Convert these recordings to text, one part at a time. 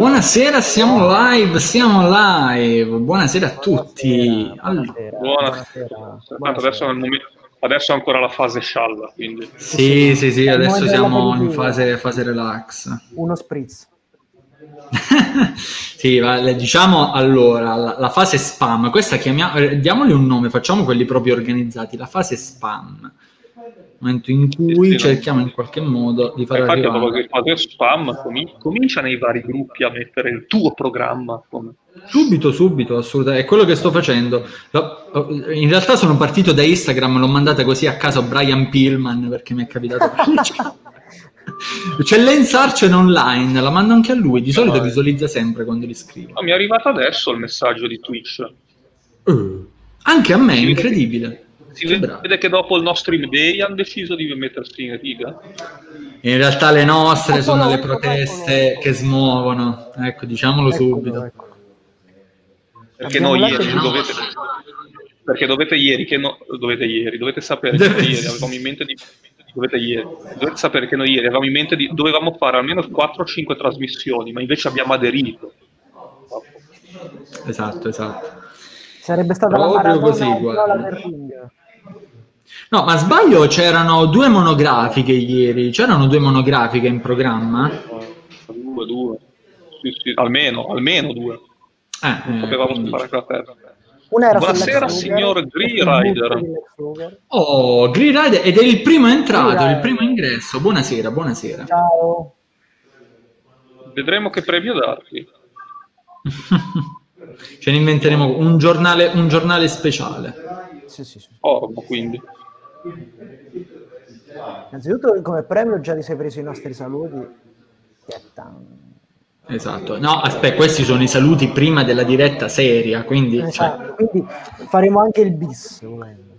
Buonasera, siamo live. Buonasera a tutti. Buonasera. Adesso, adesso è ancora la fase scialla, quindi. Sì, adesso siamo in fase relax. Uno spritz. Sì, diciamo allora, la fase spam, questa diamogli un nome, facciamo quelli proprio organizzati, la fase spam. Momento in cui cerchiamo in qualche modo di far arrivare. Infatti, dopo che fase spam, comincia nei vari gruppi a mettere il tuo programma. Subito, assolutamente. È quello che sto facendo. In realtà sono partito da Instagram, l'ho mandata così a caso a Brian Pillman perché mi è capitato. C'è Lance Archer online, la mando anche a lui. Di solito visualizza sempre quando li scrivo. Mi è arrivato adesso il messaggio di Twitch. Anche a me, è incredibile. Si vede che dopo il nostro day hanno deciso di mettersi in riga. In realtà le nostre sono le proteste che smuovono. Ecco, diciamolo subito. Perché noi ieri dovete sapere che noi ieri avevamo in mente di dovete sapere che noi ieri avevamo in mente di dovevamo fare almeno 4-5 trasmissioni, ma invece abbiamo aderito. Esatto. Sarebbe stata proprio la così, guarda. No, ma sbaglio, c'erano 2 monografiche ieri. C'erano 2 monografiche in programma? 2. Sì, almeno 2. Potevamo fare la terza. Buonasera signor Green Rider. Oh, Green Rider, ed è il primo entrato, il primo ingresso. Buonasera. Ciao. Vedremo che premio darti. Ce ne inventeremo un giornale speciale. Sì. Quindi. Innanzitutto come premio già ti sei preso i nostri saluti. Esatto. No, aspetta, questi sono i saluti prima della diretta seria, quindi... Quindi faremo anche il bis, volendo.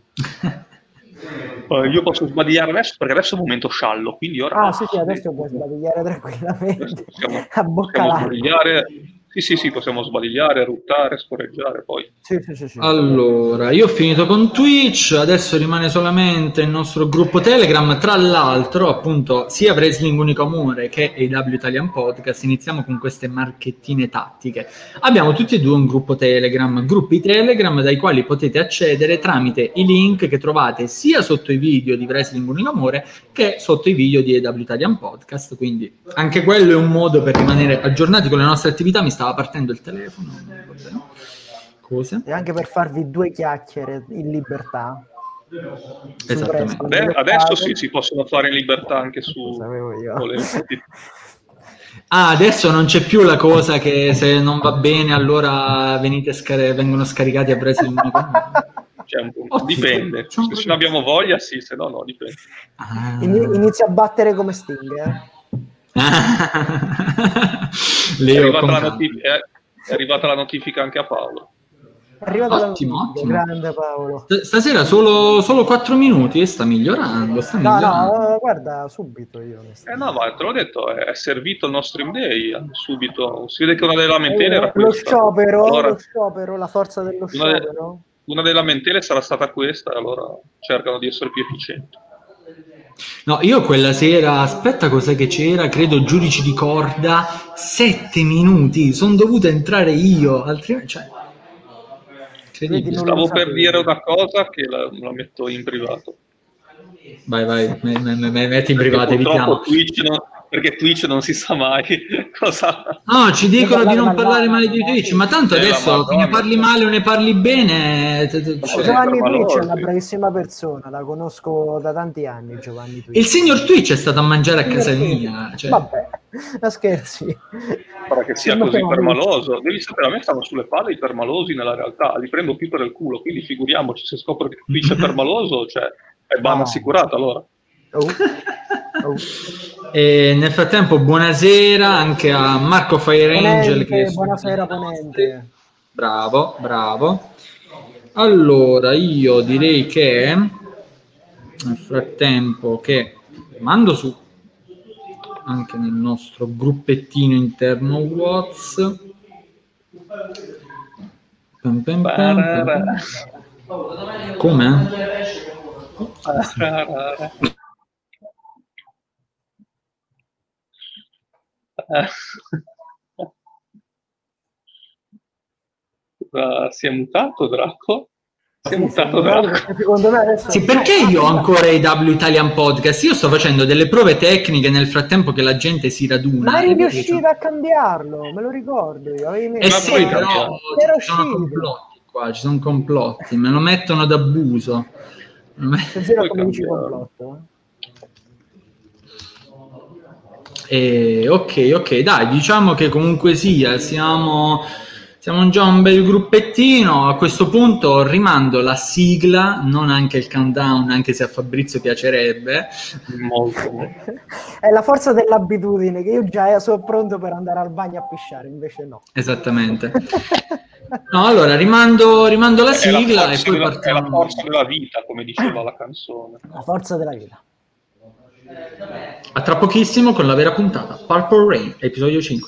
Io posso sbadigliare adesso perché adesso è un momento sciallo, quindi ora... Sì, adesso puoi sbadigliare tranquillamente. A bocca larga. Sì, possiamo sbadigliare, ruttare, scorreggiare, poi. Sì. Allora, io ho finito con Twitch, adesso rimane solamente il nostro gruppo Telegram. Tra l'altro, appunto, sia Wrestling Unico Amore che AW Italian Podcast iniziamo con queste marchettine tattiche. Abbiamo tutti e due un gruppo Telegram, gruppi Telegram dai quali potete accedere tramite i link che trovate sia sotto i video di Wrestling Unico Amore che sotto i video di AW Italian Podcast, quindi anche quello è un modo per rimanere aggiornati con le nostre attività. Mi stava partendo il telefono, cosa? E anche per farvi 2 chiacchiere in libertà. Esattamente. Adesso si possono fare in libertà anche su adesso non c'è più la cosa che se non va bene allora vengono scaricati a Wrestling Unico Amore. Dipende, se abbiamo voglia sì, se no dipende. Inizia a battere come Sting, È arrivata la notifica anche a Paolo. Ottimo. Grande Paolo. Stasera solo 4 minuti e sta migliorando. No, guarda, subito io. Ma te l'ho detto, è servito il nostro stream day, subito. Si vede che una delle lamentele era lo questa. sciopero, la forza dello sciopero. Una delle lamentele sarà stata questa, allora cercano di essere più efficienti. No, io quella sera, aspetta cos'è che c'era, credo giudici di corda, 7 minuti, sono dovuto entrare io, altrimenti, Stavo per dire una cosa che la metto in privato. Vai, metti in privato, evitiamo. Perché Twitch non si sa mai cosa... No, ci dicono di non parlare male di Twitch, ma tanto adesso ne parli male o ne parli bene... Giovanni Twitch è una bravissima persona, la conosco da tanti anni, Giovanni Twitch. Il signor Twitch è stato a mangiare a casa mia. Vabbè, ma scherzi. Pare che sia così permaloso. Devi sapere, a me stanno sulle palle i permalosi nella realtà, li prendo più per il culo, quindi figuriamoci se scopro che Twitch è permaloso, cioè è ban assicurato allora. E nel frattempo buonasera anche a Marco Fire Angel buonasera Ponente. Bravo. Allora io direi che nel frattempo che mando su anche nel nostro gruppettino interno WhatsApp come? Si è mutato Draco? Secondo me adesso sì, perché io ho ancora i W Italian Podcast? Io sto facendo delle prove tecniche nel frattempo che la gente si raduna. Ma eri riuscito a cambiarlo, me lo ricordo io. Sì, però ci sono complotti qua, ci sono complotti, me lo mettono d'abuso. Attenzione come dici complotto. Ok, dai, diciamo che comunque sia, siamo già un bel gruppettino. A questo punto rimando la sigla, non anche il countdown, anche se a Fabrizio piacerebbe. Molto. È la forza dell'abitudine, che io già sono pronto per andare al bagno a pisciare, invece no. Esattamente. No, allora rimando la sigla e poi partiamo. È la forza della vita, come diceva la canzone. La forza della vita. A tra pochissimo con la vera puntata Purple Rain, episodio 5.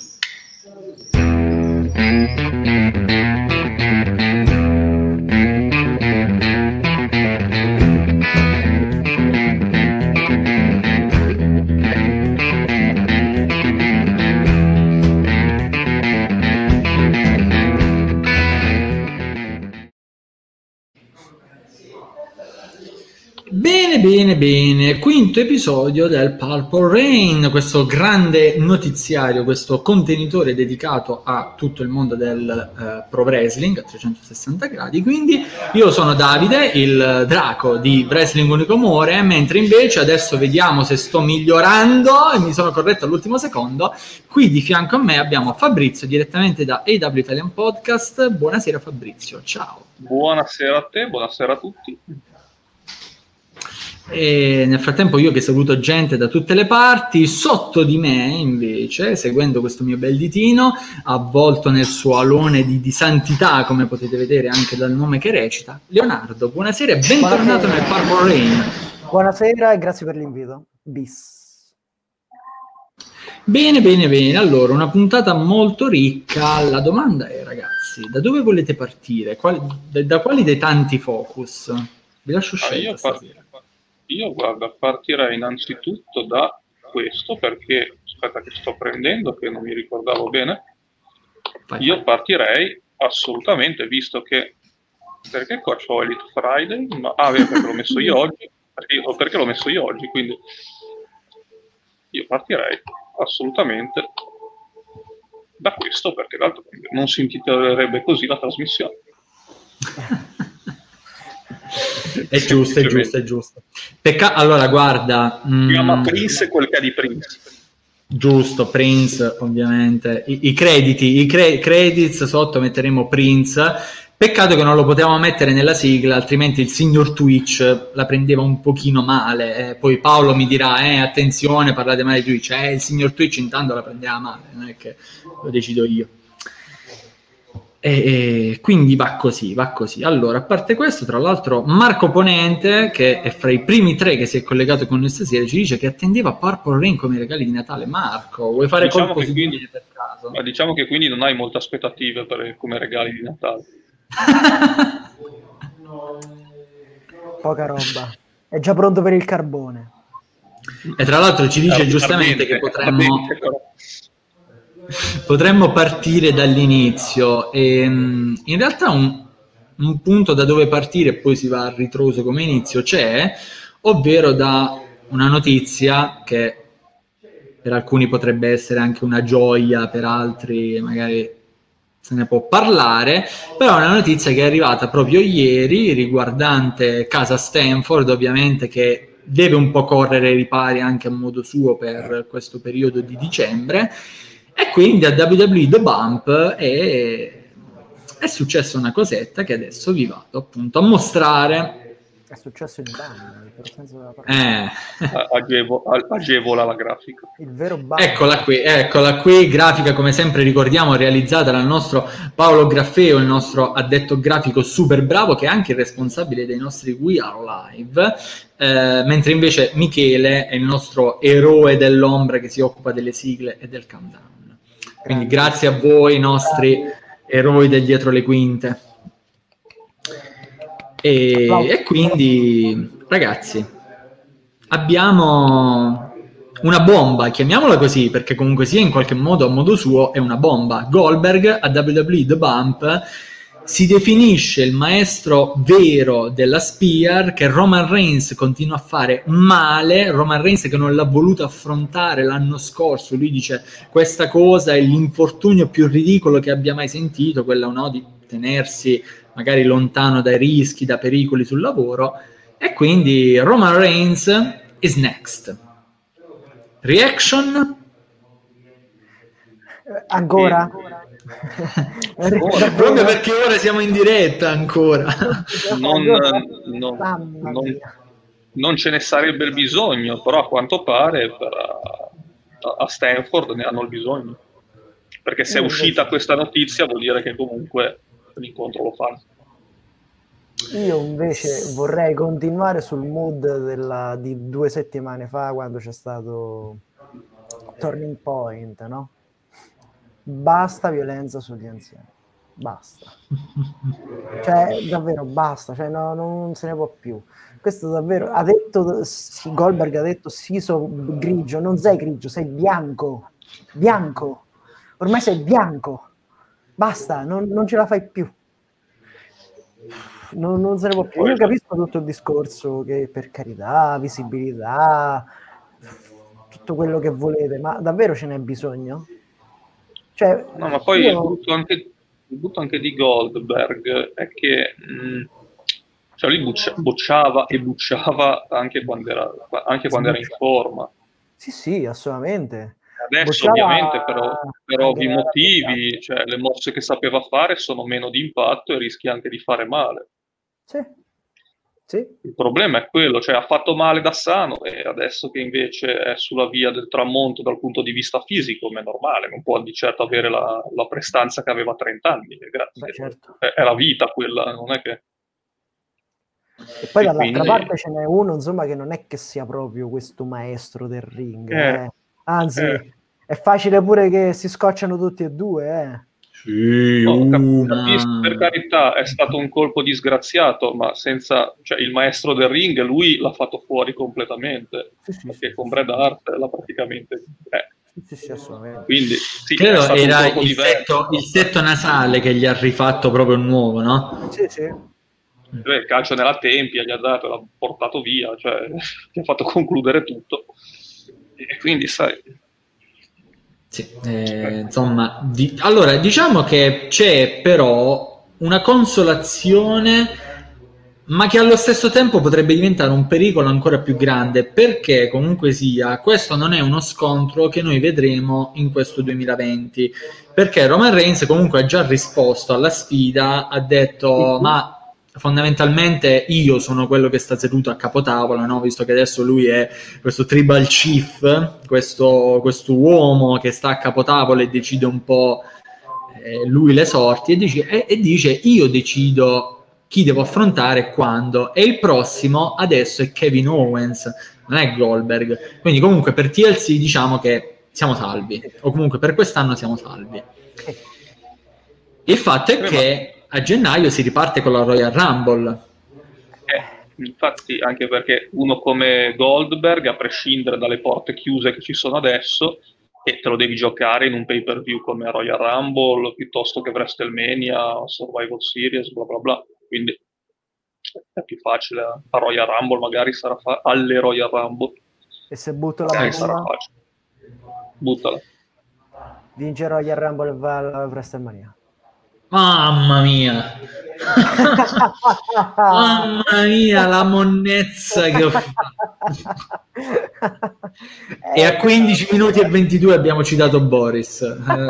Bene, quinto episodio del Purple Rain, questo grande notiziario, questo contenitore dedicato a tutto il mondo del pro wrestling a 360 gradi. Quindi io sono Davide, il Draco di Wrestling Unico Amore, mentre invece adesso vediamo se sto migliorando e mi sono corretto all'ultimo secondo. Qui di fianco a me abbiamo Fabrizio direttamente da AW Italian Podcast. Buonasera Fabrizio, ciao. Buonasera a te, buonasera a tutti. E nel frattempo io che saluto gente da tutte le parti, sotto di me invece, seguendo questo mio bel ditino avvolto nel suo alone di santità, come potete vedere anche dal nome che recita, Leonardo. Buonasera e bentornato nel Purple Rain. Buonasera e grazie per l'invito. Bis. Bene, allora una puntata molto ricca. La domanda è, ragazzi, da dove volete partire? Da quali dei tanti focus? Vi lascio scegliere stasera. Io guarda, partirei innanzitutto da questo, perché aspetta che sto prendendo, che non mi ricordavo bene. Io partirei assolutamente, visto che perché qua c'ho Elite Friday, perché l'ho messo io oggi, perché l'ho messo io oggi, quindi io partirei assolutamente da questo, perché l'altro non si intitolerebbe così la trasmissione. È giusto. Allora, guarda, si chiama Prince quel che ha di Prince. Giusto, Prince, ovviamente. I credits sotto metteremo Prince. Peccato che non lo potevamo mettere nella sigla, altrimenti il signor Twitch la prendeva un pochino male. Poi Paolo mi dirà, attenzione, parlate male di Twitch. Il signor Twitch intanto la prendeva male, non è che lo decido io. E quindi va così. Allora, a parte questo, tra l'altro Marco Ponente, che è fra i primi 3 che si è collegato con noi stasera, ci dice che attendeva Purple Rain come regali di Natale. Marco, vuoi fare colpo quindi, per caso? Ma diciamo che quindi non hai molte aspettative come regali di Natale. Poca roba, è già pronto per il carbone. E tra l'altro ci dice giustamente che potremmo partire dall'inizio. E in realtà un punto da dove partire e poi si va a ritroso come inizio c'è, ovvero da una notizia che per alcuni potrebbe essere anche una gioia, per altri magari se ne può parlare, però è una notizia che è arrivata proprio ieri riguardante casa Stanford, ovviamente, che deve un po' correre ai ripari anche a modo suo per questo periodo di dicembre. E quindi a WWE The Bump è successa una cosetta che adesso vi vado appunto a mostrare. È successo in bagno, per senso della parola. Agevola la grafica. Il vero bagno. Eccola qui, grafica come sempre ricordiamo realizzata dal nostro Paolo Graffeo, il nostro addetto grafico super bravo, che è anche il responsabile dei nostri We Are Live, mentre invece Michele è il nostro eroe dell'ombra che si occupa delle sigle e del countdown. Quindi grazie a voi, nostri eroi del dietro le quinte. E quindi, ragazzi, abbiamo una bomba, chiamiamola così, perché comunque sia in qualche modo, a modo suo, è una bomba. Goldberg a WWE The Bump si definisce il maestro vero della Spear, che Roman Reigns continua a fare male, Roman Reigns che non l'ha voluto affrontare l'anno scorso, lui dice questa cosa è l'infortunio più ridicolo che abbia mai sentito, quella no, di tenersi magari lontano dai rischi, da pericoli sul lavoro, e quindi Roman Reigns is next. Reaction? Ancora? Proprio perché ora siamo in diretta ancora. Non ce ne sarebbe il bisogno, però a quanto pare a Stanford ne hanno il bisogno, perché se è uscita questa notizia vuol dire che comunque l'incontro lo fanno. Io invece vorrei continuare sul mood di 2 settimane fa, quando c'è stato Turning Point, no? Basta violenza sugli anziani, basta, cioè davvero basta, cioè non se ne può più. Questo davvero ha detto, Goldberg ha detto siso grigio, non sei grigio, sei bianco, ormai sei bianco, basta, non ce la fai più, non se ne può più. Io capisco tutto il discorso, che per carità, visibilità, tutto quello che volete, ma davvero ce n'è bisogno? Cioè, no, ma poi il brutto anche di Goldberg è che cioè lui bocciava e bucciava anche quando era in forma. Sì, assolutamente. Adesso ovviamente per ovvi motivi, cioè le mosse che sapeva fare sono meno di impatto e rischia anche di fare male. Sì. Il problema è quello, cioè ha fatto male da sano, e adesso che invece è sulla via del tramonto dal punto di vista fisico, ma è normale, non può di certo avere la prestanza che aveva a 30 anni, grazie. Beh, certo. È la vita quella, non è che... E poi dall'altra parte ce n'è uno, insomma, che non è che sia proprio questo maestro del ring, anzi è facile pure che si scocciano tutti e due, Sì, capisco, per carità, è stato un colpo disgraziato, ma senza, cioè, il maestro del ring, lui l'ha fatto fuori completamente, perché con Bret Hart l'ha praticamente... Sì, assolutamente. Quindi credo era il setto nasale che gli ha rifatto proprio nuovo, no? Sì. Il calcio nella tempia gli ha dato, l'ha portato via, cioè gli ha fatto concludere tutto, e quindi sai... Sì, insomma, allora diciamo che c'è però una consolazione, ma che allo stesso tempo potrebbe diventare un pericolo ancora più grande, perché comunque sia, questo non è uno scontro che noi vedremo in questo 2020, perché Roman Reigns comunque ha già risposto alla sfida, ha detto ma fondamentalmente io sono quello che sta seduto a capotavola, no? Visto che adesso lui è questo tribal chief, questo uomo che sta a capotavola e decide un po' lui le sorti, e dice io decido chi devo affrontare e quando, e il prossimo adesso è Kevin Owens, non è Goldberg, quindi comunque per TLC diciamo che siamo salvi, o comunque per quest'anno siamo salvi. Il fatto è che a gennaio si riparte con la Royal Rumble. Infatti, anche perché uno come Goldberg, a prescindere dalle porte chiuse che ci sono adesso, e te lo devi giocare in un pay-per-view come Royal Rumble piuttosto che WrestleMania, Survival Series, bla bla bla. Quindi è più facile. A Royal Rumble magari sarà alle Royal Rumble. E se butto la bomba? Sarà facile. Buttala. Vince Royal Rumble e va alla WrestleMania. Mamma mia, mamma mia, la monnezza che ho fatto. E a 15 minuti e 22 abbiamo citato Boris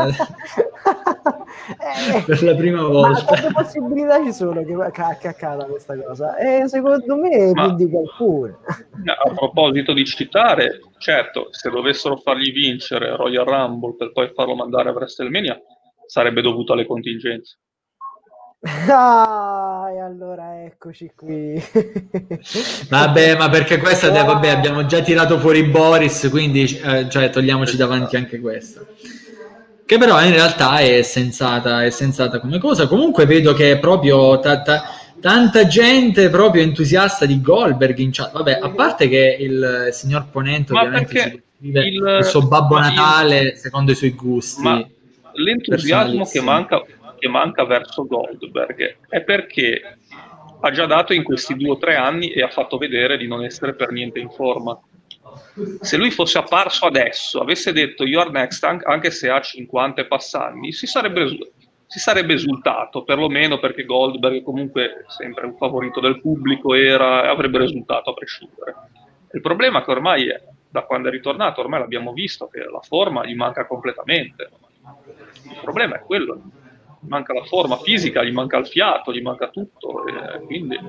per la prima volta. Ma quante possibilità ci sono che accada questa cosa? Secondo me più di qualcuno. A proposito di citare, certo, se dovessero fargli vincere Royal Rumble per poi farlo mandare a WrestleMania, sarebbe dovuto alle contingenze. E allora eccoci qui. Vabbè, ma perché questa vabbè, abbiamo già tirato fuori Boris, quindi cioè, togliamoci davanti anche questa, che però in realtà è sensata come cosa. Comunque vedo che proprio tanta gente proprio entusiasta di Goldberg in chat. Vabbè, a parte che il signor Ponente ovviamente ci descrive il suo Babbo Natale secondo i suoi gusti. Ma l'entusiasmo che manca, che manca verso Goldberg è perché ha già dato in questi 2 o 3 anni e ha fatto vedere di non essere per niente in forma. Se lui fosse apparso adesso, avesse detto "You're next", anche se ha 50 e passanni, si sarebbe esultato, perlomeno perché Goldberg comunque sempre un favorito del pubblico era, e avrebbe risultato a prescindere. Il problema è che ormai da quando è ritornato, ormai l'abbiamo visto che la forma gli manca completamente. Il problema è quello, gli manca la forma fisica, gli manca il fiato, gli manca tutto, e quindi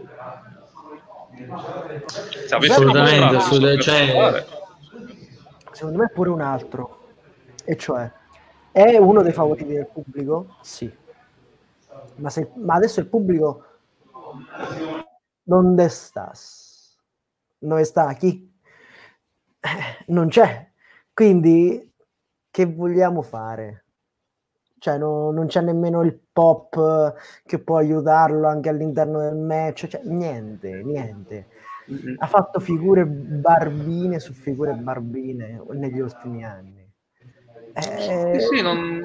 se avesse assolutamente, secondo me pure un altro, e cioè è uno dei favoriti del pubblico? Sì, ma adesso il pubblico dove sta? Dove sta? Chi? Non c'è, quindi che vogliamo fare? Cioè non c'è nemmeno il pop che può aiutarlo anche all'interno del match, cioè niente. Ha fatto figure barbine su figure barbine negli ultimi anni. Sì,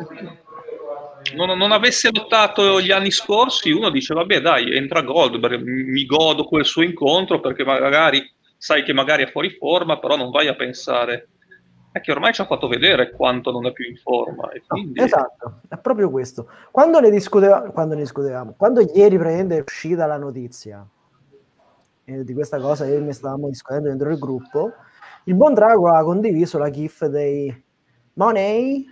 non avesse lottato gli anni scorsi, uno dice vabbè dai, entra Goldberg, mi godo quel suo incontro perché magari sai che magari è fuori forma, però non vai a pensare è che ormai ci ha fatto vedere quanto non è più in forma. E quindi... No, esatto, è proprio questo. Quando ieri praticamente è uscita la notizia di questa cosa, ieri ne stavamo discutendo dentro il gruppo, il buon Drago ha condiviso la gif dei money.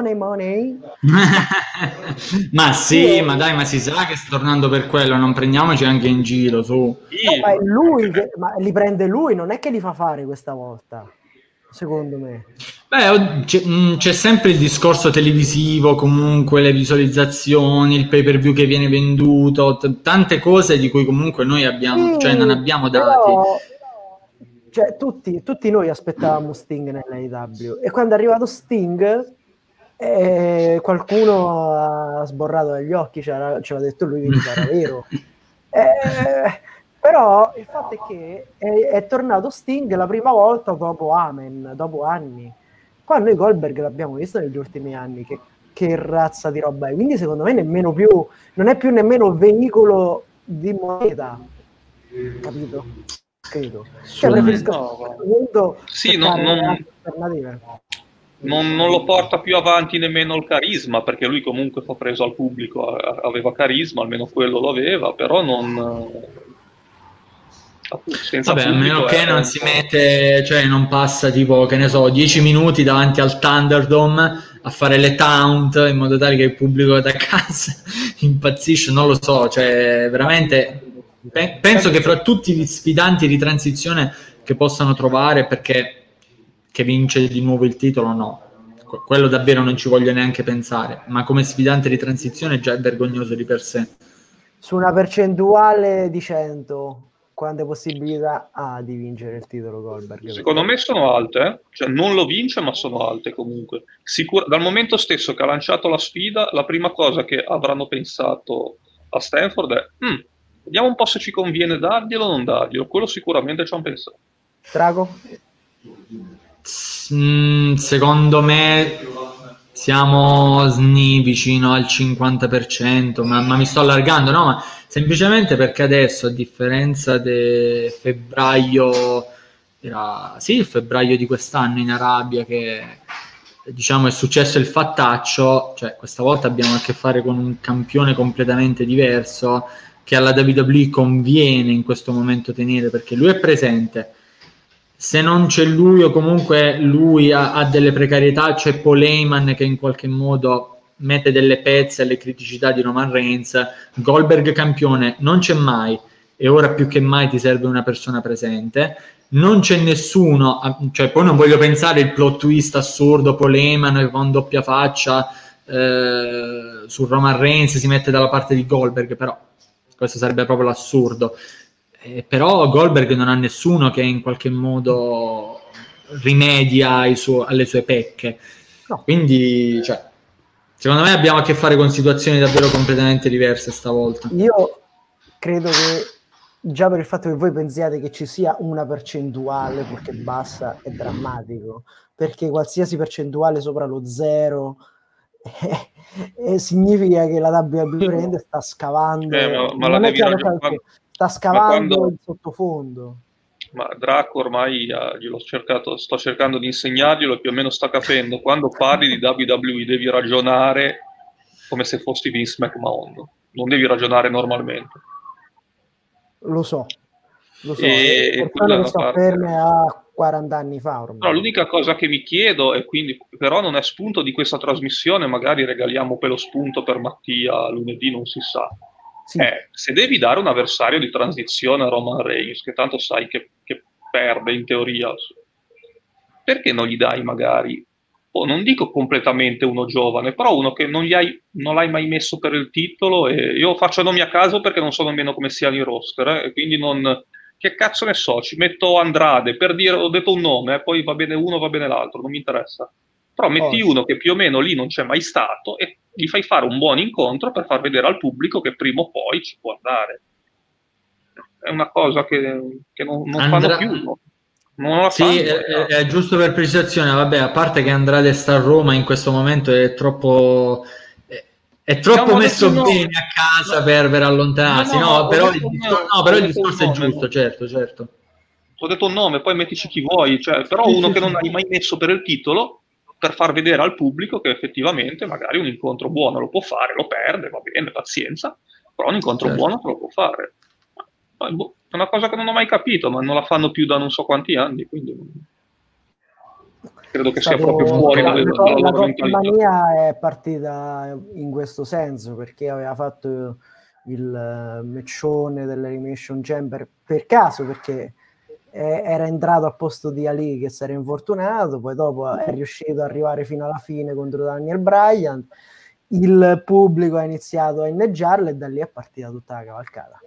Ma sì, ma dai, ma si sa che sta tornando per quello, non prendiamoci anche in giro, su. No, ma è lui ma li prende lui, non è che li fa fare questa volta, secondo me. Beh, c'è sempre il discorso televisivo, comunque le visualizzazioni, il pay-per-view che viene venduto, tante cose di cui comunque noi abbiamo, cioè non abbiamo dati. Cioè, tutti noi aspettavamo Sting nell'AEW e quando è arrivato Sting qualcuno ha sborrato dagli occhi, ce l'ha detto lui che era vero. Però il fatto è che è tornato Sting la prima volta dopo Amen, dopo anni. Qua noi Goldberg l'abbiamo visto negli ultimi anni, che razza di roba è. Quindi secondo me non è più nemmeno veicolo di moneta, capito? Credo. Cioè preferisco sì, non lo porta più avanti nemmeno il carisma, perché lui comunque fa preso al pubblico, aveva carisma, almeno quello lo aveva, però senza vabbè, a meno che non si mette, cioè non passa tipo, che ne so, 10 minuti davanti al Thunderdome a fare le taunt in modo tale che il pubblico da casa impazzisce, non lo so, cioè veramente penso che fra tutti gli sfidanti di transizione che possano trovare, perché che vince di nuovo il titolo, no, quello davvero non ci voglio neanche pensare, ma come sfidante di transizione già è vergognoso di per sé. Su una percentuale di 100, quante possibilità ha di vincere il titolo Goldberg? Secondo me sono alte, cioè non lo vince, ma sono alte comunque. Dal momento stesso che ha lanciato la sfida, la prima cosa che avranno pensato a Stanford è vediamo un po' se ci conviene darglielo o non darglielo. Quello sicuramente ci hanno pensato. Drago? Secondo me siamo vicino al 50%, ma mi sto allargando, no? Ma semplicemente perché adesso, a differenza di febbraio, il febbraio di quest'anno in Arabia, che diciamo è successo il fattaccio, cioè questa volta abbiamo a che fare con un campione completamente diverso che alla WWE conviene in questo momento tenere, perché lui è presente. Se non c'è lui, o comunque lui ha delle precarietà, c'è Paul Heyman che in qualche modo mette delle pezze alle criticità di Roman Reigns. Goldberg campione non c'è mai, e ora più che mai ti serve una persona presente. Non c'è nessuno, cioè poi non voglio pensare il plot twist assurdo, Paul Heyman con doppia faccia su Roman Reigns si mette dalla parte di Goldberg, però questo sarebbe proprio l'assurdo. Però Goldberg non ha nessuno che in qualche modo rimedia alle sue pecche, no. Quindi cioè, secondo me abbiamo a che fare con situazioni davvero completamente diverse stavolta. Io credo che già per il fatto che voi pensiate che ci sia una percentuale perché bassa è drammatico, perché qualsiasi percentuale sopra lo 0 significa che la WWE sta scavando, ma non è chiaro perché sta scavando il sottofondo. Ma Draco ormai sto cercando di insegnarglielo e più o meno sta capendo. Quando parli di WWE devi ragionare come se fossi Vince McMahon, non devi ragionare normalmente. Lo so. E quello che sto ferme a 40 anni fa ormai. No, l'unica cosa che mi chiedo, e quindi però non è spunto di questa trasmissione, magari regaliamo quello spunto per Mattia lunedì, non si sa. Sì. Se devi dare un avversario di transizione a Roman Reigns, che tanto sai che perde in teoria, perché non gli dai magari, non dico completamente uno giovane, però uno che non l'hai mai messo per il titolo, e io faccio nomi a caso perché non so nemmeno come siano i roster, e quindi non... Che cazzo ne so, ci metto Andrade, per dire, ho detto un nome, poi va bene uno, va bene l'altro, non mi interessa. Però metti uno che più o meno lì non c'è mai stato e gli fai fare un buon incontro per far vedere al pubblico che prima o poi ci può andare. È una cosa che non fanno più, no? Non la fanno. Sì, è giusto per precisazione, vabbè, a parte che Andrade sta a Roma in questo momento è troppo messo bene a casa per allontanarsi, però il discorso è giusto, certo. Ho detto un nome, poi mettici chi vuoi, però uno che non hai mai messo per il titolo, per far vedere al pubblico che effettivamente magari un incontro buono lo può fare, lo perde, va bene, pazienza, però un incontro buono te lo può fare. È una cosa che non ho mai capito, ma non la fanno più da non so quanti anni, quindi credo che sia proprio fuori dalle la Coppamania è partita in questo senso, perché aveva fatto il matchone dell'Elimination Chamber per caso, perché era entrato a posto di Ali che si era infortunato, poi dopo è riuscito ad arrivare fino alla fine contro Daniel Bryan, il pubblico ha iniziato a inneggiarlo e da lì è partita tutta la cavalcata.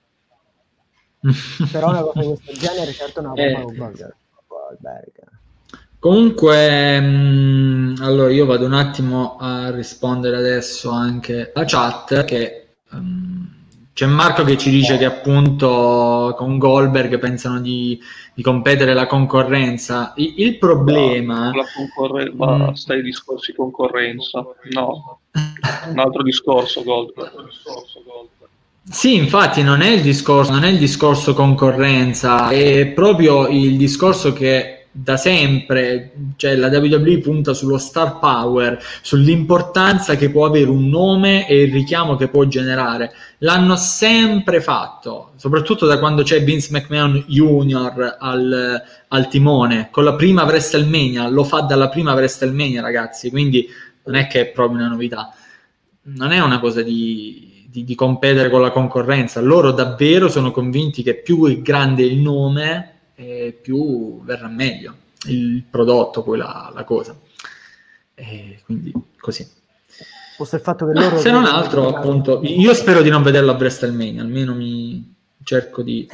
Però una cosa di questo genere certo non la può Goldberg. Comunque, allora io vado un attimo a rispondere adesso anche alla chat, che c'è Marco che ci dice che appunto con Goldberg pensano di competere la concorrenza. Il problema... Basta i discorsi concorrenza, no, un altro discorso Goldberg. Sì, infatti non è il discorso concorrenza, è proprio il discorso che da sempre, cioè la WWE punta sullo star power, sull'importanza che può avere un nome e il richiamo che può generare. L'hanno sempre fatto, soprattutto da quando c'è Vince McMahon Jr. al timone, con la prima WrestleMania, lo fa dalla prima WrestleMania, ragazzi, quindi non è che è proprio una novità, non è una cosa di competere con la concorrenza. Loro davvero sono convinti che più è grande il nome, più verrà meglio il prodotto, poi la cosa. Quindi così. Forse il fatto che loro se non altro, appunto, io spero di non vederlo a WrestleMania, almeno mi cerco di...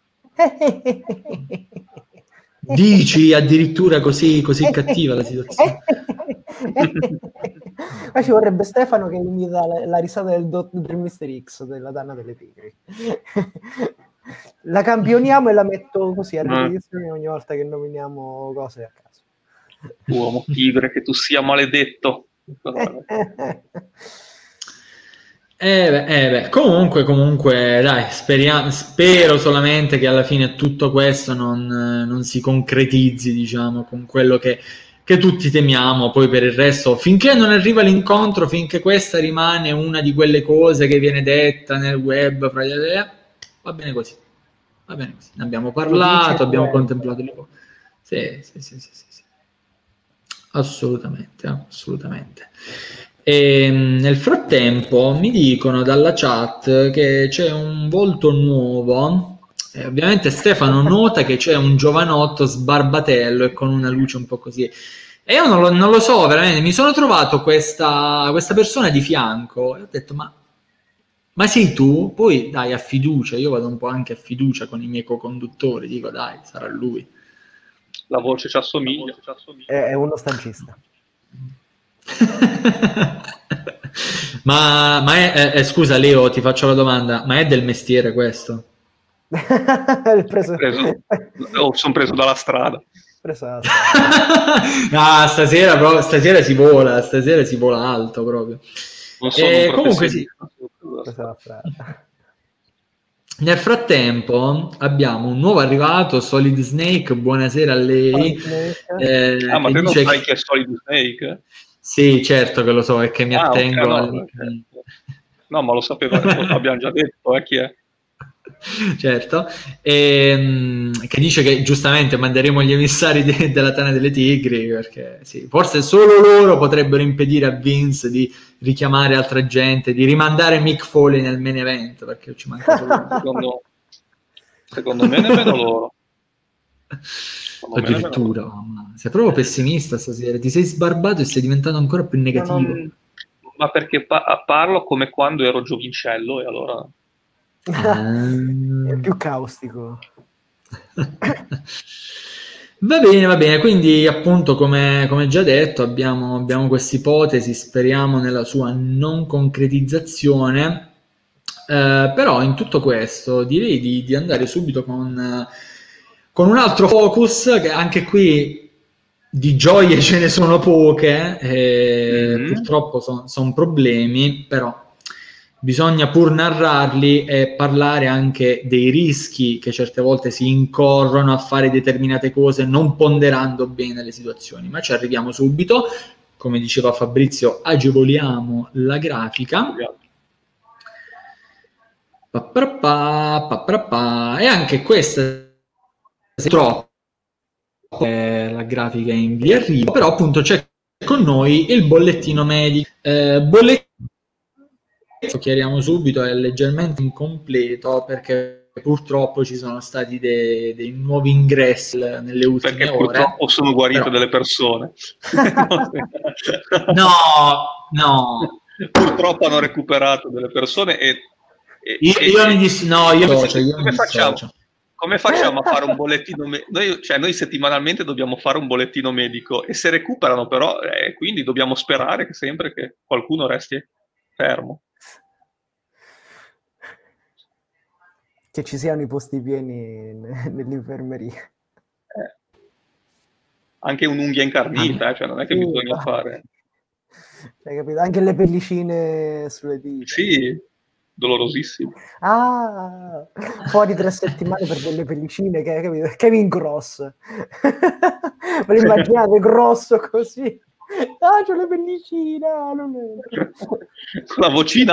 Dici addirittura così cattiva la situazione. Ma ci vorrebbe Stefano che imita la risata del Mr. X, della Danna delle Tigri. La campioniamo e la metto così a ripetizione ogni volta che nominiamo cose a caso. Uomo tigre, che tu sia maledetto. Comunque dai, spero solamente che alla fine tutto questo non si concretizzi, diciamo, con quello che tutti temiamo. Poi per il resto, finché non arriva l'incontro, finché questa rimane una di quelle cose che viene detta nel web, va bene così, ne abbiamo parlato, abbiamo contemplato le cose. Sì. Assolutamente. E nel frattempo mi dicono dalla chat che c'è un volto nuovo, ovviamente Stefano nota che c'è un giovanotto sbarbatello e con una luce un po' così, e io non lo so veramente, mi sono trovato questa persona di fianco e ho detto ma sei tu? Poi dai, a fiducia, io vado un po' anche a fiducia con i miei co-conduttori, dico dai, sarà lui. La voce ci assomiglia. È uno stagista. ma scusa Leo, ti faccio la domanda, ma è del mestiere questo? Sono preso dalla strada. Presa no, stasera si vola alto proprio. Non sono comunque sì. Nel frattempo abbiamo un nuovo arrivato, Solid Snake, buonasera a lei. Ma te non sai che è Solid Snake? Sì, certo che lo so, è che mi attengo okay, no, ma lo sapevo, abbiamo già detto chi è. Certo, che dice che giustamente manderemo gli emissari della Tana delle Tigri, perché sì, forse solo loro potrebbero impedire a Vince di richiamare altra gente, di rimandare Mick Foley nel main event, perché ci manca solo secondo me nemmeno loro. Addirittura, mamma, sei proprio pessimista stasera, ti sei sbarbato e sei diventato ancora più negativo. Ma perché parlo come quando ero giovincello e allora... È più caustico. Va bene, quindi appunto come già detto abbiamo questa ipotesi, speriamo nella sua non concretizzazione, però in tutto questo direi di andare subito con un altro focus, che anche qui di gioie ce ne sono poche, purtroppo sono problemi, però bisogna pur narrarli e parlare anche dei rischi che certe volte si incorrono a fare determinate cose non ponderando bene le situazioni, ma ci arriviamo subito. Come diceva Fabrizio, agevoliamo la grafica. E anche questa purtroppo la grafica è in via arrivo, però appunto c'è con noi il bollettino medico. Chiariamo subito, è leggermente incompleto perché purtroppo ci sono stati dei nuovi ingressi nelle ultime perché ore. Purtroppo sono guarite delle persone. No. Purtroppo hanno recuperato delle persone come facciamo a fare un bollettino noi settimanalmente dobbiamo fare un bollettino medico e se recuperano però quindi dobbiamo sperare che sempre che qualcuno resti fermo, che ci siano i posti pieni nell'infermeria, anche un'unghia incarnita, cioè non è che bisogna fare, hai capito? Anche le pellicine sulle dita, sì, dolorosissimo. Fuori 3 settimane per delle pellicine, che, capito? Kevin Cross. Ve lo immaginate grosso così? C'ho le pellicine, non è... la vocina.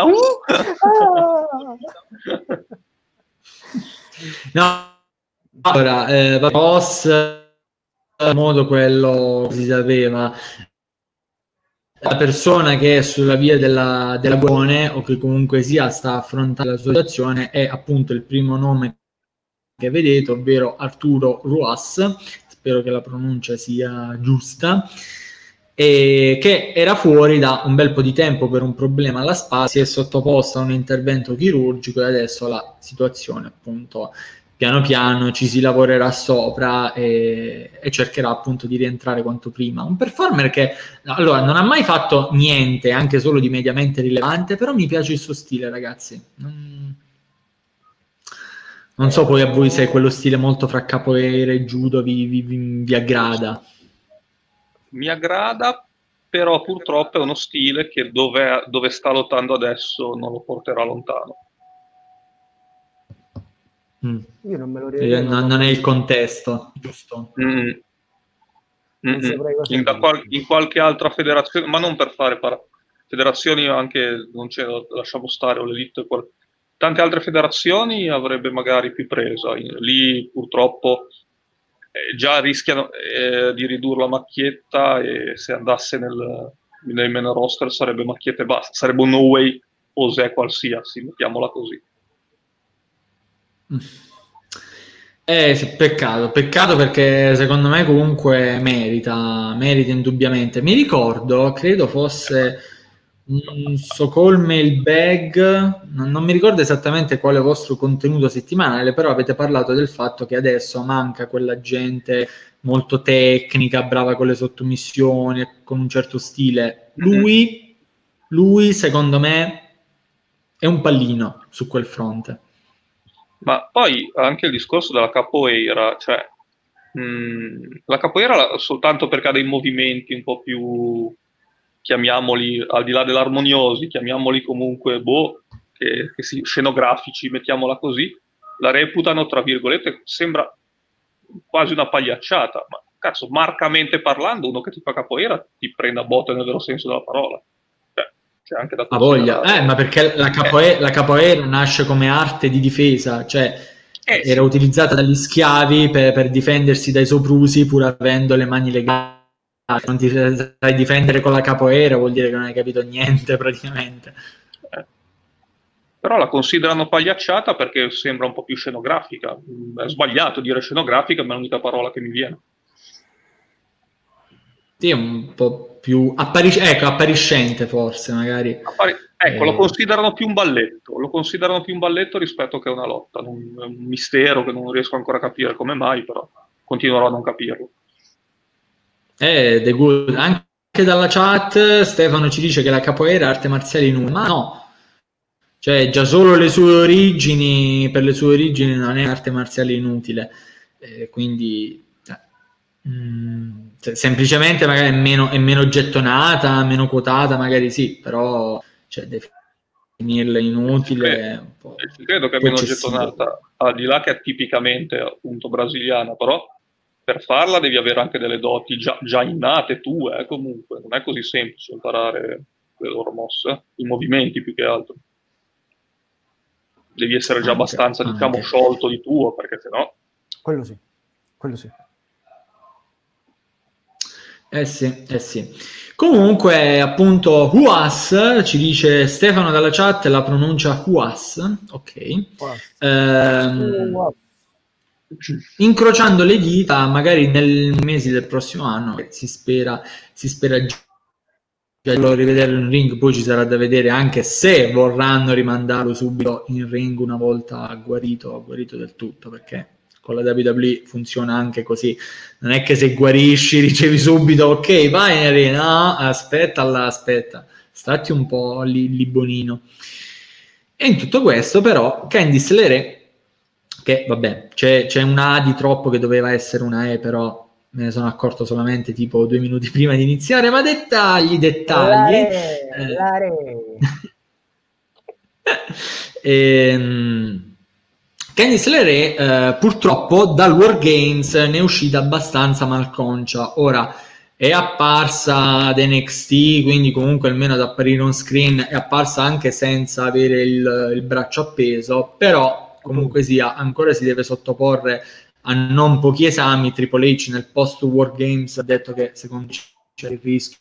No, allora, Cross, modo quello si sapeva. La persona che è sulla via della guarigione o che comunque sia sta affrontando la sua situazione è appunto il primo nome che vedete, ovvero Arturo Ruas, spero che la pronuncia sia giusta, e che era fuori da un bel po' di tempo per un problema alla spalla, si è sottoposto a un intervento chirurgico e adesso la situazione appunto piano piano ci si lavorerà sopra e cercherà appunto di rientrare quanto prima. Un performer che allora non ha mai fatto niente, anche solo di mediamente rilevante, però mi piace il suo stile, ragazzi. Non so poi a voi se quello stile molto fra capoeira e judo vi aggrada. Mi aggrada, però purtroppo è uno stile che dove sta lottando adesso non lo porterà lontano. Io non me lo ricordo. Non è il contesto, giusto? In qualche altra federazione, ma non per fare federazioni anche, non c'è, lasciamo stare, o l'elite, tante altre federazioni avrebbe magari più presa. Lì purtroppo già rischiano di ridurre la macchietta e se andasse nel main roster sarebbe macchietta e basta, sarebbe un no way Osè qualsiasi, mettiamola così. Peccato perché secondo me comunque merita indubbiamente. Mi ricordo, credo fosse un Sokol Mailbag, non mi ricordo esattamente quale vostro contenuto settimanale, però avete parlato del fatto che adesso manca quella gente molto tecnica, brava con le sottomissioni, con un certo stile. Lui secondo me è un pallino su quel fronte. Ma poi anche il discorso della capoeira, cioè La capoeira soltanto perché ha dei movimenti un po' più, chiamiamoli, al di là dell'armoniosi, chiamiamoli comunque, scenografici, mettiamola così, la reputano, tra virgolette, sembra quasi una pagliacciata, ma cazzo, marcamente parlando, uno che ti fa capoeira ti prende a botte nel vero senso della parola. C'è anche da voglia, ma perché la capoeira nasce come arte di difesa, cioè era utilizzata dagli schiavi per difendersi dai soprusi pur avendo le mani legate. Non ti sai difendere con la capoeira, vuol dire che non hai capito niente praticamente. Però la considerano pagliacciata perché sembra un po' più scenografica. È sbagliato dire scenografica, ma è l'unica parola che mi viene. Sì, un po' più appariscente forse, magari. Lo considerano più un balletto. Lo considerano più un balletto rispetto che una lotta. È un mistero che non riesco ancora a capire come mai, però continuerò a non capirlo. The Good. Anche dalla chat Stefano ci dice che la capoeira è arte marziale in uno, ma no. Cioè, già solo per le sue origini non è arte marziale inutile. Quindi... semplicemente magari è meno gettonata, meno quotata, magari sì, però definirla inutile ci credo che è meno gettonata, al di là che è tipicamente appunto brasiliana, però per farla devi avere anche delle doti già innate tue, comunque non è così semplice imparare le loro mosse, i movimenti più che altro. Devi essere già abbastanza, diciamo, sciolto di tuo, perché sennò... Quello sì. Sì. Comunque, appunto, Huas ci dice Stefano dalla chat, la pronuncia Huas, ok. Incrociando le dita, magari nei mesi del prossimo anno si spera già di rivedere in ring, poi ci sarà da vedere anche se vorranno rimandarlo subito in ring una volta guarito del tutto, perché con la WWE funziona anche così, non è che se guarisci ricevi subito ok vai in arena, no, aspetta, stati un po' lì bonino. E in tutto questo però Candice LeRae, che vabbè c'è una A di troppo che doveva essere una E, però me ne sono accorto solamente tipo 2 minuti prima di iniziare, ma dettagli. Candice LeRae purtroppo dal War Games ne è uscita abbastanza malconcia. Ora è apparsa ad NXT, quindi comunque almeno ad apparire on screen è apparsa anche senza avere il braccio appeso, però comunque sia ancora si deve sottoporre a non pochi esami. Triple H nel post War Games ha detto che secondo c'è il rischio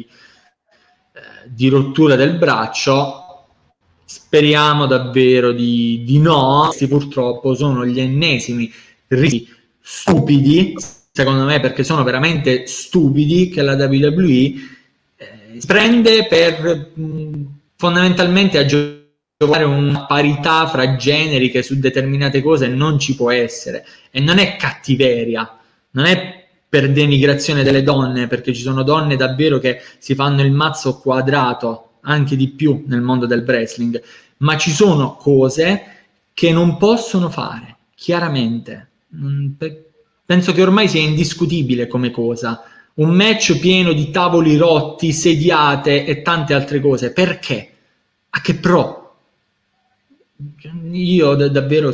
di rottura del braccio. Speriamo davvero di no. Questi purtroppo sono gli ennesimi rischi stupidi, secondo me, perché sono veramente stupidi, che la WWE prende per fondamentalmente giocare una parità fra generi che su determinate cose non ci può essere. E non è cattiveria, non è per denigrazione delle donne, perché ci sono donne davvero che si fanno il mazzo quadrato, anche di più nel mondo del wrestling, ma ci sono cose che non possono fare, chiaramente. Penso che ormai sia indiscutibile come cosa. Un match pieno di tavoli rotti, sediate e tante altre cose. Perché? A che pro? Io davvero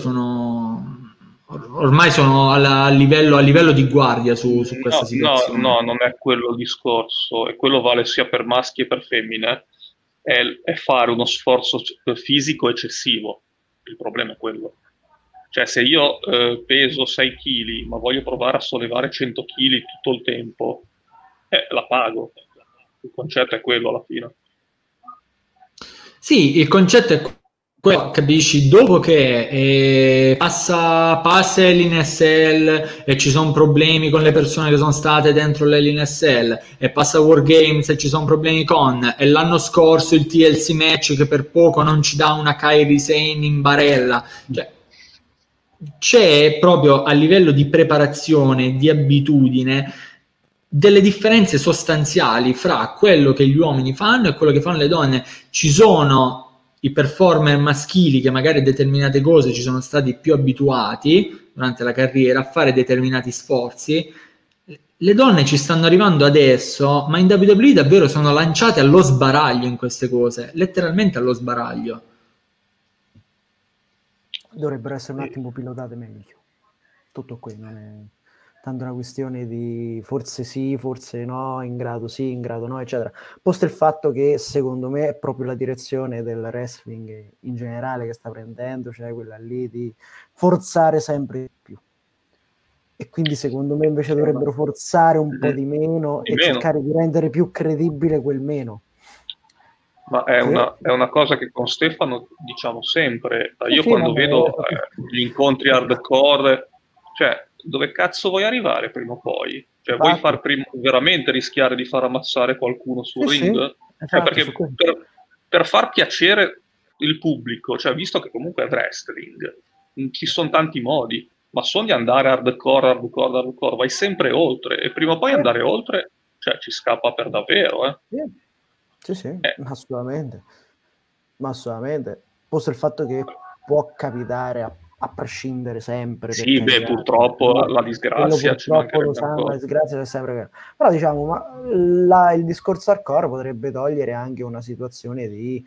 ormai sono a livello di guardia su questa situazione. No, non è quello il discorso, e quello vale sia per maschi che per femmine. È fare uno sforzo fisico eccessivo. Il problema è quello. Cioè, se io peso 6 kg ma voglio provare a sollevare 100 kg tutto il tempo, la pago. Il concetto è quello alla fine. Sì, il concetto è quello, capisci? Dopo che passa l'INSL e ci sono problemi con le persone che sono state dentro l'INSL, e passa War Games e ci sono problemi e l'anno scorso il TLC match che per poco non ci dà una Kairi Sane in barella, cioè, c'è proprio a livello di preparazione, di abitudine, delle differenze sostanziali fra quello che gli uomini fanno e quello che fanno le donne. Ci sono i performer maschili che magari a determinate cose ci sono stati più abituati durante la carriera a fare determinati sforzi, le donne ci stanno arrivando adesso, ma in WWE davvero sono lanciate allo sbaraglio in queste cose, letteralmente allo sbaraglio. Dovrebbero essere un attimo pilotate meglio. Tutto qui, non è tanto una questione di forse sì, forse no, in grado sì, in grado no, eccetera. Posto il fatto che secondo me è proprio la direzione del wrestling in generale che sta prendendo, cioè quella lì di forzare sempre di più. E quindi secondo me invece dovrebbero forzare un po' di meno e cercare di rendere più credibile quel meno. Ma è una cosa che con Stefano diciamo sempre. Io quando vedo gli incontri hardcore, cioè dove cazzo vuoi arrivare prima o poi? Cioè vuoi veramente rischiare di far ammazzare qualcuno sul ring? Cioè, perché per far piacere il pubblico, cioè visto che comunque è wrestling, ci sono tanti modi, ma sono di andare hardcore, vai sempre oltre, e prima o poi andare oltre, cioè ci scappa per davvero, Sì, assolutamente. Ma assolutamente. Posto il fatto che può capitare a prescindere sempre. Sì, purtroppo la disgrazia purtroppo lo sanno, la disgrazia è sempre vero. Però diciamo, il discorso hardcore potrebbe togliere anche una situazione di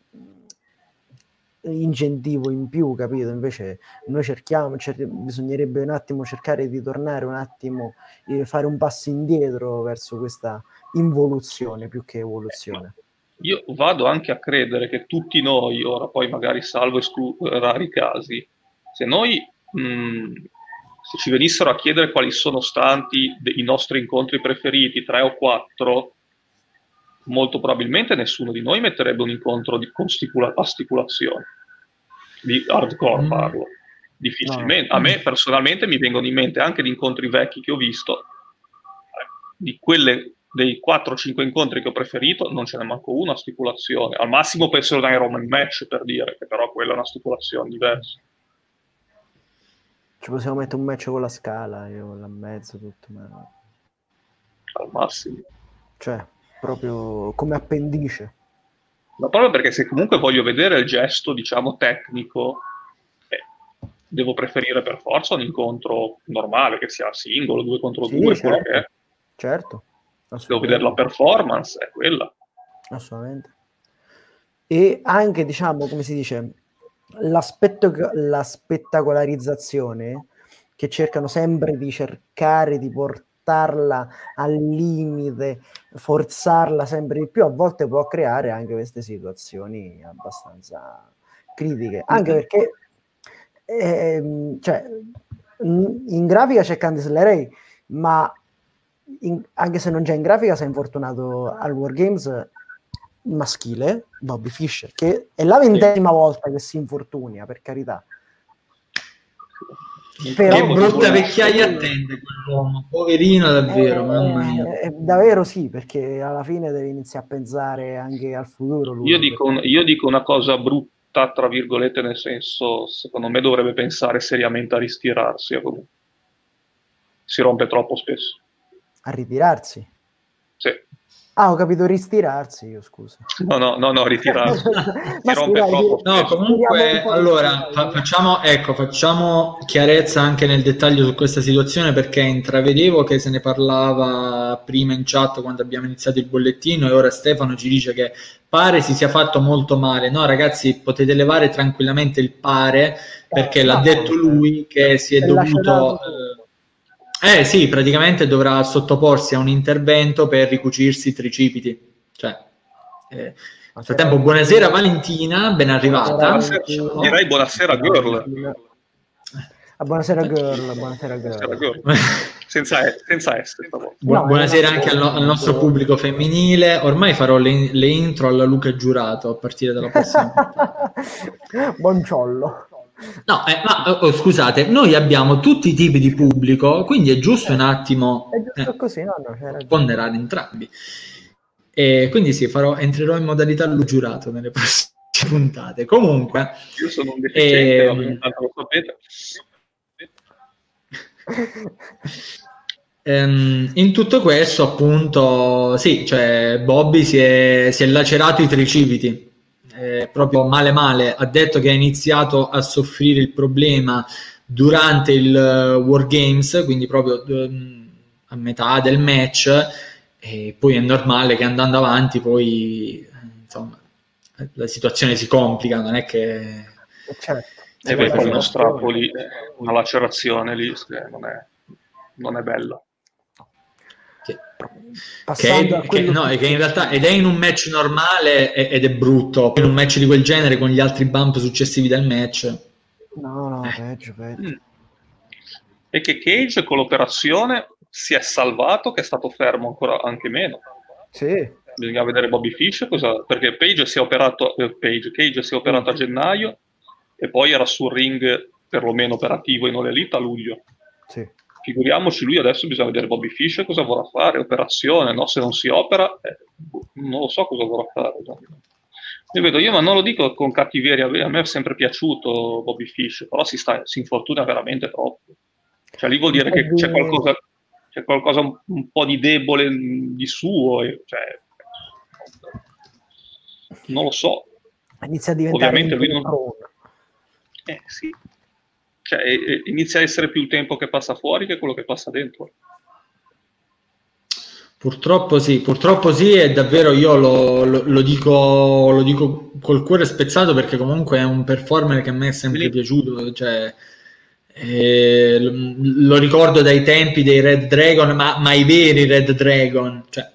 incentivo in più, capito? Invece noi bisognerebbe un attimo cercare di tornare un attimo, fare un passo indietro verso questa involuzione più che evoluzione. Io vado anche a credere che tutti noi, ora poi magari salvo rari casi, se noi se ci venissero a chiedere quali sono stati i nostri incontri preferiti, 3 o 4, molto probabilmente nessuno di noi metterebbe un incontro a stipulazione di hardcore, parlo difficilmente. No. A me personalmente mi vengono in mente anche di incontri vecchi che ho visto, dei 4-5 incontri che ho preferito non ce n'è manco uno a stipulazione, al massimo penso ad un Iron Man match, per dire, che però quella è una stipulazione diversa. Ci possiamo mettere un match con la Scala, io là in mezzo, tutto, ma al massimo, cioè proprio come appendice. Ma proprio perché se comunque voglio vedere il gesto, diciamo, tecnico, devo preferire per forza un incontro normale, che sia singolo, 2 contro 2, certo, quello che è. Certo. Devo vedere la performance, è quella. Assolutamente. E anche, diciamo, come si dice, la spettacolarizzazione, che cercano sempre di cercare di portarla al limite, forzarla sempre di più, a volte può creare anche queste situazioni abbastanza critiche, anche perché cioè, in grafica c'è Candice LeRae, ma anche se non c'è in grafica, si è infortunato al War Games maschile Bobby Fischer, che è la 20ª volta che si infortunia, per carità. Però che brutta vecchiaia attende quell'uomo, poverino davvero, mamma mia. Davvero sì, perché alla fine deve iniziare a pensare anche al futuro. Lui, io dico una cosa brutta, tra virgolette, nel senso, secondo me dovrebbe pensare seriamente a ritirarsi. Si rompe troppo spesso. A ritirarsi? Sì. Ah, ho capito, ristirarsi, io scusa. No, ritirarsi. Si rompe troppo. No, comunque, allora, facciamo chiarezza anche nel dettaglio su questa situazione, perché intravedevo che se ne parlava prima in chat quando abbiamo iniziato il bollettino, e ora Stefano ci dice che pare si sia fatto molto male. No, ragazzi, potete levare tranquillamente il pare, perché l'ha detto lui che si è dovuto... sì, praticamente dovrà sottoporsi a un intervento per ricucirsi i tricipiti. Cioè, nel frattempo, buonasera Valentina, ben arrivata. Direi buonasera girl. Buonasera girl. Senza S. Buonasera anche al nostro pubblico femminile. Ormai farò le intro alla Luca Giurato a partire dalla prossima puntata. Buonciollo. No, ma scusate, noi abbiamo tutti i tipi di pubblico, quindi è giusto un attimo così, ponderare entrambi. E quindi sì, entrerò in modalità giurato nelle prossime puntate. Comunque, io sono un deficiente, tanto lo sapete. In tutto questo, appunto, sì, cioè Bobby si è lacerato i tricipiti. proprio male, ha detto che ha iniziato a soffrire il problema durante il War Games, quindi proprio a metà del match, e poi è normale che andando avanti poi insomma la situazione si complica, non è che... Certo. E poi uno strappo lì, una lacerazione lì, non è bella. Che in realtà ed è in un match normale ed è brutto, in un match di quel genere con gli altri bump successivi del match peggio. E che Cage con l'operazione si è salvato, che è stato fermo ancora anche meno. Sì. Bisogna vedere Bobby Fish perché Cage si è operato a gennaio e poi era sul ring perlomeno operativo in All Elite a luglio. Sì. Figuriamoci lui adesso, bisogna vedere Bobby Fish cosa vorrà fare, operazione, no? Se non si opera non lo so cosa vorrà fare. Io ma non lo dico con cattiveria, a me è sempre piaciuto Bobby Fish, però si infortuna veramente troppo. Cioè lì vuol dire che c'è qualcosa un po' di debole di suo, non lo so. Inizia a diventare ovviamente lui non... sì. Cioè, inizia a essere più il tempo che passa fuori che quello che passa dentro. Purtroppo sì, e davvero io lo dico col cuore spezzato, perché comunque è un performer che a me è sempre piaciuto, cioè, lo ricordo dai tempi dei Red Dragon, ma i veri Red Dragon, cioè,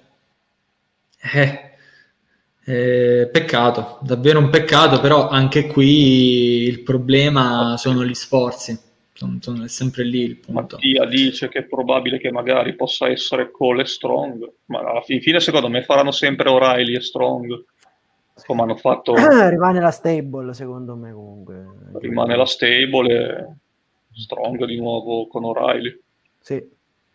peccato, davvero un peccato, però anche qui il problema sono gli sforzi. È sempre lì il punto. Mattia dice che è probabile che magari possa essere Cole e Strong, ma alla fine secondo me faranno sempre O'Reilly e Strong, come hanno fatto. Rimane la stable secondo me, comunque rimane la stable e Strong di nuovo con O'Reilly. Sì.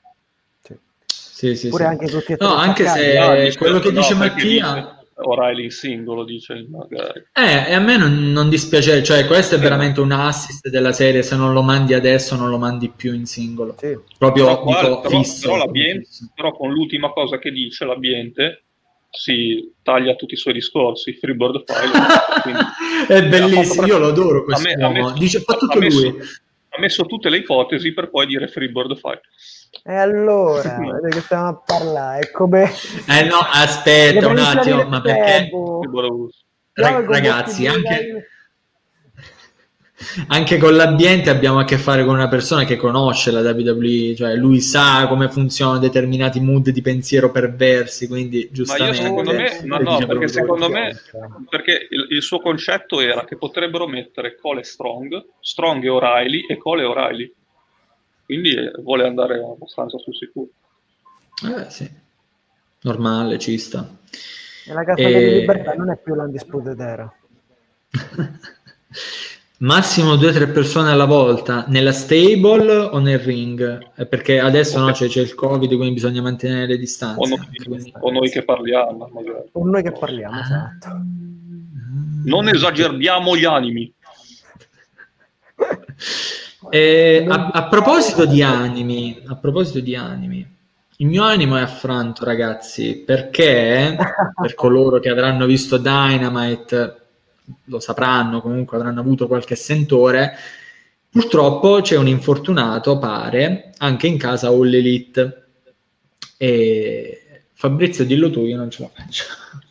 Pure anche tutti e tre, no, anche se quello che dice Mattia O'Reilly in singolo, dice magari. E a me non dispiace, cioè questo è veramente un assist della serie, se non lo mandi adesso non lo mandi più in singolo. Sì. Proprio fisso. Però con l'ultima cosa che dice l'ambiente si taglia tutti i suoi discorsi, Freebird File. È bellissimo, io lo adoro quest'uomo. Fa tutto lui. Ha messo tutte le ipotesi per poi dire Freebird File. E allora, vedete che stiamo a parlare, è come... no, aspetta un attimo, ma perché... Ragazzi, anche con l'ambiente abbiamo a che fare con una persona che conosce la WWE, cioè lui sa come funzionano determinati mood di pensiero perversi, quindi giustamente... secondo me, perché il suo concetto era che potrebbero mettere Cole e Strong e O'Reilly e Cole e O'Reilly. Quindi vuole andare abbastanza sul sicuro. Sì. Normale, ci sta. E la Casa delle Libertà non è più l'Undisputed Era. Massimo 2-3 persone alla volta, nella stable o nel ring? Perché adesso c'è il Covid, quindi bisogna mantenere le distanze. O noi che parliamo. Magari. O noi che parliamo, esatto. Non esageriamo gli animi. A proposito di animi, il mio animo è affranto, ragazzi, perché per coloro che avranno visto Dynamite lo sapranno, comunque avranno avuto qualche sentore, purtroppo c'è un infortunato, pare, anche in casa All Elite, e Fabrizio, dillo tu, io non ce la faccio.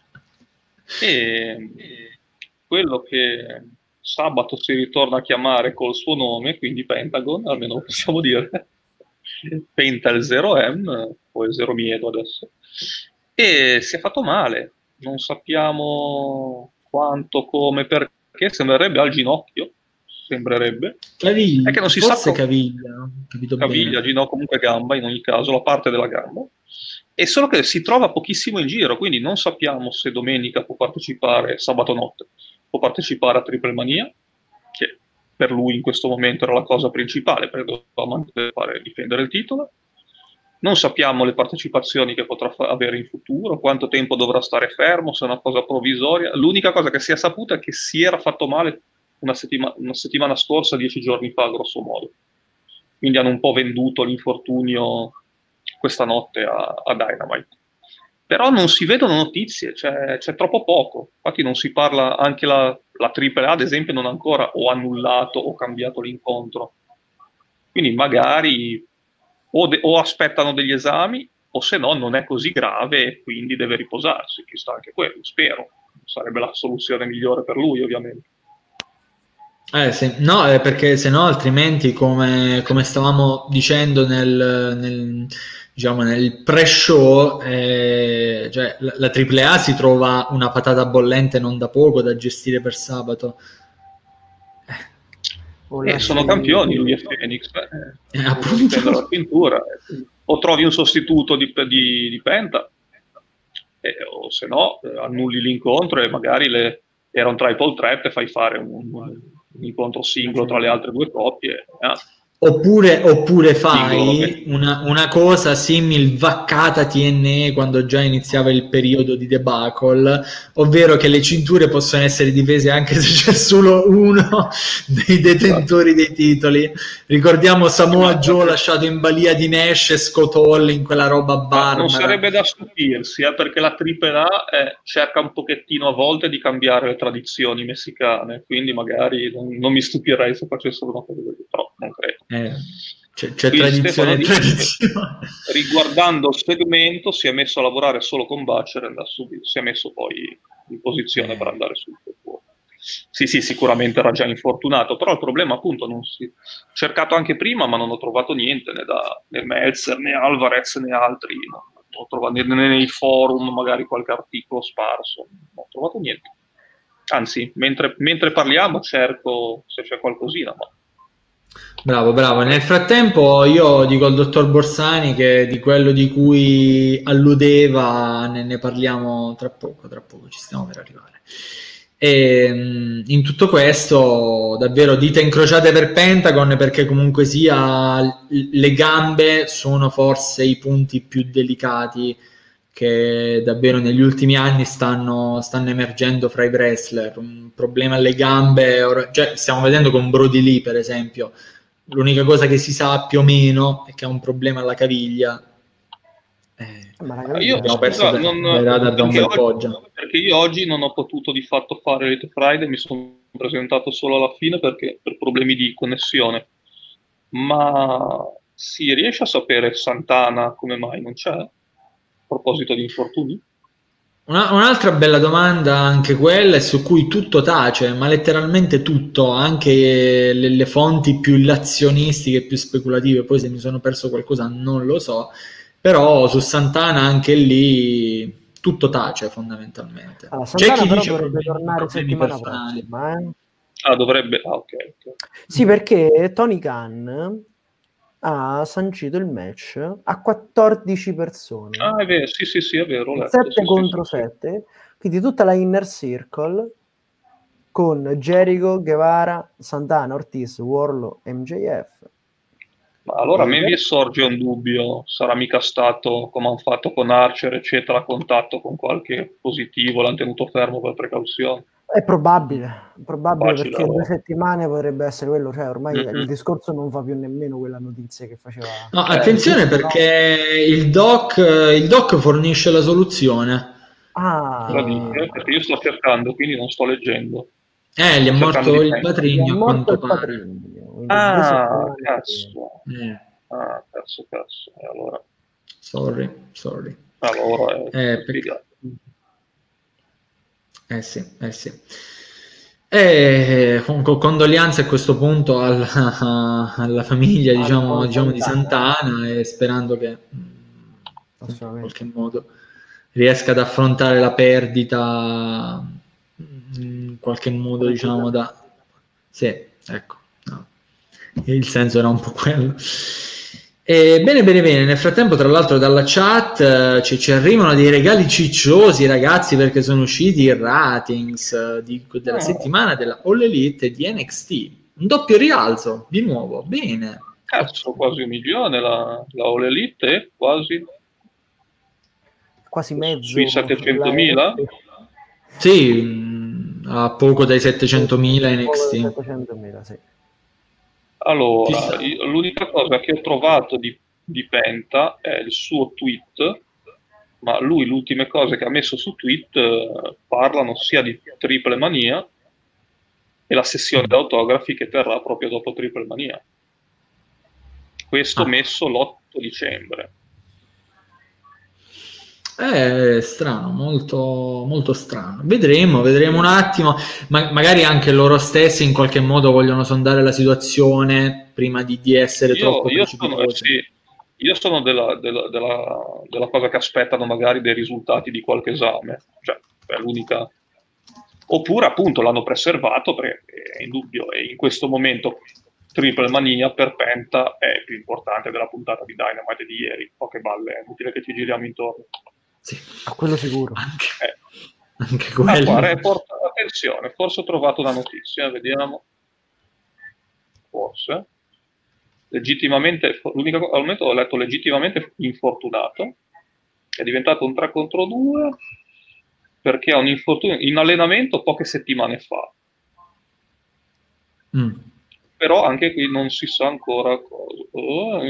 E quello che sabato si ritorna a chiamare col suo nome, quindi Pentagon, almeno lo possiamo dire. Penta il 0M, o il 0 Miedo adesso, e si è fatto male, non sappiamo quanto, come, perché, sembrerebbe al ginocchio, Caviglia, è che non si forse sa caviglia, ginocchio, comunque gamba, in ogni caso, la parte della gamba, e solo che si trova pochissimo in giro, quindi non sappiamo se domenica può partecipare, sabato notte, può partecipare a Triple Mania, che per lui in questo momento era la cosa principale, perché doveva difendere il titolo. Non sappiamo le partecipazioni che potrà avere in futuro, quanto tempo dovrà stare fermo, se è una cosa provvisoria. L'unica cosa che si è saputa è che si era fatto male una settimana scorsa, 10 giorni fa, grosso modo. Quindi hanno un po' venduto l'infortunio questa notte a Dynamite. però non si vedono notizie, c'è troppo poco. Infatti non si parla, anche la AAA ad esempio non ha ancora o annullato o cambiato l'incontro. Quindi magari o aspettano degli esami o se no non è così grave e quindi deve riposarsi, chissà anche quello, spero. Sarebbe la soluzione migliore per lui ovviamente. Sì. No, perché se no altrimenti come stavamo dicendo diciamo, nel pre-show, cioè, la AAA si trova una patata bollente non da poco da gestire per sabato. Sono campioni lui e Phoenix, devono difendere la cintura, o trovi un sostituto di Penta, o se no annulli l'incontro e magari era un triple threat e fai fare un incontro singolo tra le altre due coppie. Oppure fai una cosa simil vaccata TNE quando già iniziava il periodo di debacle, ovvero che le cinture possono essere difese anche se c'è solo uno dei detentori dei titoli. Ricordiamo Samoa Joe lasciato in balia di Nash e Scott Hall in quella roba barbara. Non sarebbe da stupirsi, perché la AAA cerca un pochettino a volte di cambiare le tradizioni messicane, quindi magari non mi stupirei se facessero una cosa così, però non credo. C'è tradizione. Riguardando il segmento si è messo a lavorare solo con Butcher e si è messo poi in posizione per andare sul fuoco. Sì, sicuramente era già infortunato, però il problema appunto cercato anche prima, ma non ho trovato niente né Meltzer né Alvarez né altri, non ho trovato né nei forum magari qualche articolo sparso, non ho trovato niente. Anzi, mentre parliamo cerco se c'è qualcosina, ma Bravo. Nel frattempo io dico al dottor Borsani che di quello di cui alludeva ne parliamo tra poco, ci stiamo per arrivare. E in tutto questo davvero dita incrociate per Pentagon, perché comunque sia le gambe sono forse i punti più delicati che davvero negli ultimi anni stanno emergendo fra i wrestler. Un problema alle gambe, cioè stiamo vedendo con Brody Lee per esempio, l'unica cosa che si sa più o meno è che ha un problema alla caviglia. Io abbiamo perso da un bel po' già. Perché io oggi non ho potuto di fatto fare Elite Friday, mi sono presentato solo alla fine perché per problemi di connessione. Ma si riesce a sapere Santana come mai non c'è? A proposito di infortuni? Un'altra bella domanda anche quella, e su cui tutto tace, ma letteralmente tutto, anche le fonti più illazionistiche, più speculative, poi se mi sono perso qualcosa non lo so, però su Santana anche lì tutto tace fondamentalmente. Santana c'è chi però dice dovrebbe tornare settimana prossima. Dovrebbe, ok. Sì, perché Tony Khan ha sancito il match a 14 persone. È vero, sì, è vero. 7 contro 7, quindi tutta la Inner Circle con Jericho, Guevara, Santana, Ortiz, Wardlow, MJF. Ma allora a me mi sorge un dubbio, sarà mica stato, come hanno fatto con Archer, eccetera, a contatto con qualche positivo, l'hanno tenuto fermo per precauzione. È probabile perché 2 settimane potrebbe essere quello, cioè ormai il discorso non fa più nemmeno quella notizia che faceva. No, attenzione perché il doc fornisce la soluzione. Perché io sto cercando, quindi non sto leggendo. Gli è morto il patrigno, a quanto pare. Cazzo. Cazzo. Allora. Sorry. Allora è spiegato. Sì. Condoglianze a questo punto alla famiglia diciamo di Santana, e sperando che in qualche modo riesca ad affrontare la perdita in qualche modo, diciamo il senso era un po' quello. Bene, nel frattempo tra l'altro dalla chat ci arrivano dei regali cicciosi, ragazzi, perché sono usciti i ratings della settimana della All Elite e di NXT, un doppio rialzo di nuovo, bene. Cazzo, quasi 1 milione la All Elite, quasi mezzo sui 700.000? Sì, a poco dai 700.000 NXT. 700.000, sì. Allora, l'unica cosa che ho trovato di Penta è il suo tweet ma lui le ultime cose che ha messo su tweet parlano sia di Triple Mania e la sessione d'autografi che terrà proprio dopo Triple Mania. Questo messo l'8 dicembre. È strano, molto, molto strano. Vedremo un attimo. Magari anche loro stessi in qualche modo vogliono sondare la situazione prima di essere troppo precipitosi. Io sono della cosa che aspettano magari dei risultati di qualche esame, cioè è l'unica. Oppure appunto l'hanno preservato perché è indubbio, e in questo momento Triple Mania per Penta è più importante della puntata di Dynamite di ieri. Poche balle, è inutile che ci giriamo intorno. Sì, a quello sicuro. Anche quello. Qua, report, attenzione, forse ho trovato una notizia, vediamo. Forse. Legittimamente, al momento ho letto legittimamente infortunato, è diventato un 3 contro 2 perché ha un infortunio in allenamento poche settimane fa. Però anche qui non si sa ancora cosa.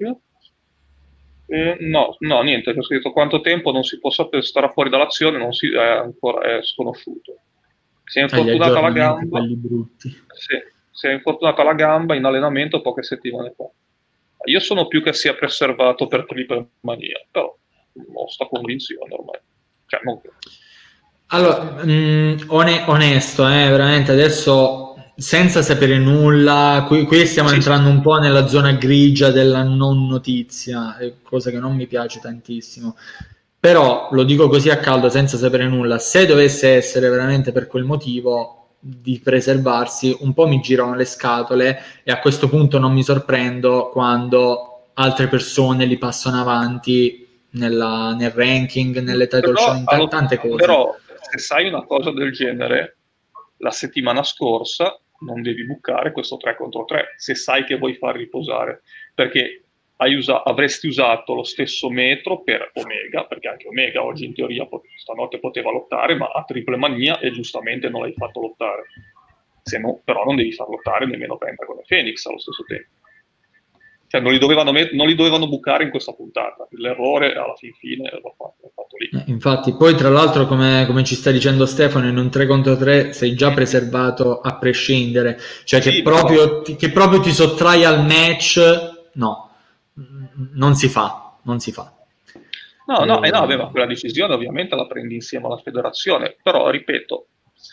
No, niente, ho scritto quanto tempo non si può sapere, starà fuori dall'azione, è sconosciuto. Si è infortunata la gamba. Si è infortunata la gamba in allenamento poche settimane fa. Io sono più che sia preservato per Triple Mania, però ho sta convinzione ormai. Cioè, non... Allora, onesto, veramente adesso senza sapere nulla, qui stiamo entrando un po' nella zona grigia della non notizia, cosa che non mi piace tantissimo. Però lo dico così a caldo, senza sapere nulla, se dovesse essere veramente per quel motivo di preservarsi, un po' mi girano le scatole e a questo punto non mi sorprendo quando altre persone li passano avanti nel ranking, nelle title show, in tante cose. Però se sai una cosa del genere, la settimana scorsa non devi bucare questo 3 contro 3, se sai che vuoi far riposare, perché avresti usato lo stesso metro per Omega, perché anche Omega oggi in teoria stanotte poteva lottare, ma a Triple Mania e giustamente non l'hai fatto lottare. Se no, però non devi far lottare nemmeno Pentagon e Phoenix allo stesso tempo. Cioè non li dovevano bucare in questa puntata. L'errore alla fine l'ho fatto lì. Infatti, poi tra l'altro, come ci sta dicendo Stefano, in un 3 contro 3 sei già preservato a prescindere, cioè che proprio ti sottrai al match, no, non si fa. No, ma quella decisione ovviamente la prendi insieme alla federazione, però ripeto,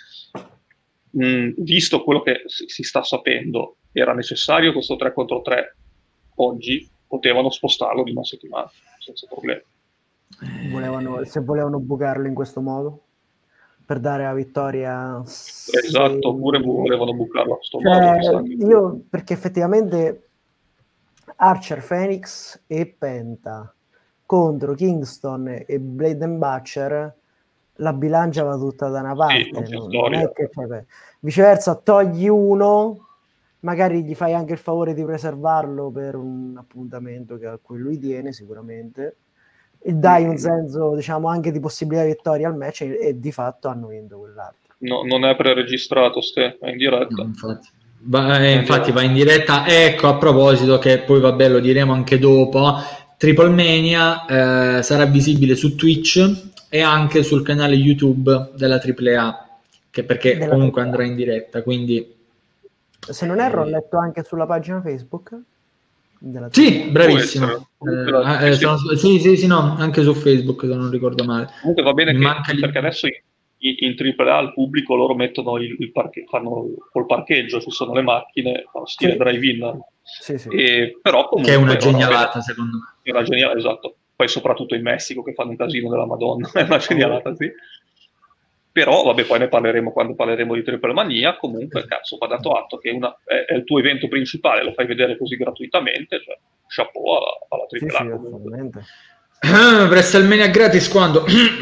visto quello che si sta sapendo, era necessario questo 3 contro 3 oggi, potevano spostarlo di una settimana senza problemi. Se volevano bucarlo in questo modo per dare la vittoria, esatto, oppure volevano bucarlo a questo modo, perché effettivamente Archer, Phoenix e Penta contro Kingston e Blade and Butcher, la bilancia va tutta da una parte, non è che viceversa togli uno, magari gli fai anche il favore di preservarlo per un appuntamento a cui lui tiene sicuramente, e dai un senso, diciamo, anche di possibilità di vittoria al match, e di fatto hanno vinto quell'altro. No, non è preregistrato, è in diretta. No, infatti va in diretta. Ecco, a proposito, che poi vabbè lo diremo anche dopo, Triple Mania sarà visibile su Twitch e anche sul canale YouTube della AAA, perché comunque andrà in diretta, quindi se non erro ho letto anche sulla pagina Facebook della sì, bravissimo. Sì, no, anche su Facebook, se non ricordo male. Comunque va bene perché adesso in AAA al pubblico loro mettono fanno col parcheggio, ci sono le macchine, fanno stile drive-in. Sì. Però comunque, che è una genialata, secondo me. È una genialata, esatto. Poi soprattutto in Messico che fanno un casino della Madonna, è una genialata, sì. Però, vabbè, poi ne parleremo quando parleremo di Triple Mania. Comunque, cazzo, va dato atto che è il tuo evento principale, lo fai vedere così gratuitamente, cioè, chapeau alla AAA. Sì, WrestleMania gratis quando?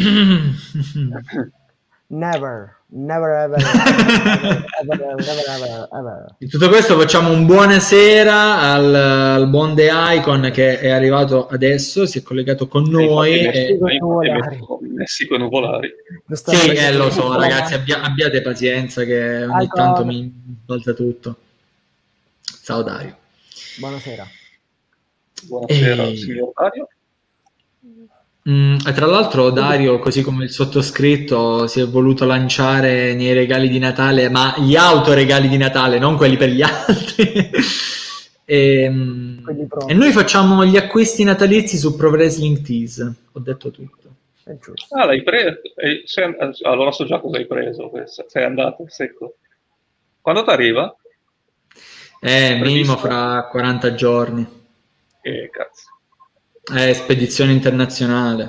Never ever. In tutto questo facciamo un buonasera al buon The Icon che è arrivato adesso, si è collegato con noi. Messico e nuvolari. Sì, lo so, ragazzi, abbiate pazienza che ogni tanto mi balza tutto. Ciao Dario. Buonasera. Buonasera, signor Dario. E tra l'altro Dario, così come il sottoscritto, si è voluto lanciare nei regali di Natale, ma gli autoregali di Natale, non quelli per gli altri. E noi facciamo gli acquisti natalizi su Pro Wrestling Tees. Ho detto tutto. È giusto. L'hai preso? Allora so già cosa hai preso. Sei andato secco. Quando ti arriva? Minimo fra 40 giorni. Cazzo. Spedizione internazionale.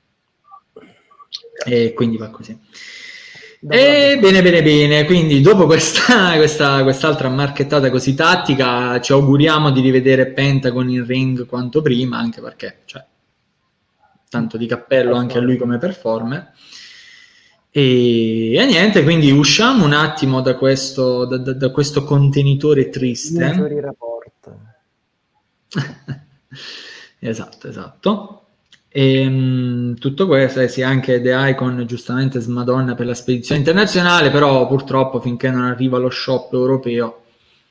E quindi va così. Bene, quindi dopo quest'altra marchettata così tattica, ci auguriamo di rivedere Pentagon in ring quanto prima, anche perché tanto di cappello anche a lui come performer. E niente, quindi usciamo un attimo da questo contenitore triste. Esatto. E tutto questo, sì, anche The Icon giustamente smadonna per la spedizione internazionale, però purtroppo finché non arriva lo shop europeo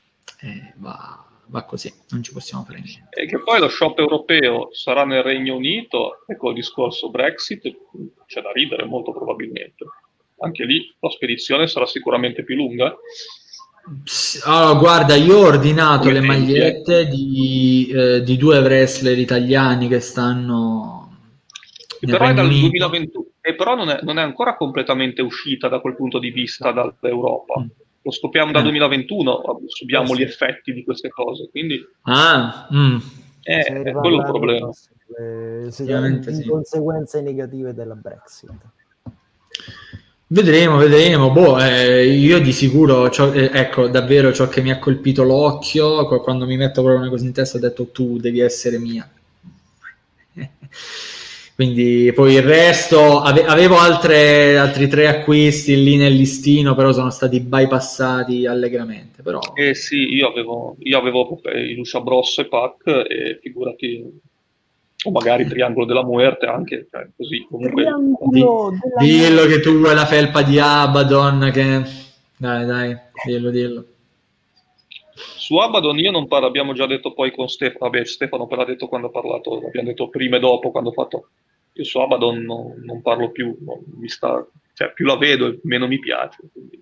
va così, non ci possiamo fare niente. E che poi lo shop europeo sarà nel Regno Unito, e col discorso Brexit c'è da ridere molto probabilmente. Anche lì la spedizione sarà sicuramente più lunga. Allora, guarda, io ho ordinato le magliette di 2 wrestler italiani che stanno però è dal 2021 e però non è ancora completamente uscita da quel punto di vista dall'Europa. Lo scopriamo dal 2021, subiamo gli effetti di queste cose, quindi è quello il problema. Le conseguenze negative della Brexit. Vedremo. Io di sicuro, ecco, davvero ciò che mi ha colpito l'occhio, quando mi metto proprio una cosa in testa, ho detto tu devi essere mia. Quindi poi il resto, avevo altri 3 acquisti lì nel listino, però sono stati bypassati allegramente. Però... sì, io avevo i Lucia Bros e Pac, e figurati... o magari Triangolo della Muerte anche, così comunque dillo che tu vuoi la felpa di Abaddon, che dai, dillo. Su Abaddon io non parlo, abbiamo già detto poi con Stefano, Stefano però ha detto quando ha parlato, l'abbiamo detto prima e dopo quando ho fatto, io su Abaddon non parlo più, non mi sta, cioè più la vedo meno mi piace, quindi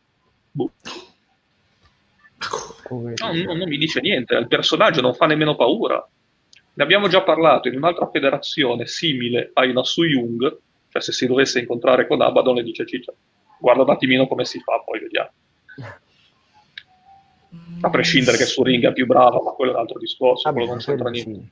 non mi dice niente, il personaggio non fa nemmeno paura. Ne abbiamo già parlato in un'altra federazione simile a Inasu Young, cioè se si dovesse incontrare con Abaddon le dice Ciccia, guarda un attimino come si fa, poi vediamo. A prescindere che su ring è più brava, ma quello è un altro discorso, quello non c'entra niente.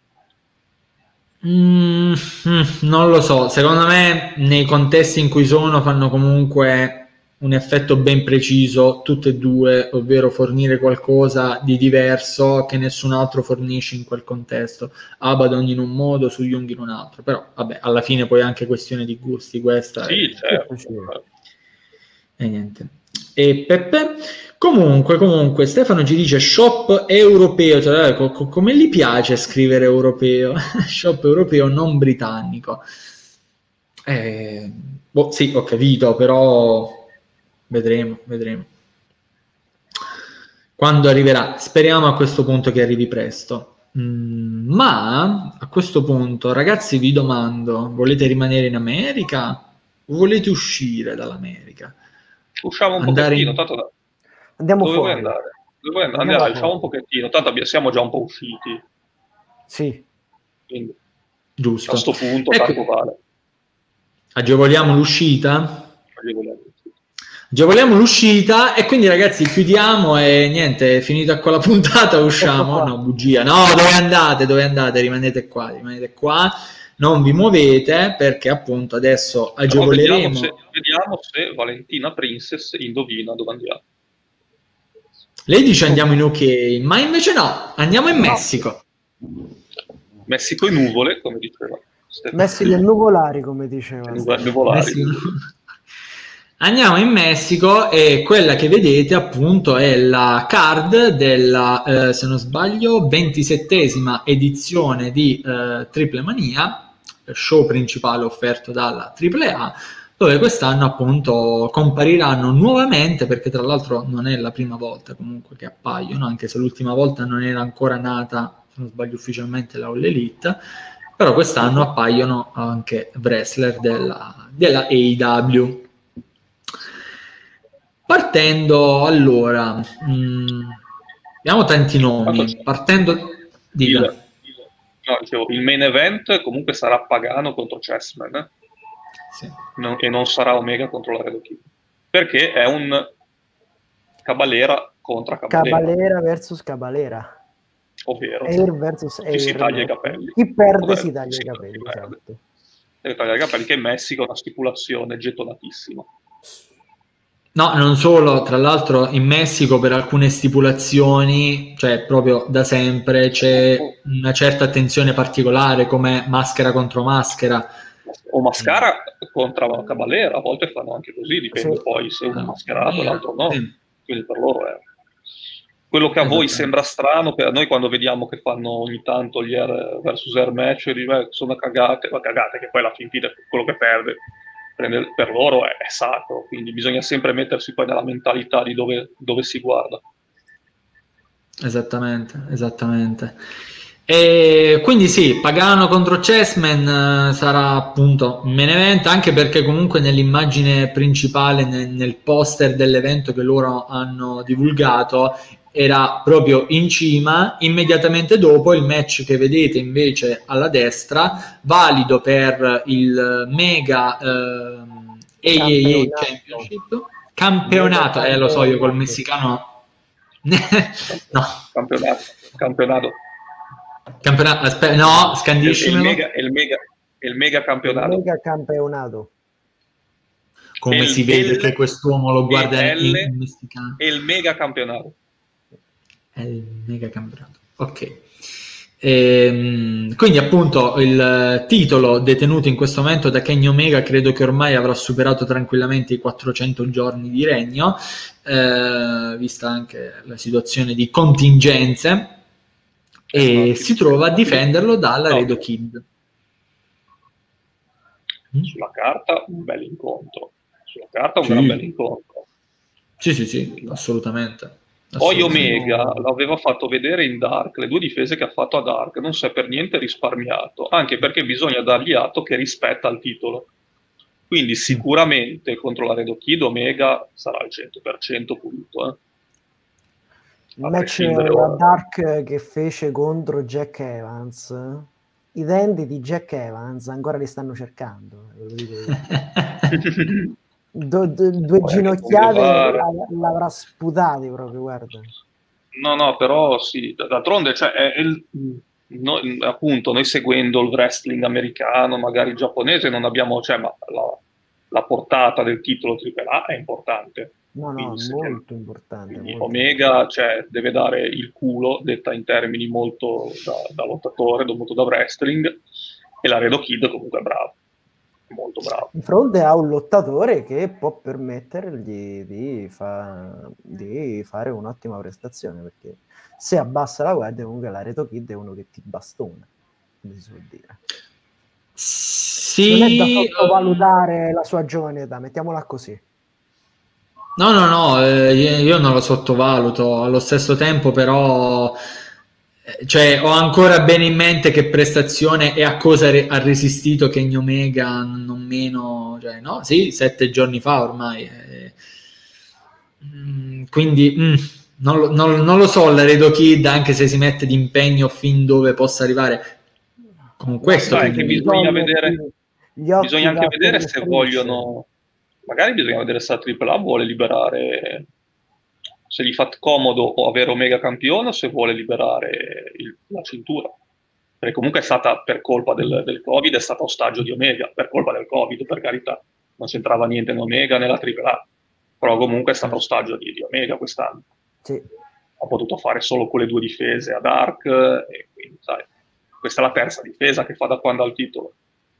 Non lo so, secondo me nei contesti in cui fanno comunque un effetto ben preciso tutte e due, ovvero fornire qualcosa di diverso che nessun altro fornisce in quel contesto. Abaddon in un modo, su Young in un altro, però vabbè, alla fine poi è anche questione di gusti questa. Sì, certo. E niente. E Peppe? Comunque Stefano ci dice shop europeo, cioè, come gli piace scrivere europeo? Shop europeo non britannico. Sì, ho capito, però vedremo. Quando arriverà, speriamo a questo punto che arrivi presto. Ma a questo punto, ragazzi, vi domando, volete rimanere in America o volete uscire dall'America? Usciamo un pochettino, tanto andiamo dove fuori. Vuoi andare? Andiamo, usciamo un pochettino, tanto siamo già un po' usciti. Sì. Quindi, giusto. A sto punto tanto vale. Agevoliamo l'uscita? Agevoliamo l'uscita e quindi ragazzi chiudiamo e niente, finita qua la puntata, usciamo. No, bugia. No, dove andate? Rimanete qua. Non vi muovete perché appunto adesso agevoleremo. Vediamo se Valentina Princess indovina dove andiamo. Lei dice andiamo in UK, ma invece no, andiamo in Messico. Messico e nuvole, come diceva Stefano. Messico e nuvolari, come diceva. Andiamo in Messico e quella che vedete appunto è la card della, se non sbaglio, 27esima edizione di Triple Mania, show principale offerto dalla AAA, dove quest'anno appunto compariranno nuovamente, perché tra l'altro non è la prima volta comunque che appaiono, anche se l'ultima volta non era ancora nata, se non sbaglio ufficialmente, la All Elite, però quest'anno appaiono anche wrestler della AEW. Partendo allora, abbiamo tanti nomi, partendo dicevo, il main event comunque sarà Pagano contro Chessman, sì. E non sarà Omega contro Laredo Kid, perché è un Caballera contro Caballera. Caballera versus Caballera. Ovvero Air versus Air. Si taglia i capelli. Chi perde si taglia i capelli. Esatto. Deve tagliare i capelli, che in Messico è una stipulazione gettonatissima. No, non solo, tra l'altro in Messico per alcune stipulazioni, cioè proprio da sempre, c'è una certa attenzione particolare, come maschera contro maschera. O mascara contro Caballera, a volte fanno anche così, dipende poi se uno è mascherato e l'altro no. Quindi per loro è... Quello che a voi sembra strano, per noi quando vediamo che fanno ogni tanto gli Air versus Air match, sono cagate, ma cagate che poi alla fin fine quello che perde per loro è sacro, quindi bisogna sempre mettersi poi nella mentalità di dove si guarda. Esattamente. E quindi sì, Pagano contro Chessman sarà appunto un main event, anche perché comunque nell'immagine principale, nel poster dell'evento che loro hanno divulgato, era proprio in cima. Immediatamente dopo il match che vedete invece alla destra, valido per il Mega AAA Championship, campionato, lo so io col messicano no. Campionato. Aspetta, no, scandiscimelo. Il mega campionato. Il mega campionato. Come si vede che quest'uomo lo guarda in messicano. È il mega campionato. È il mega campionato. Ok. Quindi appunto il titolo detenuto in questo momento da Kenny Omega credo che ormai avrà superato tranquillamente i 400 giorni di regno, vista anche la situazione di contingenze, e si trova a difenderlo dalla Laredo Kid. Sulla carta un bel incontro, gran bel incontro. Sì, assolutamente. Poi Omega l'aveva fatto vedere in Dark, le 2 difese che ha fatto a Dark, non si è per niente risparmiato, anche perché bisogna dargli atto che rispetta il titolo. Quindi sicuramente contro la Laredo Kid Omega sarà al 100% pulito. Il match a Dark che fece contro Jack Evans, i denti di Jack Evans ancora li stanno cercando. Due ginocchiate l'avrà sputati proprio, guarda. No, però sì, d'altronde cioè, appunto noi seguendo il wrestling americano, magari giapponese, non abbiamo, cioè, ma la portata del titolo AAA è importante. No, molto importante. Molto Omega cioè, deve dare il culo, detta in termini molto da lottatore, molto da wrestling, e la Laredo Kid comunque è bravo. Molto bravo. Di fronte a un lottatore che può permettergli di fare un'ottima prestazione, perché se abbassa la guardia comunque la Laredo Kid è uno che ti bastona, come si suol dire. Sì, non è da sottovalutare la sua giovane età, mettiamola così. No, io non lo sottovaluto, allo stesso tempo però cioè, ho ancora bene in mente che prestazione e a cosa ha resistito Kenny Omega non meno, cioè, no? Sì, 7 giorni fa ormai. Quindi non lo so, Laredo Kid, anche se si mette d'impegno fin dove possa arrivare. Con questo bisogna anche vedere se vogliono, magari bisogna vedere se la AAA vuole liberare, se gli fa comodo o avere Omega campione o se vuole liberare la cintura, perché comunque è stata per colpa del Covid, è stato ostaggio di Omega, per colpa del Covid, per carità, non c'entrava niente in Omega nella AAA, però comunque è stato ostaggio di Omega quest'anno. Sì. Ha potuto fare solo quelle 2 difese a Dark, e quindi sai, questa è la terza difesa che fa da quando ha il titolo.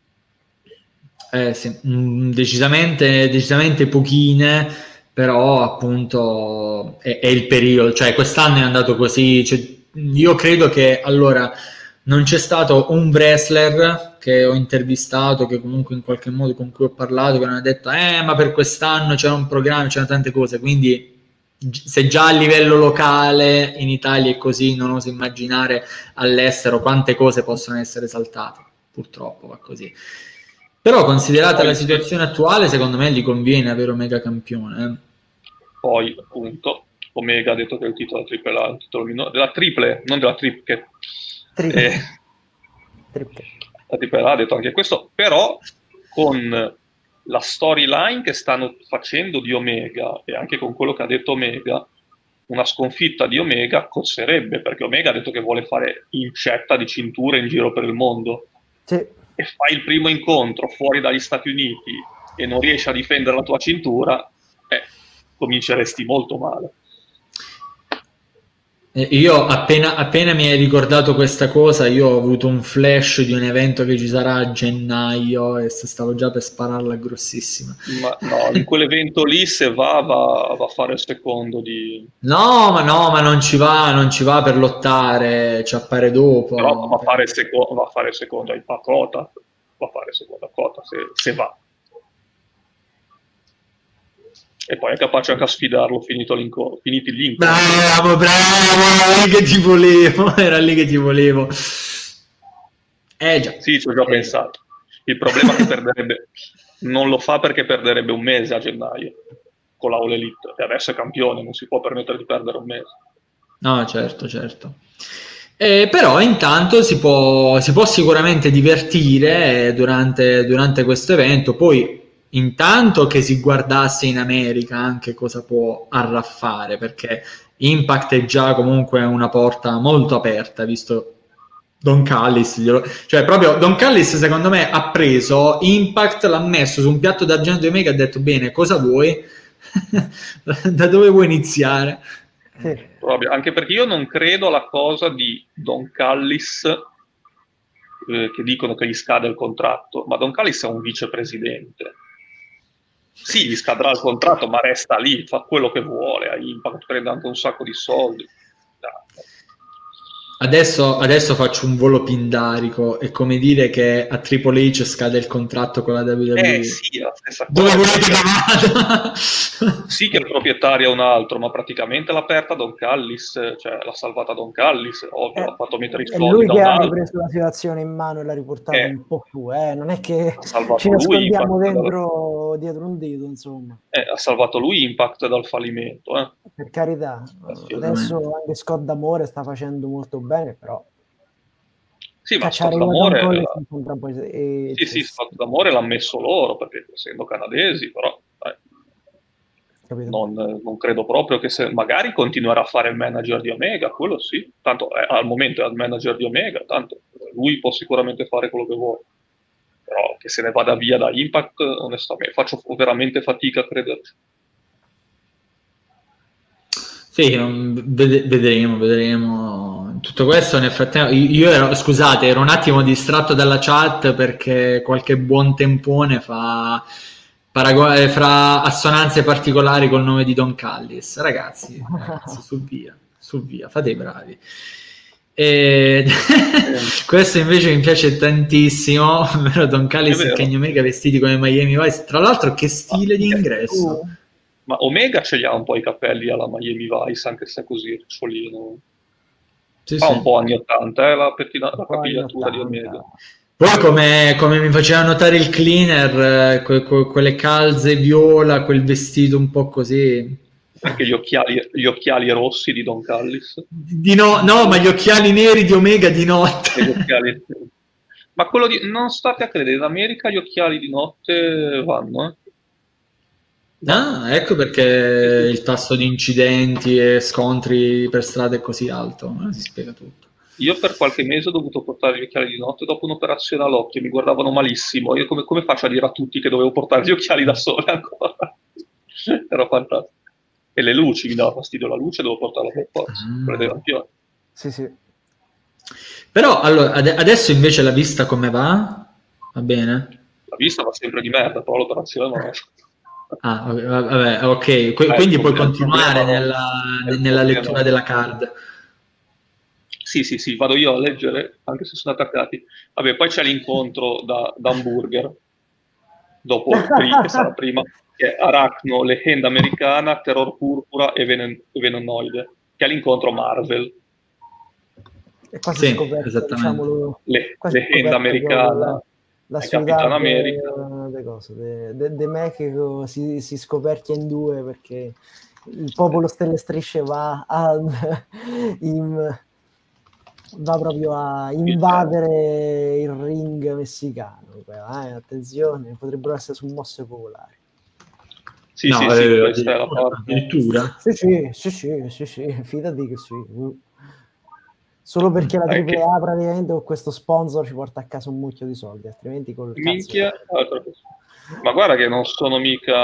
Sì, decisamente pochine, però appunto è il periodo, cioè quest'anno è andato così, cioè, io credo che allora non c'è stato un wrestler che ho intervistato, che comunque in qualche modo con cui ho parlato, che non ha detto ma per quest'anno c'era un programma, c'erano tante cose, quindi se già a livello locale in Italia è così, non oso immaginare all'estero quante cose possono essere saltate. purtroppo va così. Però considerata la situazione attuale, secondo me gli conviene avere Omega campione. Poi, appunto, Omega ha detto che il titolo AAA è un titolo minore, della triple, non della tripche. La AAA ha detto anche questo, però con la storyline che stanno facendo di Omega e anche con quello che ha detto Omega, una sconfitta di Omega costerebbe, perché Omega ha detto che vuole fare incetta di cinture in giro per il mondo. Sì. E fai il primo incontro fuori dagli Stati Uniti e non riesci a difendere la tua cintura, cominceresti molto male. Io appena mi hai ricordato questa cosa, io ho avuto un flash di un evento che ci sarà a gennaio e stavo già per spararla grossissima. Ma no, in quell'evento lì se va a fare il secondo di... No, ma non ci va per lottare, ci appare dopo. Però va a fare secondo a Kota, va a fare seconda Kota se va. E poi è capace anche a sfidarlo finiti gli incontri. Bravo, era lì che ti volevo. Già. Sì, ci ho già pensato. Il problema è che perderebbe, non lo fa perché perderebbe un mese a gennaio con la All Elite, e adesso è campione, non si può permettere di perdere un mese. No, certo. Però intanto si può sicuramente divertire durante questo evento, poi intanto che si guardasse in America anche cosa può arraffare, perché Impact è già comunque una porta molto aperta, visto Don Callis, cioè proprio Don Callis secondo me ha preso Impact, l'ha messo su un piatto d'argento di Omega e ha detto bene, cosa vuoi? Da dove vuoi iniziare? Sì. Anche perché io non credo alla cosa di Don Callis che dicono che gli scade il contratto, ma Don Callis è un vicepresidente. Sì, gli scadrà il contratto, ma resta lì, fa quello che vuole, a Impact prende anche un sacco di soldi. Adesso faccio un volo pindarico, è come dire che a Triple H scade il contratto con la WWE. Sì, è la stessa cosa. Dove volete che vada? Sì che il proprietario è un altro, ma praticamente l'ha aperta Don Callis, cioè l'ha salvata Don Callis, ovvio, l'ha fatto mettere i soldi. È lui che ha ripreso la situazione in mano e l'ha riportata un po' più, non è che ci nascondiamo dietro un dito, insomma. Ha salvato lui Impact dal fallimento. Per carità, adesso anche Scott D'Amore sta facendo molto bene, però... Sì, ma Scott D'Amore... Sì, Scott D'Amore l'ha messo loro, perché essendo canadesi, però... Non credo proprio che magari continuerà a fare il manager di Omega, quello sì, tanto al momento è il manager di Omega, tanto lui può sicuramente fare quello che vuole, però che se ne vada via da Impact, onestamente faccio veramente fatica a crederci. Sì, vedremo. Tutto questo nel frattempo io ero un attimo distratto dalla chat perché qualche buon tempone fa fra assonanze particolari col nome di Don Callis. Ragazzi, su via, fate i bravi. Questo invece mi piace tantissimo, ovvero Don Callis e Kenny Omega vestiti come Miami Vice. Tra l'altro, che stile di ingresso! Ma Omega ce li ha un po' i capelli alla Miami Vice, anche se è così ricciolino. Fa un po' anni 80, la capigliatura di Omega. Poi come mi faceva notare il cleaner, quelle calze viola, quel vestito un po' così. Anche gli occhiali rossi di Don Callis. No, ma gli occhiali neri di Omega di notte. Ma quello non state a credere, in America gli occhiali di notte vanno, ecco perché il tasso di incidenti e scontri per strada è così alto, si spiega tutto. Io per qualche mese ho dovuto portare gli occhiali di notte dopo un'operazione all'occhio, mi guardavano malissimo. Io come faccio a dire a tutti che dovevo portare gli occhiali da sole ancora? Era fantastico. E le luci, mi dava fastidio la luce, devo portarla per forza, quelle dei lampioni. Sì. Però allora, adesso invece la vista come va? Va bene? La vista va sempre di merda, però l'operazione non è... vabbè, ok. Quindi puoi continuare nella lettura della card. Sì, vado io a leggere, anche se sono attaccati. Vabbè, poi c'è l'incontro da hamburger, dopo che sarà prima, che è Arachno, Leggenda Americana, Terror Purpura e Venenoide, che è l'incontro Marvel. è quasi scoperto, diciamo, leggenda americana, la Capitano America, de Mexico si scoperchia in due perché il popolo stelle strisce va proprio a invadere il ring messicano. Attenzione, potrebbero essere sommosse popolari. Sì, questa è la parte. Addirittura? Sì, fidati che sì. Solo perché la AAA praticamente con questo sponsor ci porta a casa un mucchio di soldi, altrimenti col minchia. Ma guarda che non sono mica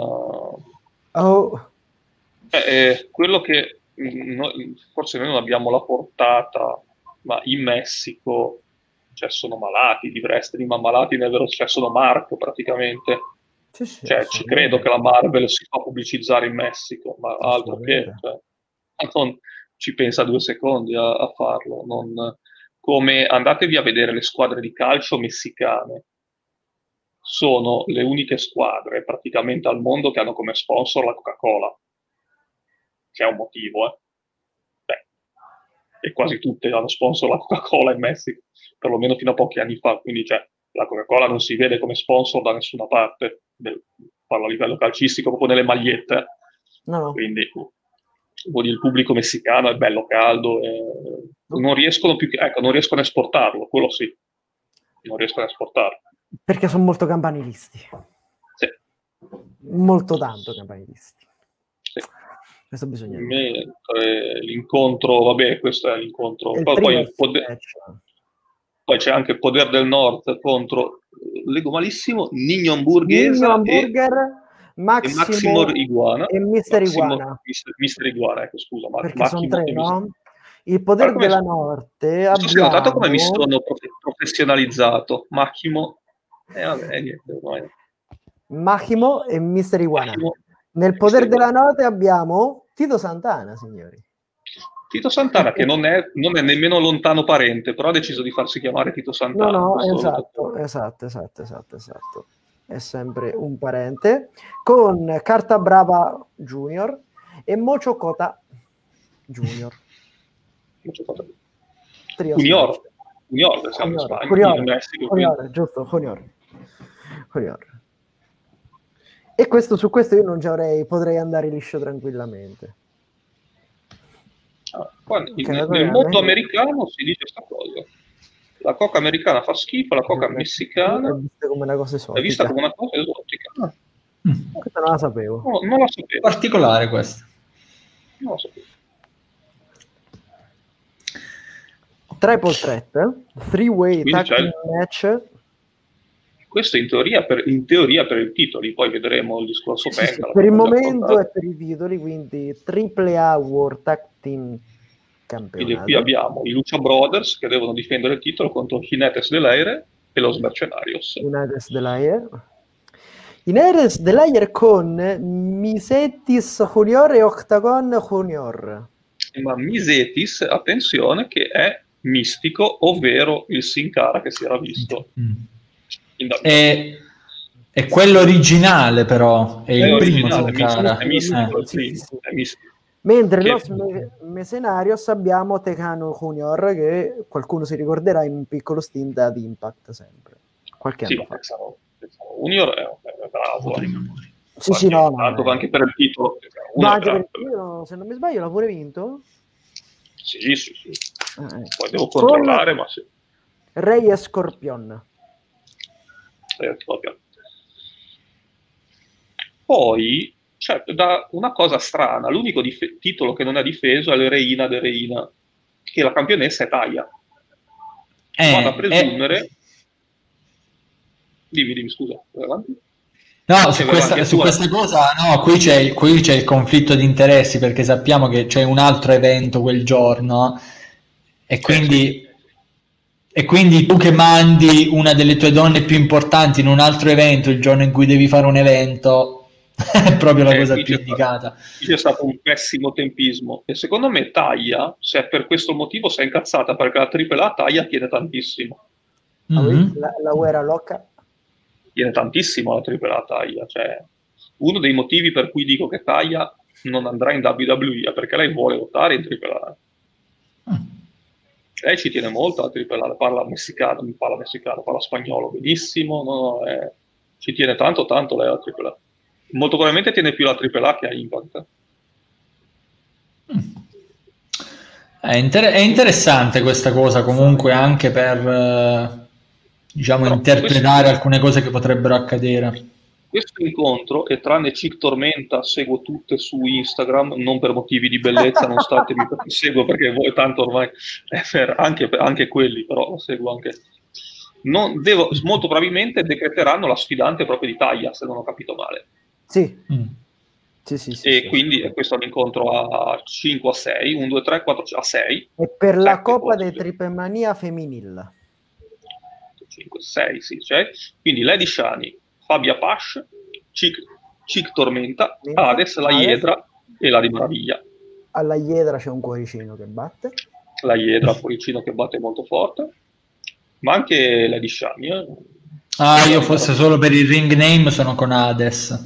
quello che forse noi non abbiamo la portata, ma in Messico sono malati di wrestling, ma malati nel vero, sono Marco praticamente. Ci credo che la Marvel si fa pubblicizzare in Messico, ma altro che non ci pensa 2 secondi a farlo. Non, come andatevi a vedere le squadre di calcio messicane, sono le uniche squadre praticamente al mondo che hanno come sponsor la Coca-Cola. C'è un motivo, e quasi tutte hanno sponsor la Coca-Cola in Messico, perlomeno fino a pochi anni fa, quindi la Coca-Cola non si vede come sponsor da nessuna parte, parlo a livello calcistico, proprio nelle magliette. No. Quindi il pubblico messicano è bello caldo, non riescono a esportarlo, quello sì, non riescono a esportarlo. Perché sono molto campanilisti. Sì. Molto tanto campanilisti. Sì. Questo bisogna dire. L'incontro, vabbè, questo è l'incontro. Poi c'è anche il Poder del Nord contro, leggo malissimo, Nino Hamburguesa e Maximo Iguana. E Mister Iguana. Mister Iguana, ecco, scusa. Perché sono 3, no? Il Poder della Norte abbiamo... Ho notato come mi sono professionalizzato. Maximo... Maximo e Mister Iguana. Nel Poder della Notte abbiamo Tito Santana, signori. Tito Santana, che non è nemmeno lontano parente, però ha deciso di farsi chiamare Tito Santana. No, esatto. È sempre un parente. Con Carta Brava Junior e Mocho Cota Junior. Junior, siamo in Spagna, in Messico. Giusto, Junior. E su questo io non potrei andare liscio tranquillamente. Nel mondo americano si dice questa cosa. La coca americana fa schifo, la coca messicana è vista come una cosa esotica. È vista come una cosa esotica. Questa non la sapevo. No, non la sapevo. Particolare questa. Non la sapevo. Triple threat, three-way tag team match. Questo in teoria per i titoli, poi vedremo il discorso Penca. Per il momento è per i titoli, quindi AAA World Tag Team Campionato. Quindi qui abbiamo i Lucha Brothers che devono difendere il titolo contro Jinetes del Aire e Los Mercenarios. Jinetes del Aire con Misetis Junior e Octagon Junior. Ma Misetis, attenzione, che è mistico, ovvero il Sin Cara che si era visto. È quello originale, però è il primo Sin Cara. È mistico, è mistico. Mentre Los Mercenarios abbiamo Tecano Junior, che qualcuno si ricorderà in un piccolo stint ad Impact sempre. Qualche anno fa. Junior è bravo. Sì, no. Tanto anche per il titolo. Ma anche per il titolo, se non mi sbaglio, l'ha pure vinto? Sì. Poi devo controllare, ma sì. Rey e Scorpion. Poi da una cosa strana, l'unico titolo che non è difeso è il Reina de Reina, che la campionessa è Taya. Vado a presumere. Dimmi, scusa, vai avanti. No, su questa cosa, no, qui c'è il conflitto di interessi, perché sappiamo che c'è un altro evento quel giorno e quindi tu che mandi una delle tue donne più importanti in un altro evento il giorno in cui devi fare un evento è proprio la cosa più indicata. C'è stato un pessimo tempismo e secondo me Taya, se è per questo motivo, si è incazzata perché la AAA Taya tiene tantissimo. La guerra loca tiene tantissimo la AAA Taya, uno dei motivi per cui dico che Taya non andrà in WWE è perché lei vuole lottare in AAA. Lei ci tiene molto a AAA, parla messicano, parla spagnolo benissimo, no? Ci tiene tanto lei alla AAA. Molto probabilmente tiene più la AAA che a Impact. È interessante questa cosa comunque, anche per diciamo interpretare alcune cose che potrebbero accadere. Questo incontro, e tranne Chick Tormenta seguo tutte su Instagram, non per motivi di bellezza, non statemi perché seguo, perché voi tanto ormai anche quelli, però lo seguo anche. Molto probabilmente decreteranno la sfidante proprio di Taya, se non ho capito male. Sì. E quindi questo è un incontro a 5 a 6, 1, 2, 3, 4, a 6. E per la Coppa dei Triplemania femminile. 5, 6, sì, cioè. Quindi Lady Shani, Fabia Pash, Chick Tormenta, Hades, la Hiedra e la di Maraviglia. Alla Hiedra c'è un cuoricino che batte. La Hiedra, un cuoricino che batte molto forte. Ma anche Lady Shani. Io fosse solo per il ring name sono con Hades.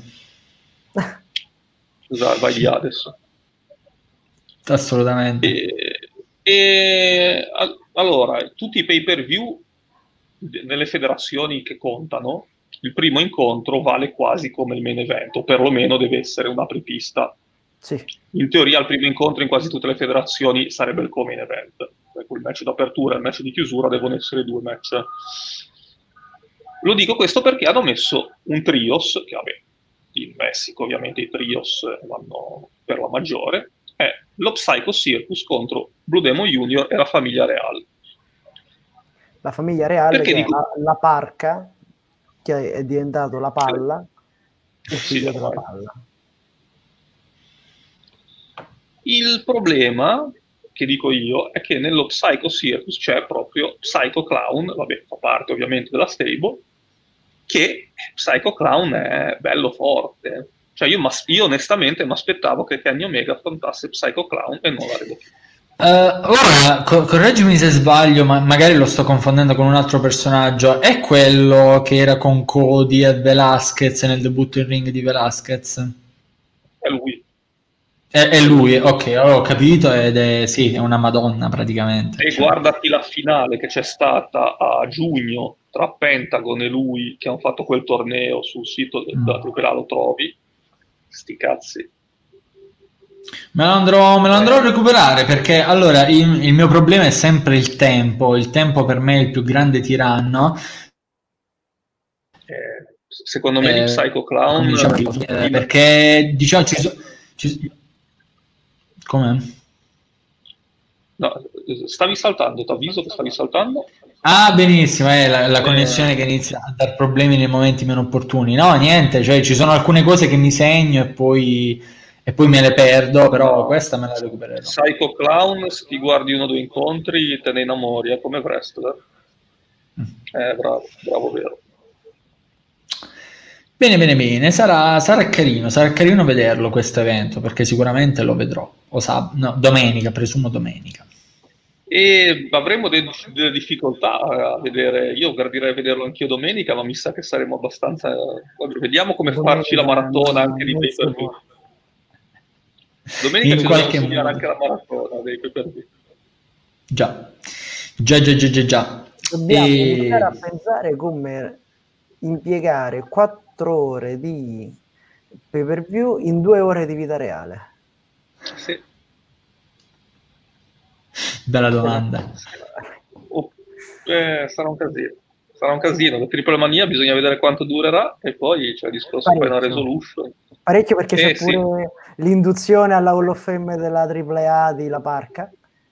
Vai di Hades. Assolutamente. Allora, tutti i pay-per-view nelle federazioni che contano, il primo incontro vale quasi come il main event, o perlomeno deve essere un apripista. Sì. In teoria il primo incontro in quasi tutte le federazioni sarebbe il co-main event. Ecco, il match d'apertura e il match di chiusura devono essere 2 match. Lo dico questo perché hanno messo un trios, che vabbè, in Messico ovviamente i trios vanno per la maggiore, è lo Psycho Circus contro Blue Demon Junior e la famiglia Real. La famiglia Reale che è la Parca, che è diventato la Palla, e figlio della Palla. Il problema, che dico io, è che nello Psycho Circus c'è proprio Psycho Clown, vabbè, fa parte ovviamente della stable, che Psycho Clown è bello forte. Cioè io onestamente mi aspettavo che Kenny Omega affrontasse Psycho Clown e non la Redo più. Ora, correggimi se sbaglio, ma magari lo sto confondendo con un altro personaggio. È quello che era con Cody e Velasquez nel debutto in ring di Velasquez? È lui. È lui, ok, ho capito, ed è una Madonna praticamente. E guardati la finale che c'è stata a giugno tra Pentagon e lui, che hanno fatto quel torneo sul sito della AAA, lo trovi. Sti cazzi. Me lo andrò a recuperare, perché allora il mio problema è sempre il tempo per me è il più grande tiranno. Secondo me di Psycho Clown perché diciamo come? No, stavi saltando, ti avviso che stavi saltando. Ah, benissimo, è la connessione che inizia a dar problemi nei momenti meno opportuni. No, niente, cioè ci sono alcune cose che mi segno e poi me le perdo, però questa me la recupererò. Psycho Clown, se ti guardi 1 o 2 incontri te ne innamori, è come wrestler. Bravo, vero. Bene, sarà carino vederlo questo evento, perché sicuramente lo vedrò, domenica, presumo domenica. E avremo delle difficoltà a vedere, io gradirei vederlo anch'io domenica, ma mi sa che saremo abbastanza... Vediamo come farci la maratona anche di pay-per-view. Domenica in qualche modo anche la maratona dei pay-per-view. Già. Dobbiamo iniziare a pensare come impiegare 4 ore di pay-per-view in 2 ore di vita reale. Sì. Bella domanda. Sarà un casino. La Triple Mania bisogna vedere quanto durerà, e poi c'è il discorso Final Resolution. Parecchio, perché c'è pure l'induzione alla Hall of Fame della AAA di La Parca.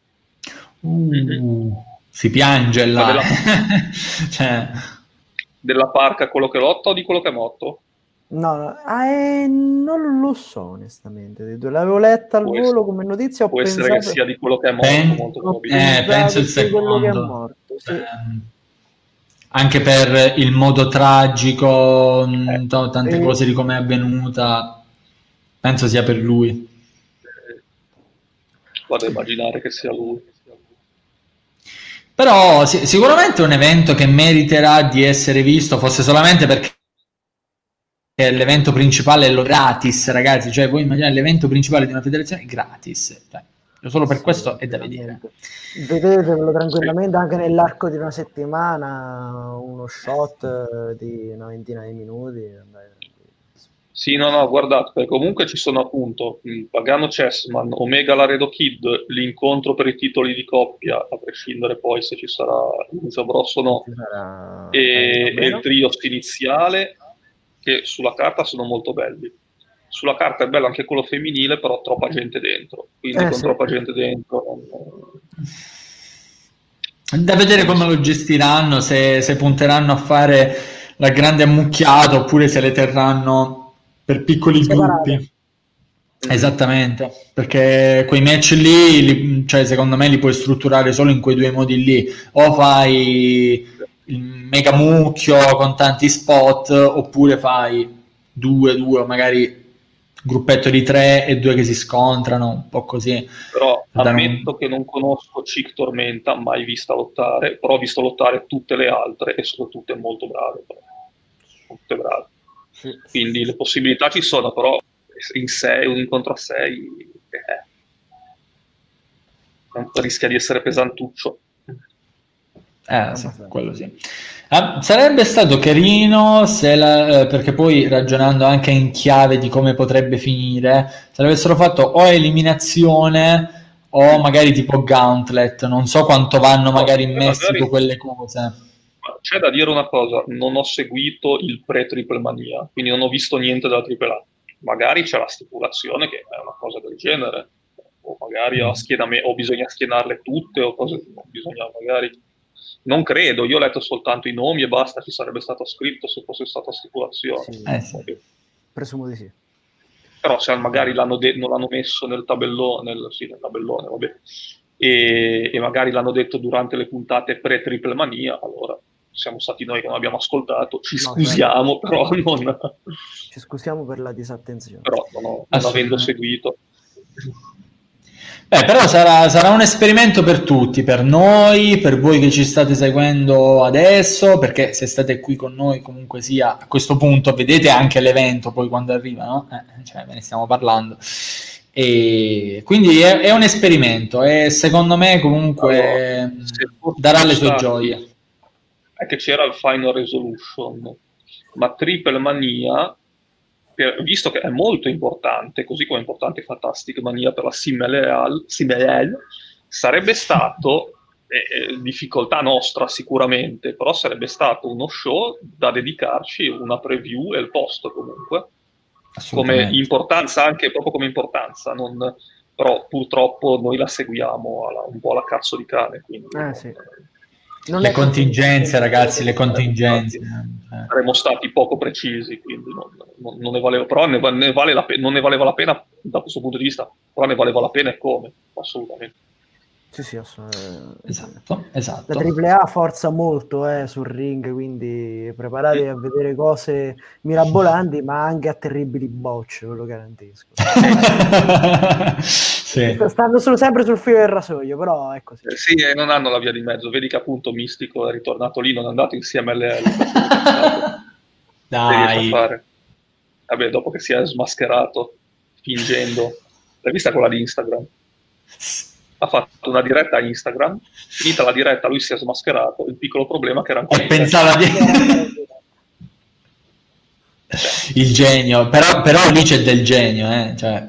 Si piange là. Cioè... Della Parca, quello che lotta o di quello che è morto? No, non lo so onestamente. L'avevo letta al volo come notizia. Può essere che sia di quello che è morto, molto probabilmente. Penso il secondo. Che è morto, sì. Anche per il modo tragico, tante cose di come è avvenuta, penso sia per lui. Vado a immaginare che sia lui. Però sicuramente è un evento che meriterà di essere visto, fosse solamente perché l'evento principale è lo gratis, ragazzi. Cioè, voi immaginate l'evento principale di una federazione gratis, cioè, Solo per questo è da vedere. Vedetevelo tranquillamente anche nell'arco di una settimana, uno shot di una ventina di minuti. Sì, no, guardate, perché comunque ci sono appunto Pagano Chessman, Omega Laredo Kid, l'incontro per i titoli di coppia, a prescindere poi se ci sarà Luisa Brosso o no, e il trios iniziale, che sulla carta sono molto belli. Sulla carta è bello anche quello femminile, però troppa gente dentro, quindi con troppa gente dentro... Da vedere come lo gestiranno, se punteranno a fare la grande ammucchiata oppure se le terranno per piccoli gruppi. Esattamente, perché quei match lì, cioè secondo me li puoi strutturare solo in quei due modi lì, o fai il mega mucchio con tanti spot, oppure fai due magari gruppetto di 3 e 2 che si scontrano, un po' così. Però ammetto che non conosco Chick Tormenta, mai vista lottare, però ho visto lottare tutte le altre e sono tutte molto brave. Sono tutte brave. Quindi le possibilità ci sono, però in 6, un incontro a 6 rischia di essere pesantuccio. Sì, quello sì. Sarebbe stato carino se perché poi ragionando anche in chiave di come potrebbe finire, se l'avessero fatto o eliminazione o magari tipo gauntlet, non so quanto vanno magari in Messico magari... quelle cose. C'è da dire una cosa, non ho seguito il pre-Triple Mania, quindi non ho visto niente della AAA. Magari c'è la stipulazione che è una cosa del genere, o magari o bisogna schienarle tutte, o cose che non bisogna magari... Non credo, io ho letto soltanto i nomi e basta, ci sarebbe stato scritto se fosse stata stipulazione. Sì. Presumo di sì. Però se magari non l'hanno messo nel tabellone, nel tabellone, vabbè, e magari l'hanno detto durante le puntate pre-Triple Mania, allora siamo stati noi che non abbiamo ascoltato, ci scusiamo, però non... Ci scusiamo per la disattenzione. Però non avendo seguito... Però sarà un esperimento per tutti, per noi, per voi che ci state seguendo adesso, perché se state qui con noi comunque sia a questo punto vedete anche l'evento poi quando arriva, no? Cioè ve ne stiamo parlando. E quindi è un esperimento e secondo me comunque darà le sue gioie. È che c'era il Final Resolution, ma Triple Mania, visto che è molto importante, così come è importante Fantastic Mania per la Simeleal, sarebbe stato difficoltà nostra sicuramente, però sarebbe stato uno show da dedicarci, una preview e il post comunque, come importanza, anche proprio come importanza, però purtroppo noi la seguiamo un po' alla cazzo di cane, quindi le contingenze, ragazzi, le contingenze. Saremmo stati poco precisi, quindi non ne valeva, però non ne valeva la pena da questo punto di vista, però ne valeva la pena e come, assolutamente. Sì, assolutamente. Esatto. La AAA forza molto sul ring, quindi preparatevi a vedere cose mirabolanti, ma anche a terribili botch, ve lo garantisco. Stanno sempre sul filo del rasoio, però è così. Sì, e non hanno la via di mezzo. Vedi che appunto Mistico è ritornato lì, non è andato insieme alle Dai. Vabbè, dopo che si è smascherato, fingendo. L'hai vista quella di Instagram? Ha fatto una diretta a Instagram, finita la diretta lui si è smascherato, il piccolo problema che era ancora e pensava di... il genio, però lì c'è del genio, cioè...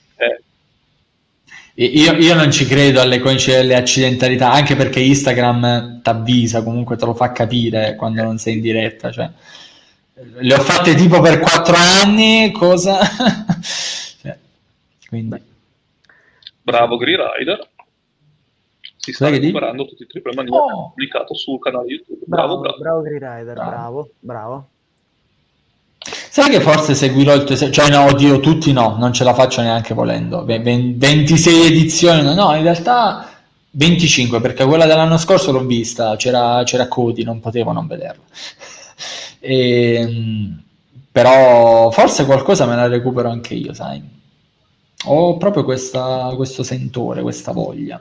Io non ci credo alle accidentalità, anche perché Instagram t'avvisa, comunque te lo fa capire quando non sei in diretta, cioè le ho fatte tipo per 4 anni, cosa? Cioè, quindi bravo Green Rider, si sta recuperando tutti i Triple Mania pubblicato sul canale YouTube. Bravo Green Rider, bravo. Sai che forse seguirò il tuo cioè no, oddio, tutti no, non ce la faccio neanche volendo. 26 edizioni, no, in realtà 25, perché quella dell'anno scorso l'ho vista, c'era Cody, non potevo non vederla. Però forse qualcosa me la recupero anche io, sai. Ho proprio questo sentore, questa voglia.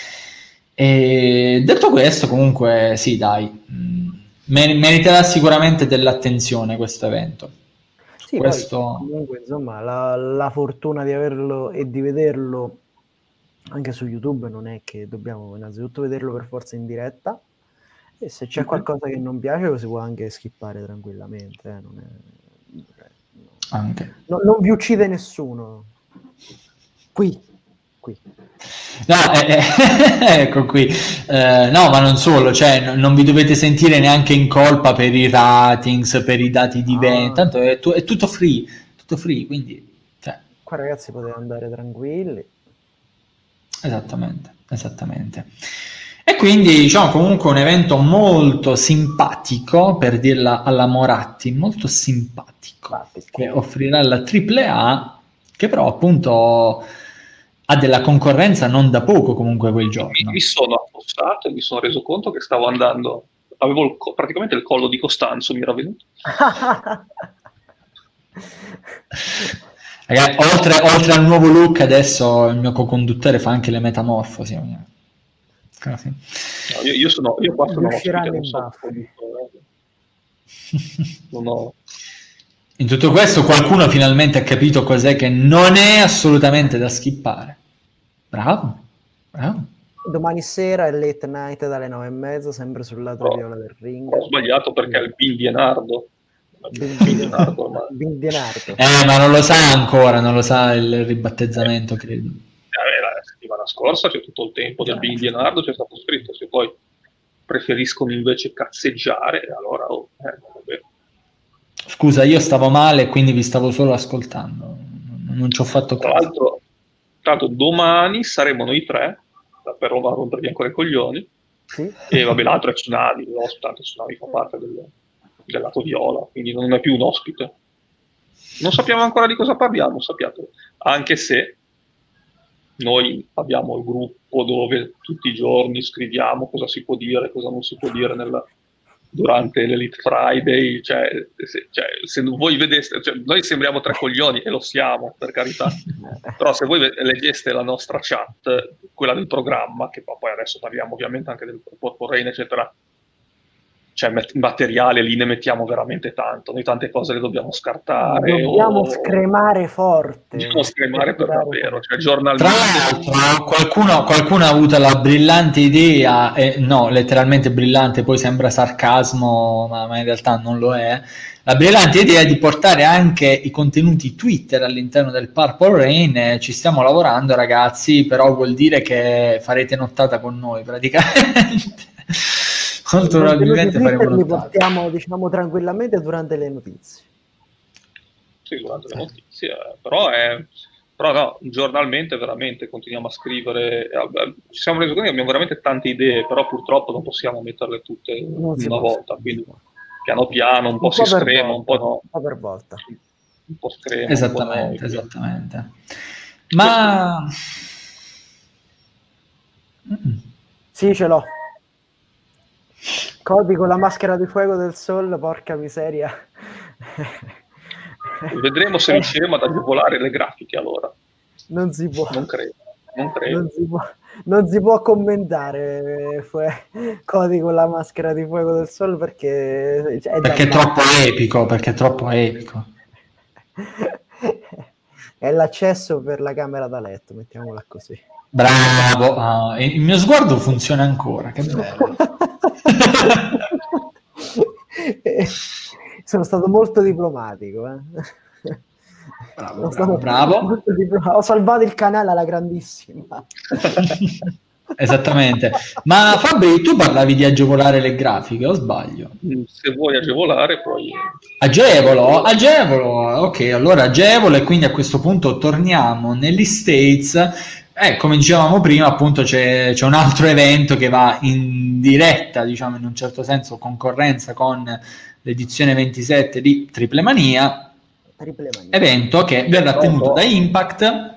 E detto questo, comunque, sì, dai, meriterà sicuramente dell'attenzione questo evento. Sì, poi, comunque, insomma, la fortuna di averlo e di vederlo anche su YouTube non è che dobbiamo innanzitutto vederlo per forza in diretta, e se c'è qualcosa che non piace lo si può anche skippare tranquillamente, non non vi uccide nessuno qui. No, ecco qui. No, ma non solo, cioè non vi dovete sentire neanche in colpa per i ratings, per i dati di vendita, tanto è tutto free, quindi cioè. Qua ragazzi potete andare tranquilli. Esattamente. E quindi diciamo comunque un evento molto simpatico, per dirla alla Moratti, molto simpatico, che offrirà la AAA, che però appunto ha della concorrenza non da poco comunque quel giorno. Mi sono affossato e mi sono reso conto che stavo andando, avevo praticamente il collo di Costanzo, mi era venuto. Ragazzi, oltre al nuovo look, adesso il mio co-conduttore fa anche le metamorfosi. Sì. No, io qua sono ospite, non ho. In tutto questo qualcuno finalmente ha capito cos'è che non è assolutamente da skippare. Bravo. Domani sera è late night dalle 9:30, sempre sul lato viola del ring. Ho sbagliato perché è il Bindienardo. Ma non lo sa ancora, non lo sa il ribattezzamento, credo. La settimana scorsa c'è tutto il tempo del Bindienardo, c'è stato scritto, se poi preferiscono invece cazzeggiare, allora vabbè. Scusa, io stavo male, quindi vi stavo solo ascoltando, non ci ho fatto caso. Tra l'altro domani saremo noi tre, per rompervi ancora i coglioni, sì. E vabbè, l'altro è Tsunami, l'ospite Tsunami fa parte del lato viola, quindi non è più un ospite. Non sappiamo ancora di cosa parliamo, sappiate, anche se noi abbiamo il gruppo dove tutti i giorni scriviamo cosa si può dire, cosa non si può dire durante l'Elite Friday, cioè se voi vedeste, cioè, noi sembriamo tre coglioni e lo siamo, per carità, però se voi leggeste la nostra chat, quella del programma, che poi adesso parliamo ovviamente anche del Purple Rain, eccetera, cioè materiale lì ne mettiamo veramente tanto, noi tante cose le dobbiamo scartare. Dobbiamo scremare forte. Dobbiamo scremare per davvero, cioè giornalmente. Tra l'altro qualcuno ha avuto la brillante idea, no, letteralmente brillante, poi sembra sarcasmo, ma in realtà non lo è, la brillante idea di portare anche i contenuti Twitter all'interno del Purple Rain. Ci stiamo lavorando ragazzi, però vuol dire che farete nottata con noi praticamente. Molto probabilmente faremo li portiamo, diciamo, tranquillamente durante le notizie. Sì, durante le notizie, però no, giornalmente veramente continuiamo a scrivere. Ci siamo resi conto che abbiamo veramente tante idee, però purtroppo non possiamo metterle tutte in una volta, quindi piano piano, un po' si screma, un po' no. Un po' per volta. Un po' screma. Esattamente. Ma... Sì, ce l'ho. Cody con la maschera di fuoco del Sol, porca miseria. Vedremo se riusciremo ad agevolare le grafiche allora. Non si può. Non credo. Non si può commentare Cody con la maschera di fuoco del Sol perché è troppo epico, È l'accesso per la camera da letto, mettiamola così. Bravo, il mio sguardo funziona ancora, che bello. Sono stato molto diplomatico. Bravo. Ho salvato il canale alla grandissima. Esattamente. Ma Fabri, tu parlavi di agevolare le grafiche, o sbaglio? Se vuoi agevolare, poi... Agevolo. Ok, allora agevolo, e quindi a questo punto torniamo negli States. Come dicevamo prima, appunto c'è un altro evento che va in diretta, diciamo in un certo senso concorrenza con l'edizione 27 di Triple Mania. Evento che verrà tenuto da Impact.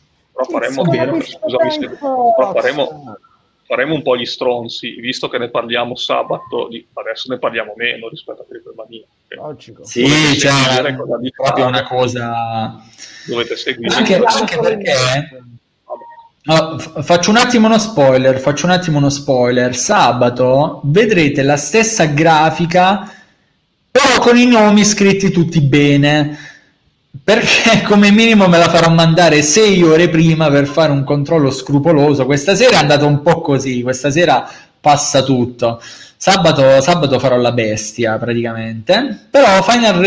Faremo un po' gli stronzi, visto che ne parliamo sabato, adesso ne parliamo meno rispetto a Triple Mania. Logico. Sì, c'è proprio una cosa... Dovete seguire. Anche perché... Faccio un attimo uno spoiler. Sabato vedrete la stessa grafica, però con i nomi scritti tutti bene, perché come minimo me la farò mandare 6 ore prima per fare un controllo scrupoloso. Questa sera è andato un po' così, questa sera passa tutto. Sabato farò la bestia praticamente, però Final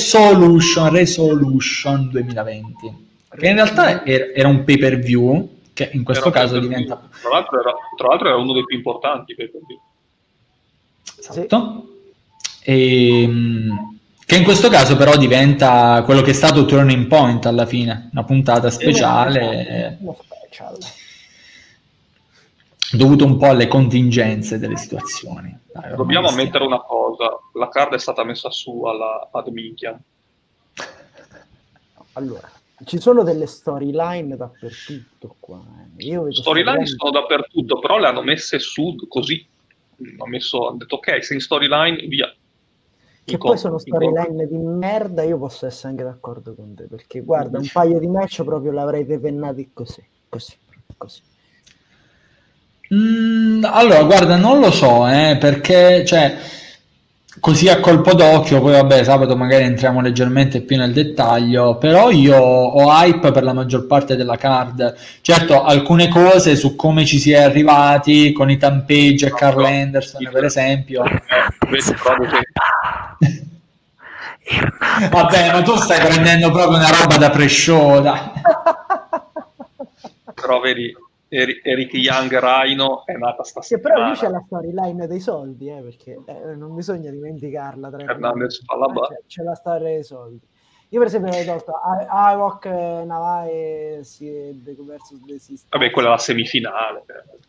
Resolution 2020, che in realtà era un pay per view, che in questo caso diventa... Tra l'altro era uno dei più importanti pay per view. Esatto. Che in questo caso però diventa quello che è stato Turning Point alla fine, una puntata speciale dovuto un po' alle contingenze delle situazioni. Dobbiamo ammettere una cosa, la card è stata messa su ad minchia. Allora, ci sono delle storyline dappertutto qua. Storyline sono dappertutto, però le hanno messe su così. Hanno detto ok, sei in storyline, via. Che poi sono storyline di merda, io posso essere anche d'accordo con te, perché guarda, un paio di match proprio l'avrei depennati così. Allora, guarda, non lo so, perché, cioè, così a colpo d'occhio, poi vabbè, sabato magari entriamo leggermente più nel dettaglio, però io ho hype per la maggior parte della card. Certo, alcune cose su come ci si è arrivati, con i Tampage e Carl Anderson, per esempio. Vabbè, ma tu stai prendendo proprio una roba da pre-show, dai. Però vedi, Eric Young Rhino è nata stasera. Però lì c'è la storyline dei soldi, perché non bisogna dimenticarla. Hernandez fa la c'è la storia dei soldi. Io per esempio avevo tolto Havoc, Navae versus The System. Vabbè, quella è la semifinale.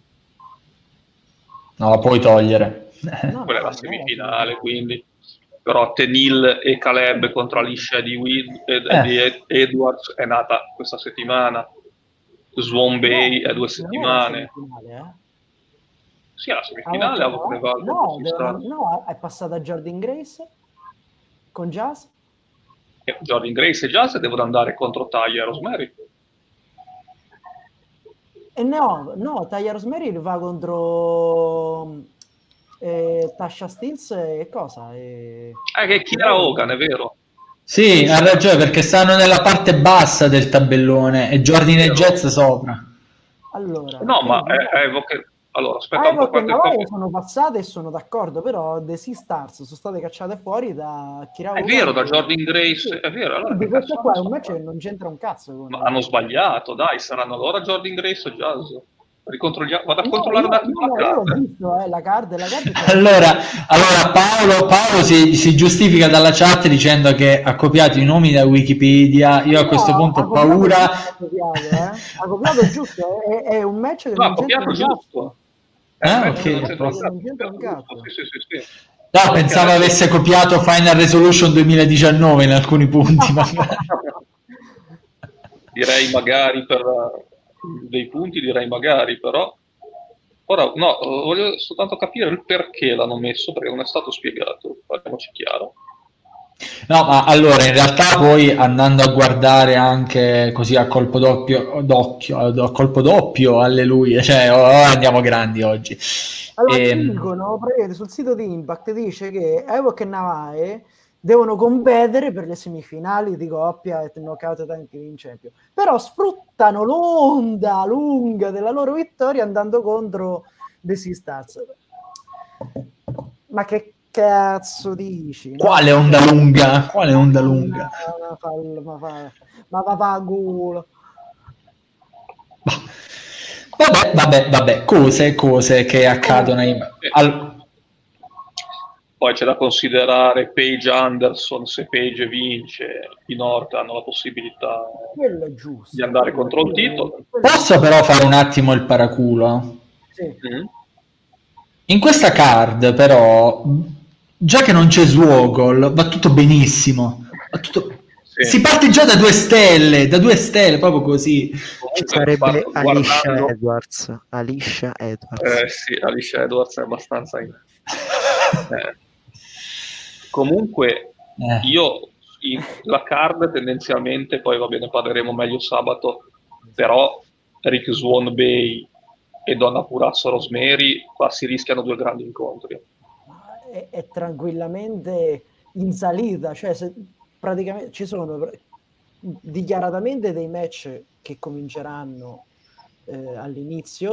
No, puoi togliere. Quella è la semifinale, quindi. Però Tenil e Caleb contro Alicia di Edwards è nata questa settimana. Swan Bay è 2 settimane. Sì, la semifinale è passata Jordan Grace con Jazz. Jordan Grace e Jazz devono andare contro Taya Rosemary. E no, Taya Rosemary va contro Tasha Steelz e cosa? Che è Kiera Hogan, è vero. Sì, ha ragione, perché stanno nella parte bassa del tabellone e Jordan e Jazz sopra. Allora, no, ma allora, aspetta un po'. Sono passate e sono d'accordo, però The Sea Stars sono state cacciate fuori da Kiera Hogan. È vero, da Jordan Grace, sì. È vero. Allora, questo qua è un match che non c'entra un cazzo. Ma hanno sbagliato, dai, saranno allora Jordan Grace o Jazz. Vado a controllare un attimo la card. Io ho visto la card. Allora Paolo si giustifica dalla chat dicendo che ha copiato i nomi da Wikipedia. Io a questo punto ho paura. Ha copiato giusto, è un match che ha copiato giusto. Ok. Non c'entra un cazzo. Sì. No, pensavo avesse copiato Final Resolution 2019 in alcuni punti. Direi magari per dei punti, però ora no, voglio soltanto capire il perché l'hanno messo, perché non è stato spiegato, parliamoci chiaro. No, ma allora in realtà poi andando a guardare anche così a colpo doppio, alleluia, cioè andiamo grandi oggi. Allora dicono, sul sito di Impact dice che Havoc e Navae devono competere per le semifinali di coppia e knockout tag team champion, però sfruttano l'onda lunga della loro vittoria andando contro The Sea Stars. Ma che cazzo dici? Quale onda lunga? Ma va a culo. Vabbè, cose che accadono Poi c'è da considerare Paige Anderson, se Paige vince, i North hanno la possibilità di andare contro il titolo. Posso però fare un attimo il paraculo? Sì. In questa card però, già che non c'è Swoggle, va tutto benissimo. Sì. Si parte già da 2 stelle, proprio così. Ci sarebbe Alicia Edwards. Sì, Alicia Edwards è abbastanza... Comunque io la card tendenzialmente, poi va bene, parleremo meglio sabato, però Rick Swan Bay e Donna Purasso Rosemary qua si rischiano 2 grandi incontri. È tranquillamente in salita, cioè praticamente ci sono dichiaratamente dei match che cominceranno all'inizio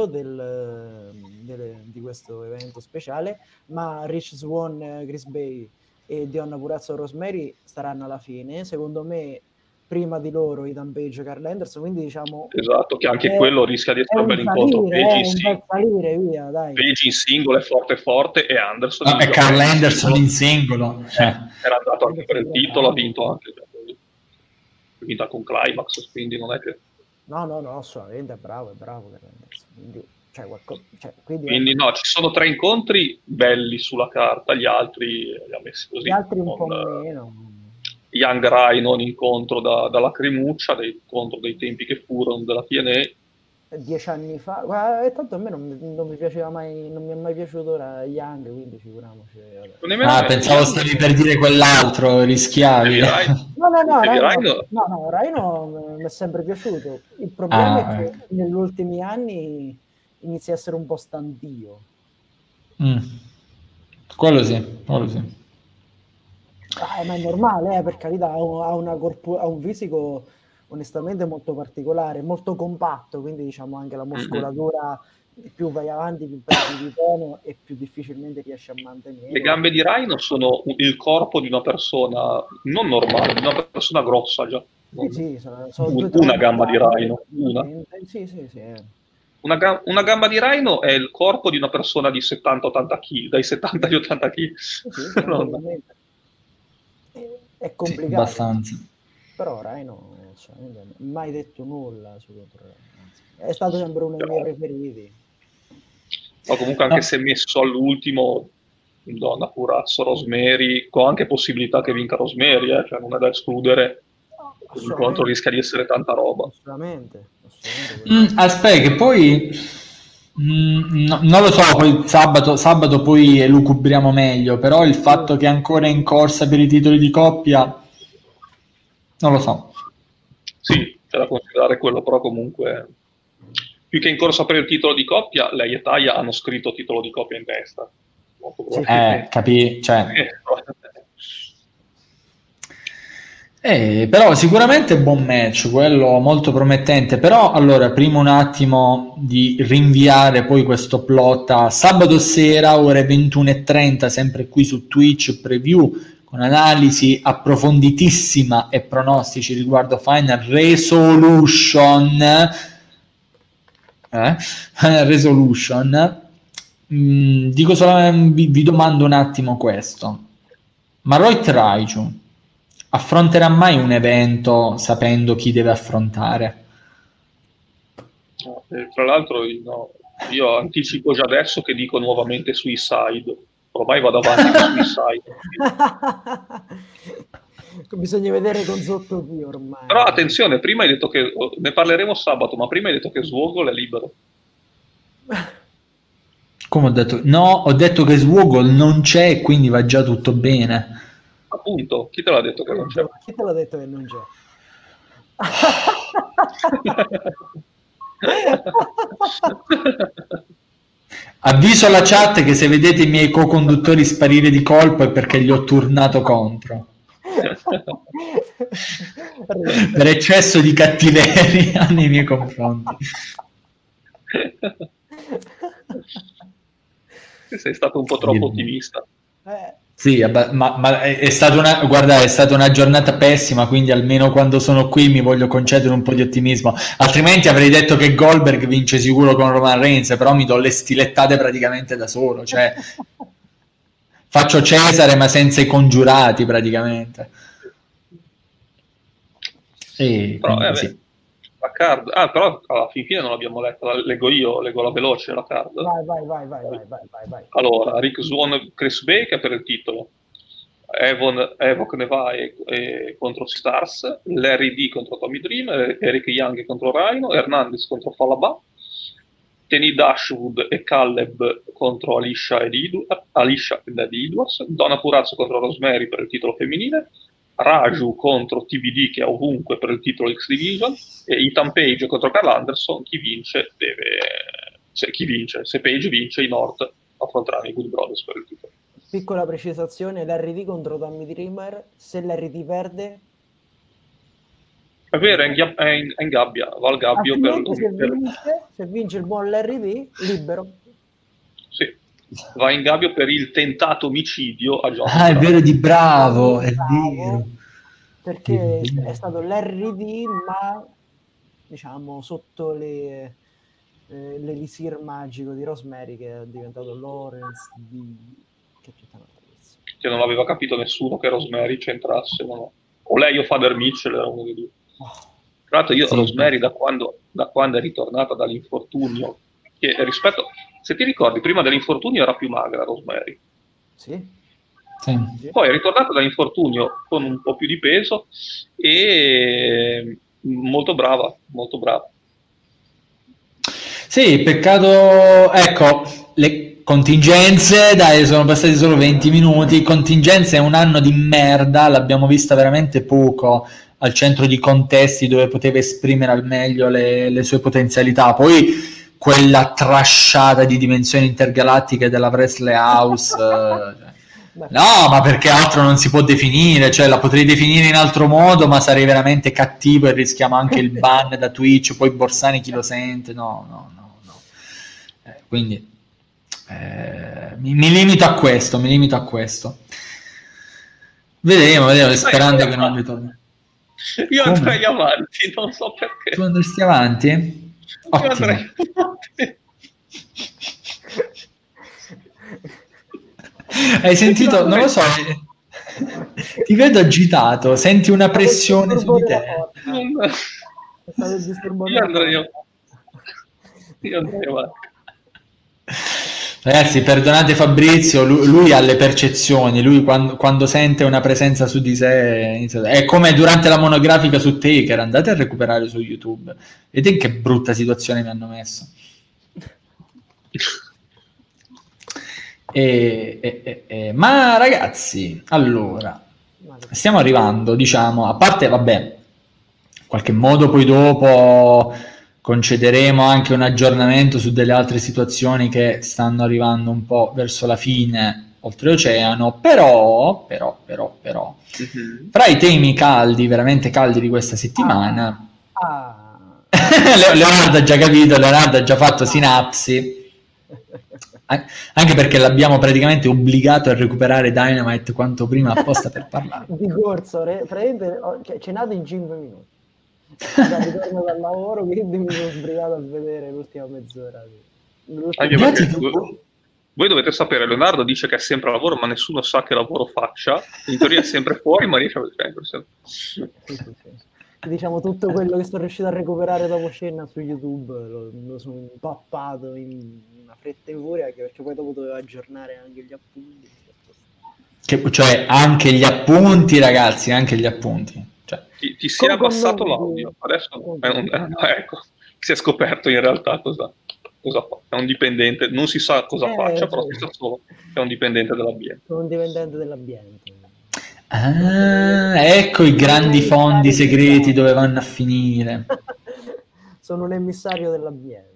di questo evento speciale, ma Rich Swann, Chris Bay e Deonna Purrazzo Rosemary staranno alla fine. Secondo me prima di loro Ethan Page e Carl Anderson, quindi diciamo Esatto, che anche quello rischia di essere un bel incontro. un bel salire, via, dai. Page in singolo è forte e Anderson e Carl Anderson in singolo era andato anche per il titolo, ha vinto anche, ha vinto con Climax, quindi non è che no, assolutamente è bravo quindi, quindi no, ci sono 3 incontri belli sulla carta, gli altri li ha messi così. Gli altri un po' meno. Young Rhino, un incontro da lacrimuccia, contro dei tempi che furono della TNA. 10 anni fa, guarda, tanto a me non mi piaceva mai, non mi è mai piaciuto ora Young, quindi figuriamoci. Pensavo stavi per dire quell'altro, rischiavi. No, Rhino mi è sempre piaciuto. Il problema è che negli ultimi anni inizia a essere un po' stantio. Quello sì. Ma è normale, per carità, ha un fisico onestamente molto particolare, molto compatto, quindi diciamo anche la muscolatura, più vai avanti più perdi di tono e più difficilmente riesci a mantenere. Le gambe di Rhino sono il corpo di una persona non normale, di una persona grossa già. Sì, sono una gamba di Rhino, Sì. Una gamba di Rhino è il corpo di una persona di 70-80 kg, dai 70 agli 80 kg. Sì, è complicato. Sì, abbastanza. Però Rhino mai detto nulla su contro. È stato sempre uno dei miei preferiti. Ma comunque anche se messo all'ultimo Donna Purrazzo, Rosemary, con anche possibilità che vinca Rosemary, cioè non è da escludere. L'incontro rischia di essere tanta roba. Assolutamente. Aspetta, che poi non lo so, poi sabato poi elucubriamo meglio, però il fatto che è ancora in corsa per i titoli di coppia non lo so. Sì, c'è da considerare quello, però comunque più che in corsa per il titolo di coppia, lei e Taya hanno scritto titolo di coppia in testa. Capì, cioè però sicuramente buon match, quello molto promettente. Però allora, prima un attimo di rinviare poi questo plot a sabato sera, ore 21:30, sempre qui su Twitch, preview con analisi approfonditissima e pronostici riguardo Final Resolution. Dico solamente, vi domando un attimo questo: ma Roy Raiju affronterà mai un evento sapendo chi deve affrontare? Tra l'altro io anticipo già adesso che dico nuovamente Suicide, ormai vado avanti con Suicide. Bisogna vedere con sotto chi ormai. Però attenzione, prima hai detto che ne parleremo sabato, ma prima hai detto che Swoggle è libero. Come ho detto? No, ho detto che Swoggle non c'è e quindi va già tutto bene. Appunto, chi te l'ha detto che non c'è? Chi te l'ha detto che non c'è? Avviso alla chat che se vedete i miei co-conduttori sparire di colpo è perché gli ho turnato contro. Per eccesso di cattiveria nei miei confronti. Sei stato un po' troppo ottimista. Sì, ma è stata una giornata pessima, quindi almeno quando sono qui mi voglio concedere un po' di ottimismo, altrimenti avrei detto che Goldberg vince sicuro con Roman Reigns, però mi do le stilettate praticamente da solo, cioè faccio Cesare ma senza i congiurati praticamente. Però, sì. La card, però alla fine non l'abbiamo letta, leggo la veloce la card. Vai. Allora, Rick Swann, Chris Bay che è per il titolo, Evok Nevae contro Stars, Larry D contro Tommy Dream, Eric Young contro Rhino, Hernandez contro Falaba, Tenny Dashwood e Caleb contro Alicia ed Edwards, Donna Purrazzo contro Rosemary per il titolo femminile, Raju contro TBD che è ovunque per il titolo X Division, e Ethan Page contro Carl Anderson. Chi vince se Page vince, i North affronteranno i Good Brothers per il titolo. Piccola precisazione: Larry D contro Tommy Dreamer. Se Larry D perde, È vero, è in gabbia, va al gabbio se vince il buon Larry D, libero. Sì, va in gabbio per il tentato omicidio a John. È vero, di Bravo, è vero. Perché è stato Larry D, ma diciamo sotto l'elisir magico di Rosemary, che è diventato Lawrence D. Che non aveva capito nessuno che Rosemary c'entrasse, no? O lei o Father Mitchell era uno dei due. Tra l'altro io Rosemary da quando è ritornata dall'infortunio, che rispetto, se ti ricordi, prima dell'infortunio era più magra Rosemary. Sì. Poi è ritornata dall'infortunio con un po' più di peso e molto brava, molto brava. Sì, peccato, ecco, le contingenze, dai, sono passati solo 20 minuti, contingenze è un anno di merda, l'abbiamo vista veramente poco al centro di contesti dove poteva esprimere al meglio le sue potenzialità, poi quella trasciata di dimensioni intergalattiche della Presley House, no, ma perché altro non si può definire, cioè la potrei definire in altro modo, ma sarei veramente cattivo e rischiamo anche il ban da Twitch, poi Borsani chi lo sente, no. Quindi mi limito a questo, Vedremo, sperando che non ritorni. Io andrei avanti, non so perché. Tu andresti avanti? Io andrei avanti. Hai sentito? Non lo so, ti vedo agitato, senti una pressione su di te. Io andrei avanti. Ragazzi, perdonate Fabrizio, lui ha le percezioni, lui quando sente una presenza su di sé è come durante la monografica su Taker, andate a recuperare su YouTube, vedete in che brutta situazione mi hanno messo. Ma ragazzi, allora stiamo arrivando, diciamo, a parte, vabbè, in qualche modo poi dopo concederemo anche un aggiornamento su delle altre situazioni che stanno arrivando un po' verso la fine oltreoceano, però fra i temi caldi, veramente caldi di questa settimana, Leonardo ha già capito, Leonardo ha già fatto sinapsi, anche perché l'abbiamo praticamente obbligato a recuperare Dynamite quanto prima apposta per parlare. Di corso, praticamente cenato in 5 minuti. Ritorno dal lavoro, quindi mi sono sbrigato a vedere l'ultima mezz'ora. Voi dovete sapere, Leonardo dice che è sempre a lavoro, ma nessuno sa che lavoro faccia. In teoria è sempre fuori, ma riesce a vedere. Sì. Diciamo tutto quello che sono riuscito a recuperare dopo cena su YouTube lo sono impappato in una fretta e furia, anche perché poi dopo dovevo aggiornare anche gli appunti. Cioè anche gli appunti, ragazzi, anche gli appunti. Cioè. Ti si è abbassato l'audio, adesso ecco, si è scoperto in realtà cosa fa. È un dipendente, non si sa cosa faccia, però si sa solo che è un dipendente dell'ambiente. È un dipendente dell'ambiente. Ecco i grandi fondi segreti dove vanno a finire. Sono un emissario dell'ambiente.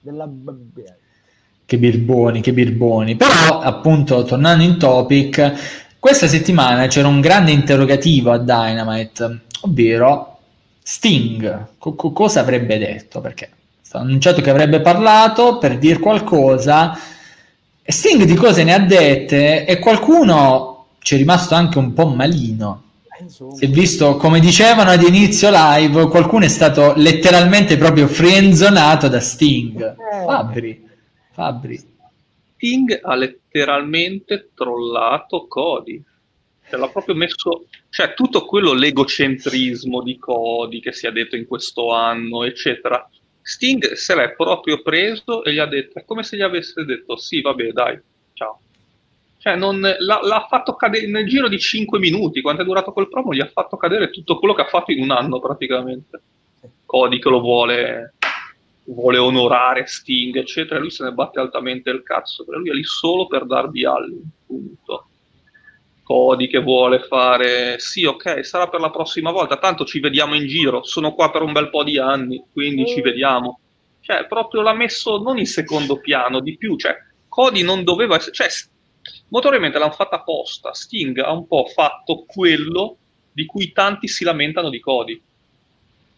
Che birboni. Però, appunto, tornando in topic, questa settimana c'era un grande interrogativo a Dynamite, ovvero Sting. Cosa avrebbe detto? Perché è stato annunciato che avrebbe parlato per dire qualcosa, e Sting di cose ne ha dette, e qualcuno ci è rimasto anche un po' malino. Si è visto, come dicevano ad inizio live, qualcuno è stato letteralmente proprio friendzonato da Sting. Fabri. Sting ha letteralmente trollato Cody. L'ha proprio messo, cioè tutto quello l'egocentrismo di Cody che si è detto in questo anno, eccetera. Sting se l'è proprio preso e gli ha detto, è come se gli avesse detto sì, vabbè, dai, ciao. Cioè l'ha fatto cadere nel giro di 5 minuti, quando è durato quel promo, gli ha fatto cadere tutto quello che ha fatto in un anno praticamente. Cody che lo vuole onorare, Sting, eccetera, lui se ne batte altamente il cazzo, perché lui è lì solo per Darby Allin, punto. Cody che vuole fare, sì, ok, sarà per la prossima volta, tanto ci vediamo in giro, sono qua per un bel po' di anni, quindi ci vediamo. Cioè, proprio l'ha messo non in secondo piano, di più, cioè, Cody non doveva essere, cioè, notoriamente l'hanno fatta apposta. Sting ha un po' fatto quello di cui tanti si lamentano di Cody.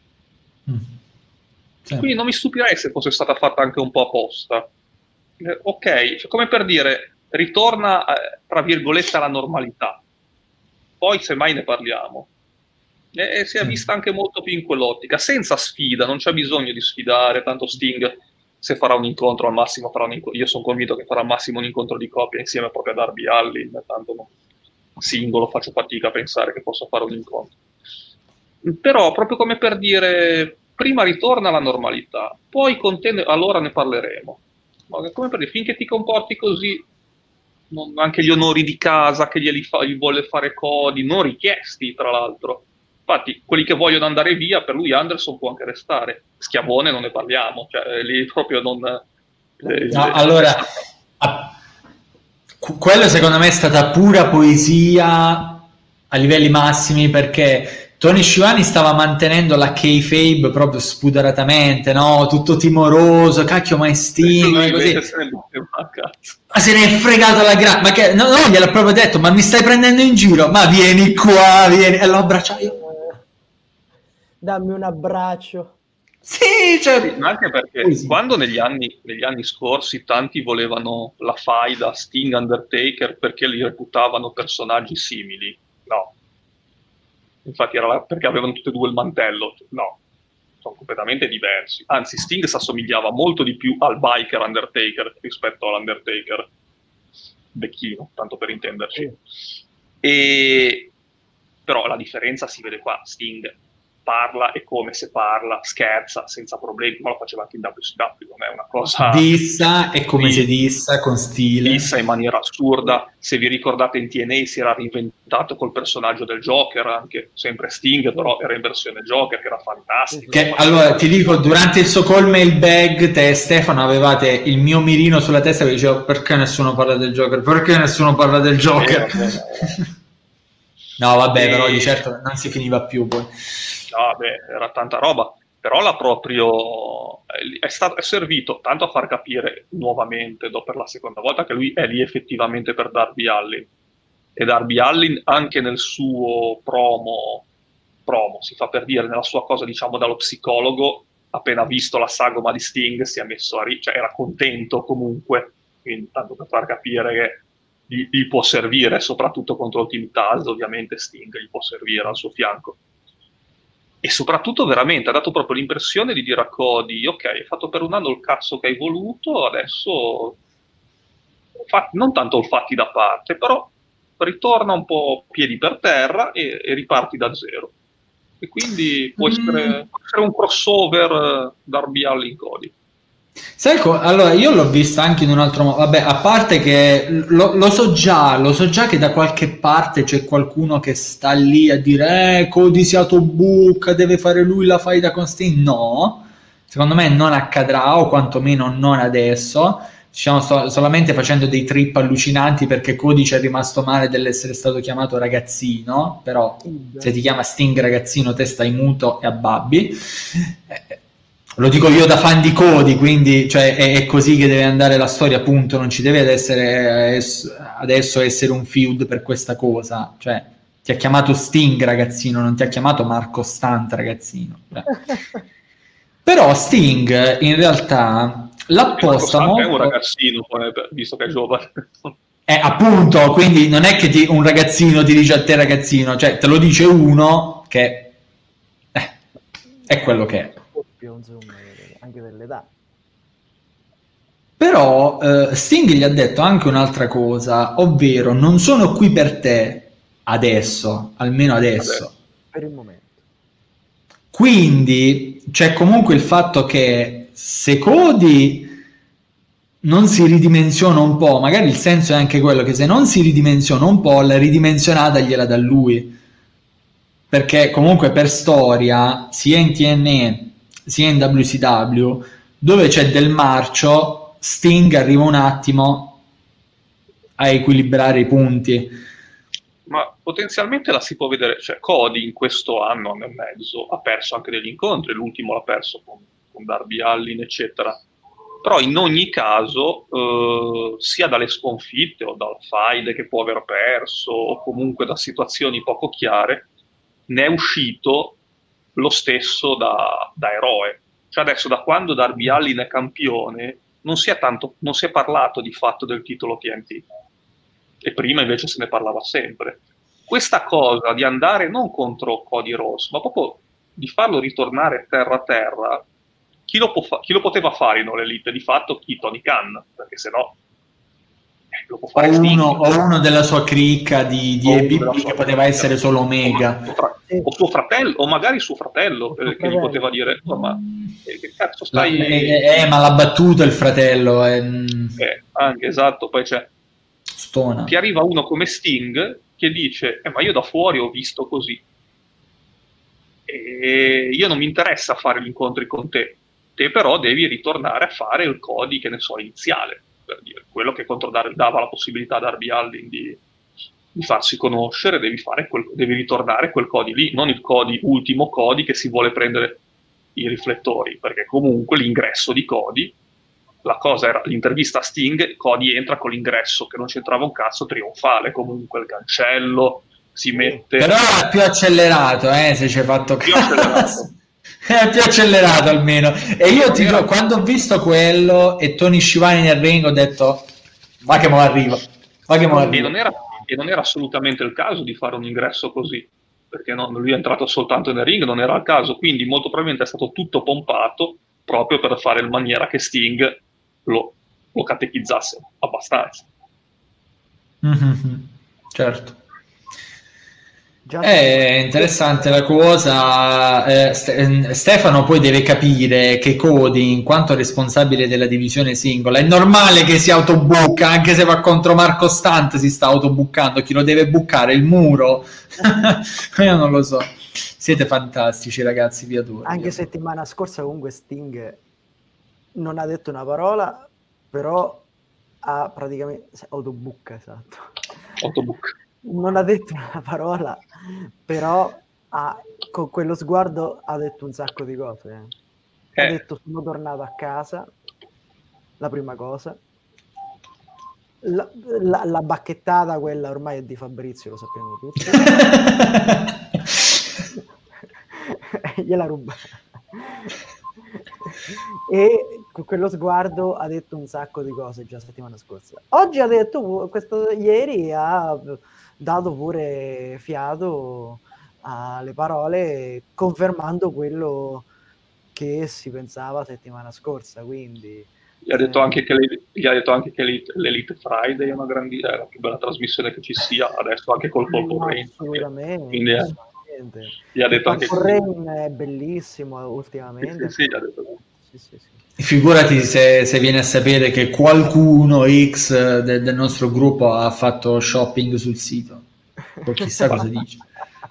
Sì. Quindi non mi stupirei se fosse stata fatta anche un po' apposta. Ok, cioè, come per dire, ritorna, tra virgolette, alla normalità. Poi semmai ne parliamo. E si è vista anche molto più in quell'ottica, senza sfida, non c'è bisogno di sfidare, tanto Sting se farà un incontro al massimo farà un incontro, io sono convinto che farà al massimo un incontro di coppia insieme proprio a Darby Allin, tanto no, singolo faccio fatica a pensare che possa fare un incontro. Però proprio come per dire, prima ritorna alla normalità, poi con te allora ne parleremo. Ma come per dire, finché ti comporti così, anche gli onori di casa che gli vuole fare Cody, non richiesti tra l'altro. Infatti, quelli che vogliono andare via, per lui Anderson può anche restare. Schiavone non ne parliamo, cioè lì proprio non... No, allora, quello secondo me è stata pura poesia a livelli massimi, perché Tony Schiavone stava mantenendo la kayfabe proprio spudoratamente, no? Tutto timoroso, cacchio, ma è Sting, così. Ma se ne è fregato la grande, ma che no, gliel'ha proprio detto, ma mi stai prendendo in giro? Ma vieni qua, vieni, e l'ho abbracciato io. Dammi un abbraccio. Sì, cioè, ma anche perché quando negli anni scorsi tanti volevano la faida Sting-Undertaker perché li reputavano personaggi simili, no. Infatti era perché avevano tutti e due il mantello, no, sono completamente diversi. Anzi, Sting si assomigliava molto di più al biker Undertaker rispetto all'Undertaker vecchino, tanto per intenderci. Però la differenza si vede qua. Sting parla e come se parla, scherza senza problemi, ma lo faceva anche in WCW, non è una cosa... Dissa è come se dissa, con stile. Dissa in maniera assurda, se vi ricordate in TNA si era reinventato col personaggio del Joker, anche sempre Sting, però era in versione Joker, che era fantastico. Che, allora, ti dico, durante il suo call mailbag, te e Stefano avevate il mio mirino sulla testa che diceva perché nessuno parla del Joker, perché nessuno parla del Joker. No, vabbè, però di certo non si finiva più poi. No, vabbè, era tanta roba, però l'ha proprio è servito tanto a far capire nuovamente per la seconda volta che lui è lì effettivamente per Darby Allin, e Darby Allin anche nel suo promo si fa per dire, nella sua cosa diciamo dallo psicologo, appena visto la sagoma di Sting si è messo cioè era contento comunque, quindi tanto per far capire che gli può servire, soprattutto contro il Team Taz, ovviamente Sting gli può servire al suo fianco. E soprattutto veramente ha dato proprio l'impressione di dire a Cody, ok, hai fatto per un anno il cazzo che hai voluto, adesso non tanto fatti da parte, però ritorna un po' piedi per terra e riparti da zero. E quindi può essere un crossover Darby Allin Cody. Sai allora io l'ho vista anche in un altro modo, vabbè, a parte che lo so già che da qualche parte c'è qualcuno che sta lì a dire Cody si autobook, deve fare lui la faida con Sting. No, secondo me non accadrà, o quantomeno non adesso. Stiamo solamente facendo dei trip allucinanti perché Cody ci è rimasto male dell'essere stato chiamato ragazzino, però se ti chiama Sting ragazzino te stai muto e abbabbi. Lo dico io da fan di Cody, quindi cioè, è così che deve andare la storia, appunto, non ci deve adesso essere un feud per questa cosa, cioè ti ha chiamato Sting ragazzino, non ti ha chiamato Marco Stunt ragazzino. Però Sting in realtà l'apposta molto... è un ragazzino, visto che è giovane. Appunto, quindi non è che un ragazzino ti dice a te ragazzino, cioè te lo dice uno che è quello che è. Insomma, anche dell'età. Però Sting gli ha detto anche un'altra cosa, ovvero non sono qui per te adesso, almeno adesso. Per il momento. Quindi c'è comunque il fatto che se Cody non si ridimensiona un po', magari il senso è anche quello che se non si ridimensiona un po', la ridimensionata gliela dà lui. Perché comunque per storia, sia in TNA sia in WCW, dove c'è del marcio, Sting arriva un attimo a equilibrare i punti. Ma potenzialmente la si può vedere, cioè Cody in questo anno e mezzo ha perso anche degli incontri, l'ultimo l'ha perso con Darby Allin eccetera, però in ogni caso sia dalle sconfitte o dal faide che può aver perso o comunque da situazioni poco chiare ne è uscito lo stesso da eroe. Cioè adesso, da quando Darby Allin è campione, non si è parlato di fatto del titolo TNT, e prima invece se ne parlava sempre. Questa cosa di andare non contro Cody Rhodes, ma proprio di farlo ritornare terra a terra, chi lo poteva fare in All Elite? Di fatto chi? Tony Khan, perché sennò lo può fare o uno della sua cricca di ABB che poteva essere solo Omega, o suo fratello, o magari suo fratello, che gli poteva dire ma che cazzo stai... ma l'ha battuto il fratello, anche, esatto. Poi c'è Stona. Ti arriva uno come Sting che dice ma io da fuori ho visto così, e io non mi interessa fare gli incontri con te però devi ritornare a fare il Cody, che ne so, iniziale, per dire, quello che dava la possibilità a Darby Allin di farsi conoscere. Devi ritornare quel Cody lì, non il ultimo Cody che si vuole prendere i riflettori, perché comunque l'ingresso di Cody, la cosa era l'intervista a Sting, Cody entra con l'ingresso che non c'entrava un cazzo, trionfale, comunque il cancello si mette, però è più accelerato, se ci hai fatto caso. È più accelerato almeno. E io ti dico, quando ho visto quello e Tony Schiavone nel ring, ho detto va che mo arriva. E non era assolutamente il caso di fare un ingresso così, perché lui è entrato soltanto nel ring, non era il caso, quindi molto probabilmente è stato tutto pompato proprio per fare in maniera che Sting lo catechizzasse abbastanza. Mm-hmm. Certo. È interessante la cosa. Stefano poi deve capire che Cody, in quanto responsabile della divisione singola, è normale che si autobucca, anche se va contro Marco Stunt si sta autobuccando. Chi lo deve buccare? Il muro? Io non lo so. Siete fantastici, ragazzi, vi adoro. Anche settimana scorsa comunque Sting non ha detto una parola, però ha praticamente autobucca, esatto. Autobucca. Non ha detto una parola, però con quello sguardo ha detto un sacco di cose. Ha detto sono tornato a casa, la prima cosa. La bacchettata, quella ormai è di Fabrizio, lo sappiamo tutti. Gliela ruba. E con quello sguardo ha detto un sacco di cose già settimana scorsa. Oggi ha detto, ieri ha dato pure fiato alle parole, confermando quello che si pensava settimana scorsa. Quindi gli ha detto anche che l'Elite Friday è una grande, è la più bella trasmissione che ci sia adesso, anche col Purple Rain. Assolutamente. Gli ha detto anche il Rain è bellissimo ultimamente. Sì, gli ha detto. Sì. Figurati se viene a sapere che qualcuno X del nostro gruppo ha fatto shopping sul sito, o chissà cosa dice.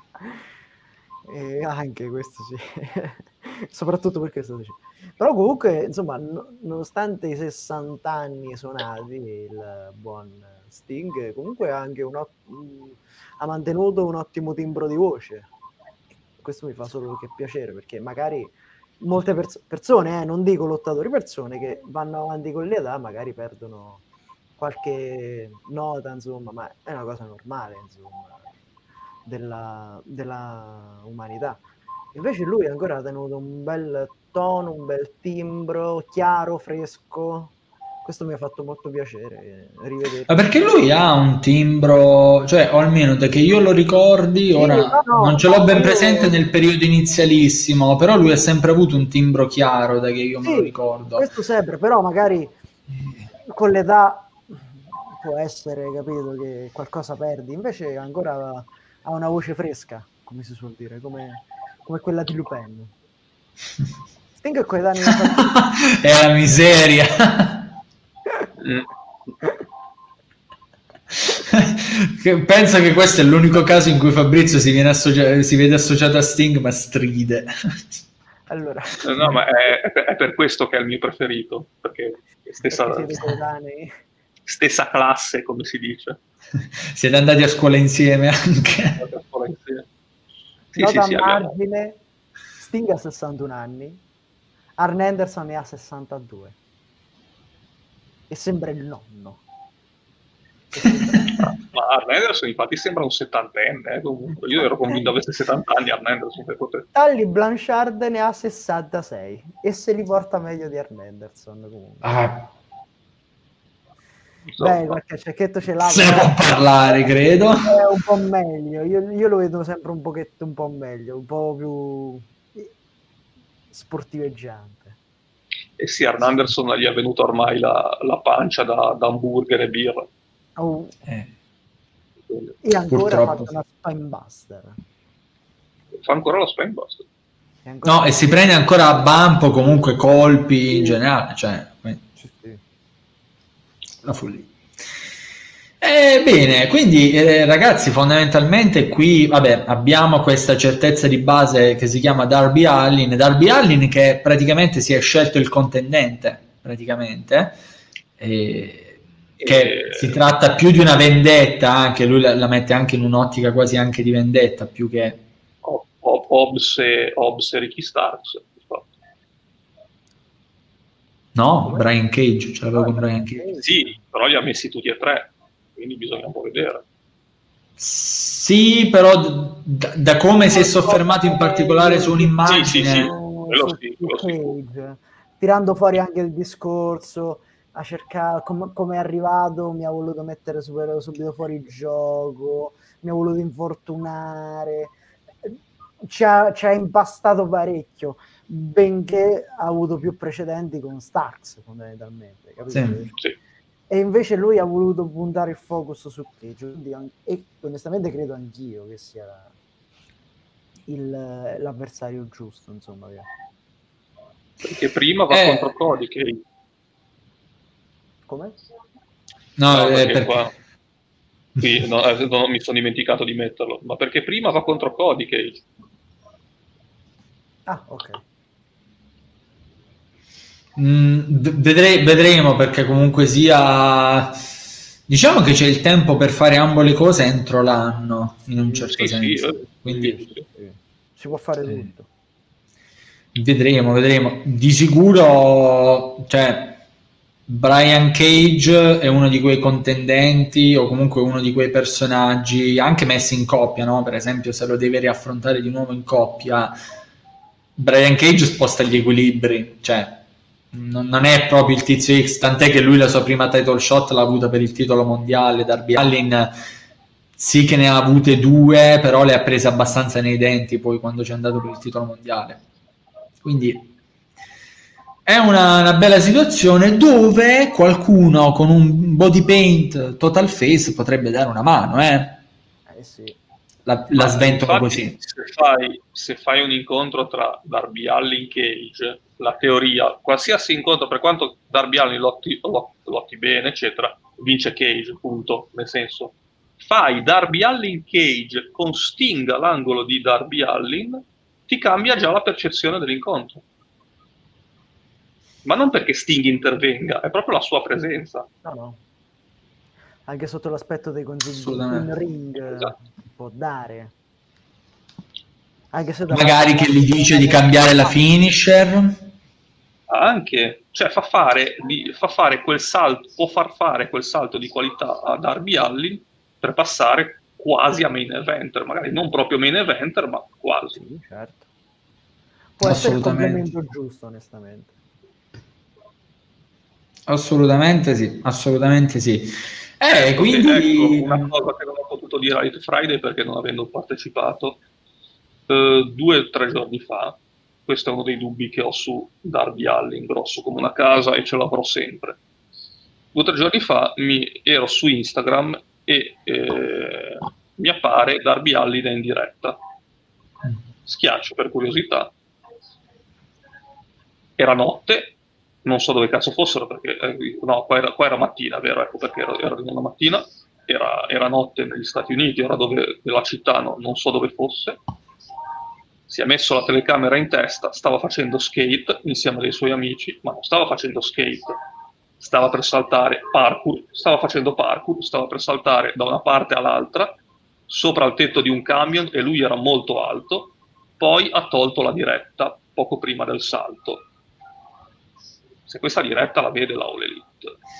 Anche questo sì, soprattutto perché sto dicendo. Però comunque, insomma, nonostante i 60 anni suonati, il buon Sting comunque ha anche ha mantenuto un ottimo timbro di voce. Questo mi fa solo che piacere, perché magari molte persone, non dico lottatori, persone che vanno avanti con l'età magari perdono qualche nota, insomma, ma è una cosa normale, insomma, della umanità. Invece lui ancora ha tenuto un bel tono, un bel timbro, chiaro, fresco. Questo mi ha fatto molto piacere rivedere. Ma perché lui ha un timbro, cioè, o almeno da che io lo ricordi, ora non ce l'ho ben presente nel periodo inizialissimo, però lui ha sempre avuto un timbro chiaro da che io me lo ricordo. Questo sempre, però magari con l'età può essere, capito, che qualcosa perdi, invece ancora ha una voce fresca, come si suol dire, come quella di Lupin. Sting è coetaneo. È la miseria. Penso che questo è l'unico caso in cui Fabrizio si vede associato a Sting, ma stride. Allora. No, ma è per questo che è il mio preferito, perché stessa classe, come si dice. Siete andati a scuola insieme anche. Nota a margine, Sting ha 61 anni, Arn Anderson ne ha 62 e sembra il nonno. Ma Arn Anderson infatti sembra un settantenne, comunque. Io ero convinto avesse 70 anni Arn Anderson. Tully Blanchard ne ha 66 e se li porta meglio di Arn Anderson comunque. Beh, qualche cecchetto ce l'ha. Se ne può parlare, credo. È un po' meglio. Io lo vedo sempre un pochetto un po' meglio, un po' più sportiveggiante. E sì, Arn Anderson gli è venuta ormai la pancia da hamburger e birra. E ancora ha fatto una Spinebuster. Fa ancora la Spinebuster. No, e si prende ancora a bump, comunque colpi in generale, cioè la follia. Bene, quindi ragazzi, fondamentalmente qui abbiamo questa certezza di base che si chiama Darby Allin che praticamente si è scelto il contendente, praticamente, che si tratta più di una vendetta, anche lui la mette anche in un'ottica quasi anche di vendetta, più che Hobbs e Ricky Starks. No, Brian Cage, ce l'avevo con Brian Cage. Sì, però li ha messi tutti e tre, quindi bisogna un po' vedere. Sì, però da come si è soffermato in particolare su un'immagine, tirando fuori anche il discorso, a cercare come è arrivato, mi ha voluto mettere subito fuori il gioco, mi ha voluto infortunare, ci ha impastato parecchio, benché ha avuto più precedenti con Starks fondamentalmente, capito? Sì. E invece lui ha voluto puntare il focus su Cage, e onestamente credo anch'io che sia l'avversario giusto, insomma. Perché prima va contro Cody Cage. Come? No, perché qua qui mi sono dimenticato di metterlo, ma perché prima va contro Cody Cage. Ah, ok. Vedremo, perché comunque sia, diciamo che c'è il tempo per fare ambo le cose entro l'anno, in un certo senso. Quindi si può fare tutto. Vedremo. Di sicuro, cioè, Brian Cage è uno di quei contendenti, o comunque uno di quei personaggi anche messi in coppia, no? Per esempio, se lo deve riaffrontare di nuovo in coppia, Brian Cage sposta gli equilibri, cioè non è proprio il tizio X, tant'è che lui la sua prima title shot l'ha avuta per il titolo mondiale. Darby Allin sì che ne ha avute 2, però le ha prese abbastanza nei denti poi quando c'è andato per il titolo mondiale. Quindi è una bella situazione dove qualcuno con un body paint total face potrebbe dare una mano, sì. La sventolo così. Se fai un incontro tra Darby Allin e Cage, la teoria, qualsiasi incontro, per quanto Darby Allin lotti bene, eccetera, vince Cage, punto. Nel senso, fai Darby Allin Cage con Sting all'angolo di Darby Allin, ti cambia già la percezione dell'incontro. Ma non perché Sting intervenga, è proprio la sua presenza. No. Anche sotto l'aspetto dei consigli in ring può dare. Anche se magari che gli dice di cambiare la finisher. Anche, cioè fa fare quel salto, può far fare quel salto di qualità a Darby Allin per passare quasi a main eventer, magari non proprio main eventer, ma quasi. Sì, certo. Può essere il complemento giusto, onestamente. Assolutamente sì. Quindi ecco, una cosa che non ho potuto dire a Elite Friday perché non avendo partecipato 2 o 3 giorni fa, questo è uno dei dubbi che ho su Darby Allin, grosso come una casa, e ce l'avrò sempre. 2 o 3 giorni fa ero su Instagram e mi appare Darby Allin in diretta. Schiaccio per curiosità. Era notte, non so dove cazzo fossero, perché qua era mattina, vero? Ecco perché era di una mattina, era notte negli Stati Uniti, era nella città, non so dove fosse. Si è messo la telecamera in testa, stava facendo skate insieme ai suoi amici, ma non stava facendo skate, stava per saltare stava facendo parkour, stava per saltare da una parte all'altra, sopra il tetto di un camion, e lui era molto alto. Poi ha tolto la diretta poco prima del salto. Se questa diretta la vede la All Elite,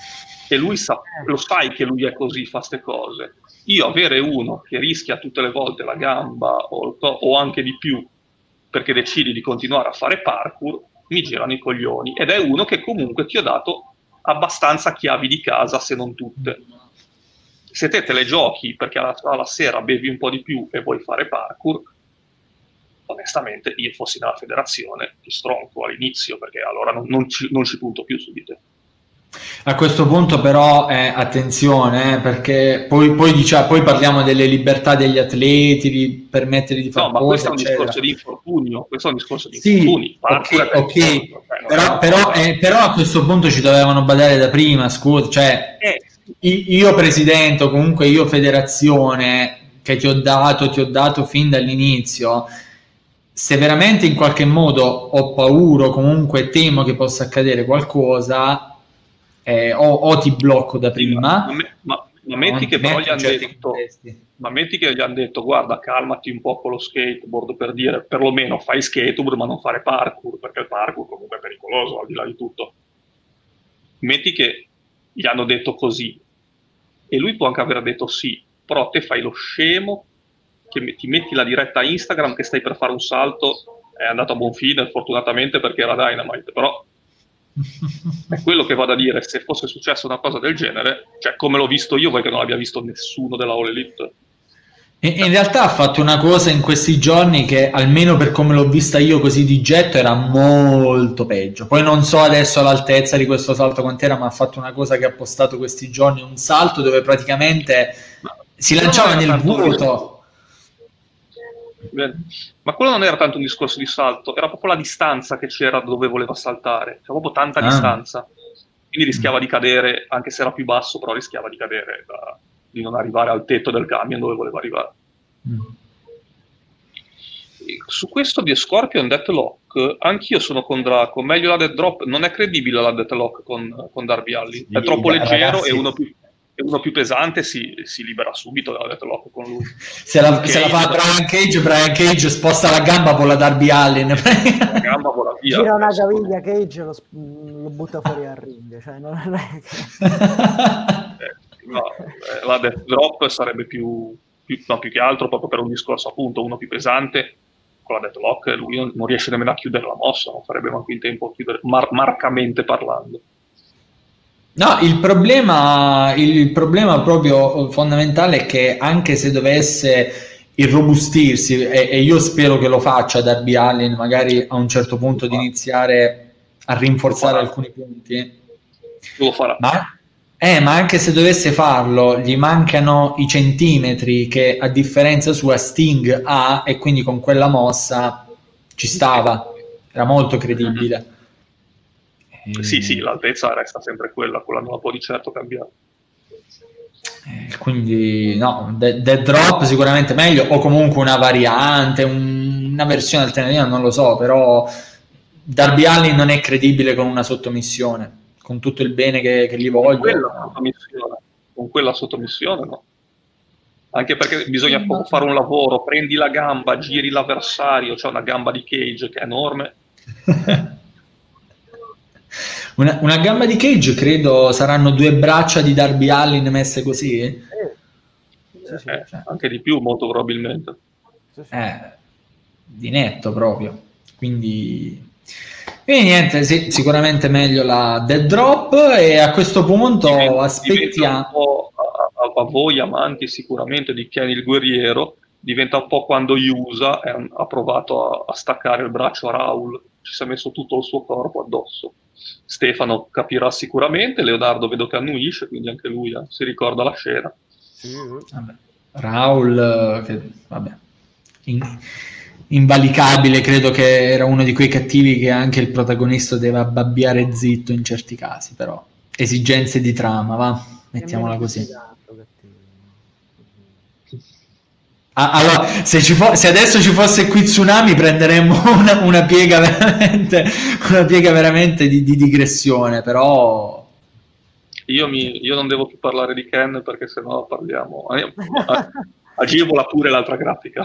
e lui lo sai che lui è così, fa ste cose. Io avere uno che rischia tutte le volte la gamba o anche di più perché decidi di continuare a fare parkour, mi girano i coglioni, ed è uno che comunque ti ho dato abbastanza chiavi di casa, se non tutte. Se te le giochi perché alla sera bevi un po' di più e vuoi fare parkour, onestamente io fossi nella federazione ti stronco all'inizio, perché allora non ci punto più su di te. A questo punto però attenzione, perché poi parliamo delle libertà degli atleti, di permettere di fare cose, questo è un discorso di infortunio, questo è un discorso di infortuni. Ok. Però a questo punto ci dovevano badare da prima, scusa, cioè io presidente o comunque io federazione che ti ho dato fin dall'inizio, se veramente in qualche modo ho paura o comunque temo che possa accadere qualcosa, o ti blocco da prima. Ma metti che però gli hanno detto guarda, calmati un po' con lo skateboard, per dire perlomeno fai skateboard ma non fare parkour, perché il parkour comunque è pericoloso al di là di tutto. Metti che gli hanno detto così e lui può anche aver detto sì, però te fai lo scemo che ti metti la diretta a Instagram che stai per fare un salto, è andato a buon fine fortunatamente perché era Dynamite, però è quello che vado a dire. Se fosse successa una cosa del genere, cioè come l'ho visto io, vuoi che non l'abbia visto nessuno della All Elite? In realtà ha fatto una cosa in questi giorni che, almeno per come l'ho vista io così di getto, era molto peggio. Poi non so adesso l'altezza di questo salto quant'era, ma ha fatto una cosa che ha postato questi giorni, un salto dove praticamente si lanciava nel vuoto. Ma quello non era tanto un discorso di salto, era proprio la distanza che c'era dove voleva saltare, c'era proprio tanta distanza, quindi rischiava di cadere, anche se era più basso, però rischiava di cadere, di non arrivare al tetto del camion dove voleva arrivare. Su questo di Scorpion Deathlock anch'io sono con Draco, meglio la Death Drop, non è credibile la Deathlock con Darby Allin, è troppo leggero, ragazzi. E uno più pesante si libera subito dalla Deathlock con lui. Se la fa Brian Cage sposta la gamba con la Darby Allin. La gamba vola via. Gira una caviglia Cage lo butta fuori al ring. Cioè non è la Death Drop sarebbe più che altro proprio per un discorso appunto, uno più pesante. Con la Deathlock lui non riesce nemmeno a chiudere la mossa, non farebbe manco in tempo a chiudere, marcamente parlando. No, il problema proprio fondamentale è che anche se dovesse irrobustirsi, e io spero che lo faccia Darby Allin, magari a un certo punto di iniziare a rinforzare alcuni punti, lo farà. Ma anche se dovesse farlo, gli mancano i centimetri che a differenza sua Sting ha, e quindi con quella mossa ci stava, era molto credibile. Sì, l'altezza resta sempre quella non la può di certo cambiare. Quindi no, Death Drop sicuramente meglio, o comunque una variante, una versione alternativa, non lo so, però Darby Allin non è credibile con una sottomissione, con tutto il bene che gli voglio. Con quella sottomissione no. Anche perché bisogna fare un lavoro, prendi la gamba, giri l'avversario, c'è una gamba di Cage che è enorme. Una gamba di Cage credo saranno 2 braccia di Darby Allin messe così? Anche di più molto probabilmente. Di netto proprio. Quindi niente, sì, sicuramente meglio la Death Drop, e a questo punto aspettiamo a voi amanti sicuramente di Kenny il guerriero, diventa un po' quando Yusa ha provato a staccare il braccio a Raul, ci si è messo tutto il suo corpo addosso. Stefano capirà sicuramente, Leonardo vedo che annuisce, quindi anche lui si ricorda la scena. Sì. Vabbè. Raul, invalicabile, credo che era uno di quei cattivi che anche il protagonista deve abbabbiare zitto in certi casi, però esigenze di trama, va, mettiamola così. Allora, se adesso ci fosse qui Tsunami prenderemmo una piega veramente di digressione, però io non devo più parlare di Ken perché sennò parliamo agevola pure l'altra grafica.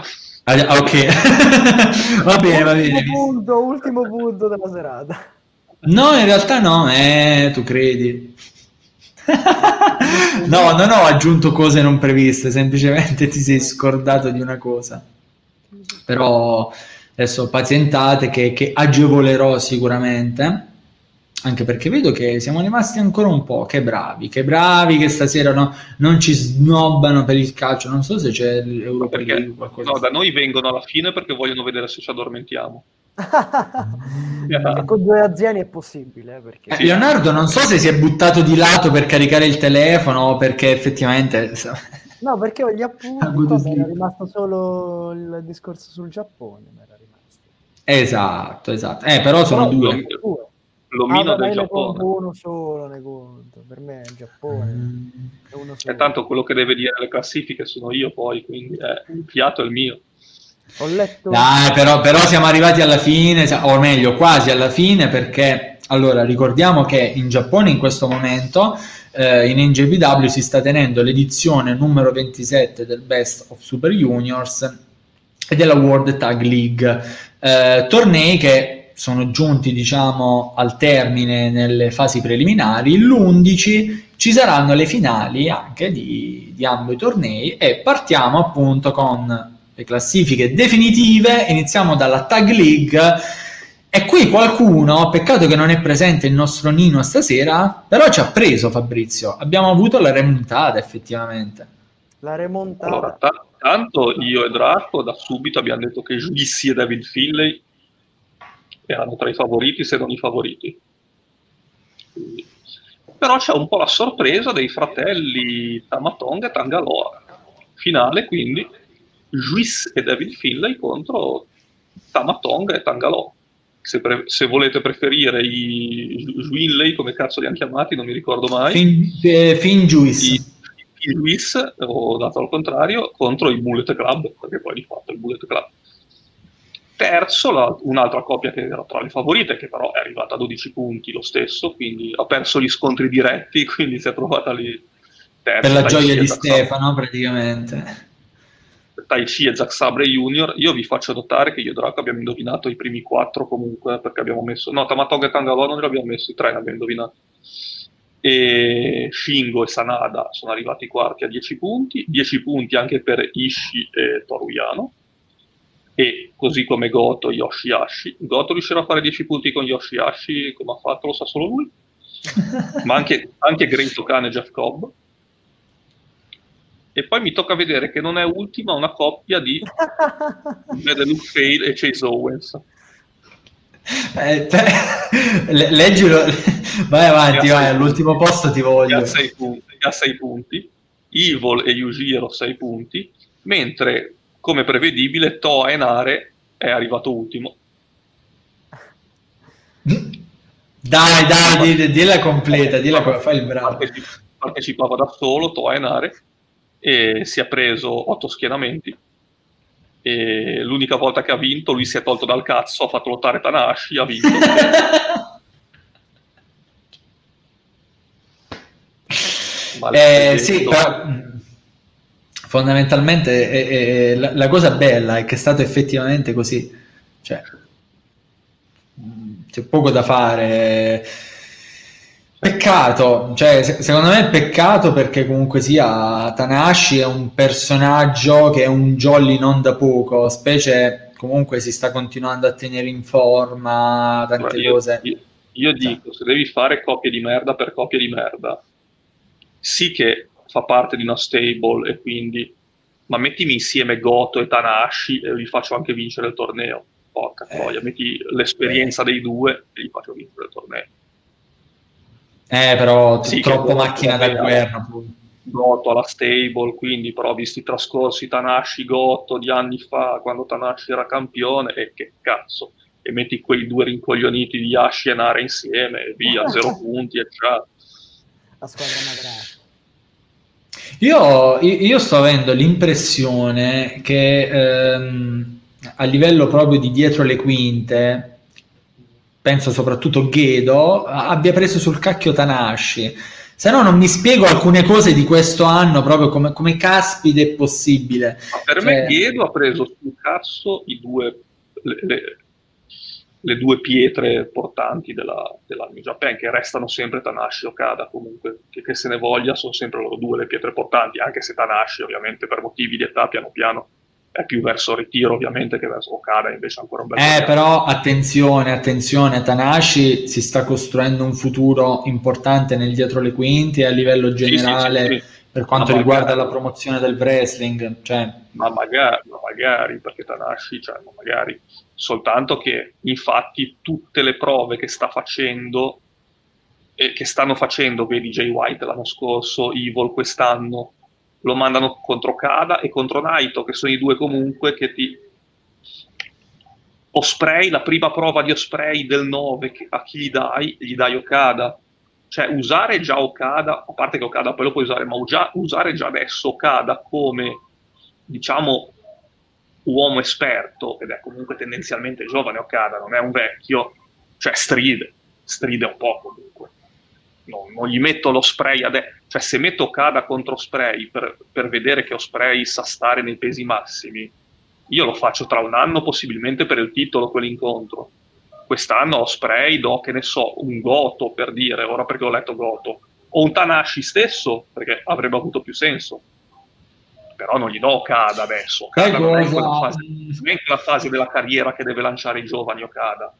Ok. va bene. Ultimo punto della serata. No, in realtà no, tu credi. No, non ho aggiunto cose non previste, semplicemente ti sei scordato di una cosa. Però adesso pazientate che agevolerò sicuramente, anche perché vedo che siamo rimasti ancora un po', che bravi che stasera non ci snobbano per il calcio, non so se c'è l'Europa League o qualcosa. No, da noi vengono alla fine perché vogliono vedere se ci addormentiamo. E con 2 anziani è possibile, perché... Leonardo non so se si è buttato di lato per caricare il telefono o perché effettivamente... No, perché ho gli appunti, era rimasto solo il discorso sul Giappone. Era rimasto. Esatto. Però sono due. L'omino del Giappone. Uno solo ne conto, per me è il Giappone. È uno solo. E tanto quello che deve dire le classifiche sono io poi, quindi il fiato è il mio. Ho letto... Dai, però siamo arrivati alla fine, o meglio, quasi alla fine, perché allora ricordiamo che in Giappone in questo momento in NJPW si sta tenendo l'edizione numero 27 del Best of Super Juniors e della World Tag League, tornei che sono giunti diciamo al termine nelle fasi preliminari. L'11 ci saranno le finali anche di ambo i tornei e partiamo appunto con le classifiche definitive. Iniziamo dalla Tag League e qui qualcuno, peccato che non è presente il nostro Nino stasera, però ci ha preso Fabrizio, abbiamo avuto la remontata effettivamente. La remontata. Allora, tanto io e Draco da subito abbiamo detto che Juicy e David Finlay erano tra i favoriti se non i favoriti. Quindi. Però c'è un po' la sorpresa dei fratelli Tamatonga e Tangaloa. Finale quindi Juice e David Finlay contro Tamatonga e Tangaloa. Se volete preferire i Juinley, come cazzo li hanno chiamati, non mi ricordo mai. Fin Juice. I Juice, o dato al contrario, contro il Bullet Club, perché poi di fatto il Bullet Club. Terzo, un'altra coppia che era tra le favorite, che però è arrivata a 12 punti lo stesso, quindi ha perso gli scontri diretti, quindi si è trovata lì terza. Per la gioia di Stefano, praticamente. Tai Chi e Zack Sabre Junior. Io vi faccio notare che io e Draco abbiamo indovinato i primi 4 comunque, perché abbiamo messo... No, Tamatonga e Tangaloa non li abbiamo messi, 3 ne abbiamo indovinato. E Shingo e Sanada sono arrivati quarti a 10 punti, 10 punti anche per Ishii e Toru Yano, e così come Goto e Yoshihashi. Goto riuscirà a fare 10 punti con Yoshihashi, come ha fatto lo sa solo lui, ma anche Great Khan e Jeff Cobb. E poi mi tocca vedere che non è ultima una coppia di Luke Fail e Chase Owens. Leggilo, vai avanti, vai, all'ultimo posto ti voglio. Ha 6 punti, Evil e Yujiro 6 punti, mentre come prevedibile Toa e Nare è arrivato ultimo. Dai, dilla completa, fai il bravo. Partecipava da solo Toa e Nare e si è preso 8 schienamenti. E l'unica volta che ha vinto lui si è tolto dal cazzo, ha fatto lottare Tanahashi, ha vinto. Sì, però fondamentalmente la cosa bella è che è stato effettivamente così, cioè c'è poco da fare. Peccato, cioè secondo me è peccato perché comunque sia Tanahashi è un personaggio che è un jolly non da poco, specie comunque si sta continuando a tenere in forma, tante cose. Io dico, se devi fare coppie di merda per coppie di merda, sì che fa parte di una stable e quindi, ma mettimi insieme Goto e Tanahashi e vi faccio anche vincere il torneo. Porca troia, metti l'esperienza dei due e gli faccio vincere il torneo. Però sì, troppo macchina da guerra. Goto alla stable, quindi però visti i trascorsi Tanahashi Goto di anni fa, quando Tanahashi era campione, e che cazzo, e metti quei due rincoglioniti di Yashi e Nara insieme e via, 0 punti e ciao. La squadra madrasa. Io sto avendo l'impressione che a livello proprio di dietro le quinte, penso soprattutto Gedo, abbia preso sul cacchio Tanahashi. Se no non mi spiego alcune cose di questo anno, proprio come caspite è possibile. Ma per me Gedo ha preso sul cazzo i due le due pietre portanti della New Japan, che restano sempre Tanahashi e Okada comunque, che se ne voglia, sono sempre loro due le pietre portanti, anche se Tanahashi ovviamente per motivi di età piano piano è più verso il ritiro ovviamente che verso Okada, invece ancora un bel po'. Però attenzione, Tanahashi si sta costruendo un futuro importante nel dietro le quinte a livello generale, sì. Per quanto riguarda la promozione del wrestling, cioè. Ma magari, perché Tanahashi, cioè, magari, soltanto che infatti tutte le prove che sta facendo e che stanno facendo, vedi Jay White l'anno scorso, Evil quest'anno, lo mandano contro Okada e contro Naito, che sono i due comunque che ti... Ospreay, la prima prova di Ospreay del 9, a chi gli dai Okada. Cioè usare già Okada, a parte che Okada poi lo puoi usare, ma usare già adesso Okada come, diciamo, uomo esperto, ed è comunque tendenzialmente giovane Okada, non è un vecchio, cioè stride un po' comunque. Non gli metto lo Ospreay adesso, cioè se metto Okada contro Ospreay per vedere che Ospreay sa stare nei pesi massimi, io lo faccio tra un anno possibilmente per il titolo quell'incontro. Quest'anno Ospreay do, che ne so, un Goto, per dire, ora perché ho letto Goto, o un Tanahashi stesso, perché avrebbe avuto più senso. Però non gli do Okada adesso. Okada non è in quella fase della carriera che deve lanciare i giovani Okada.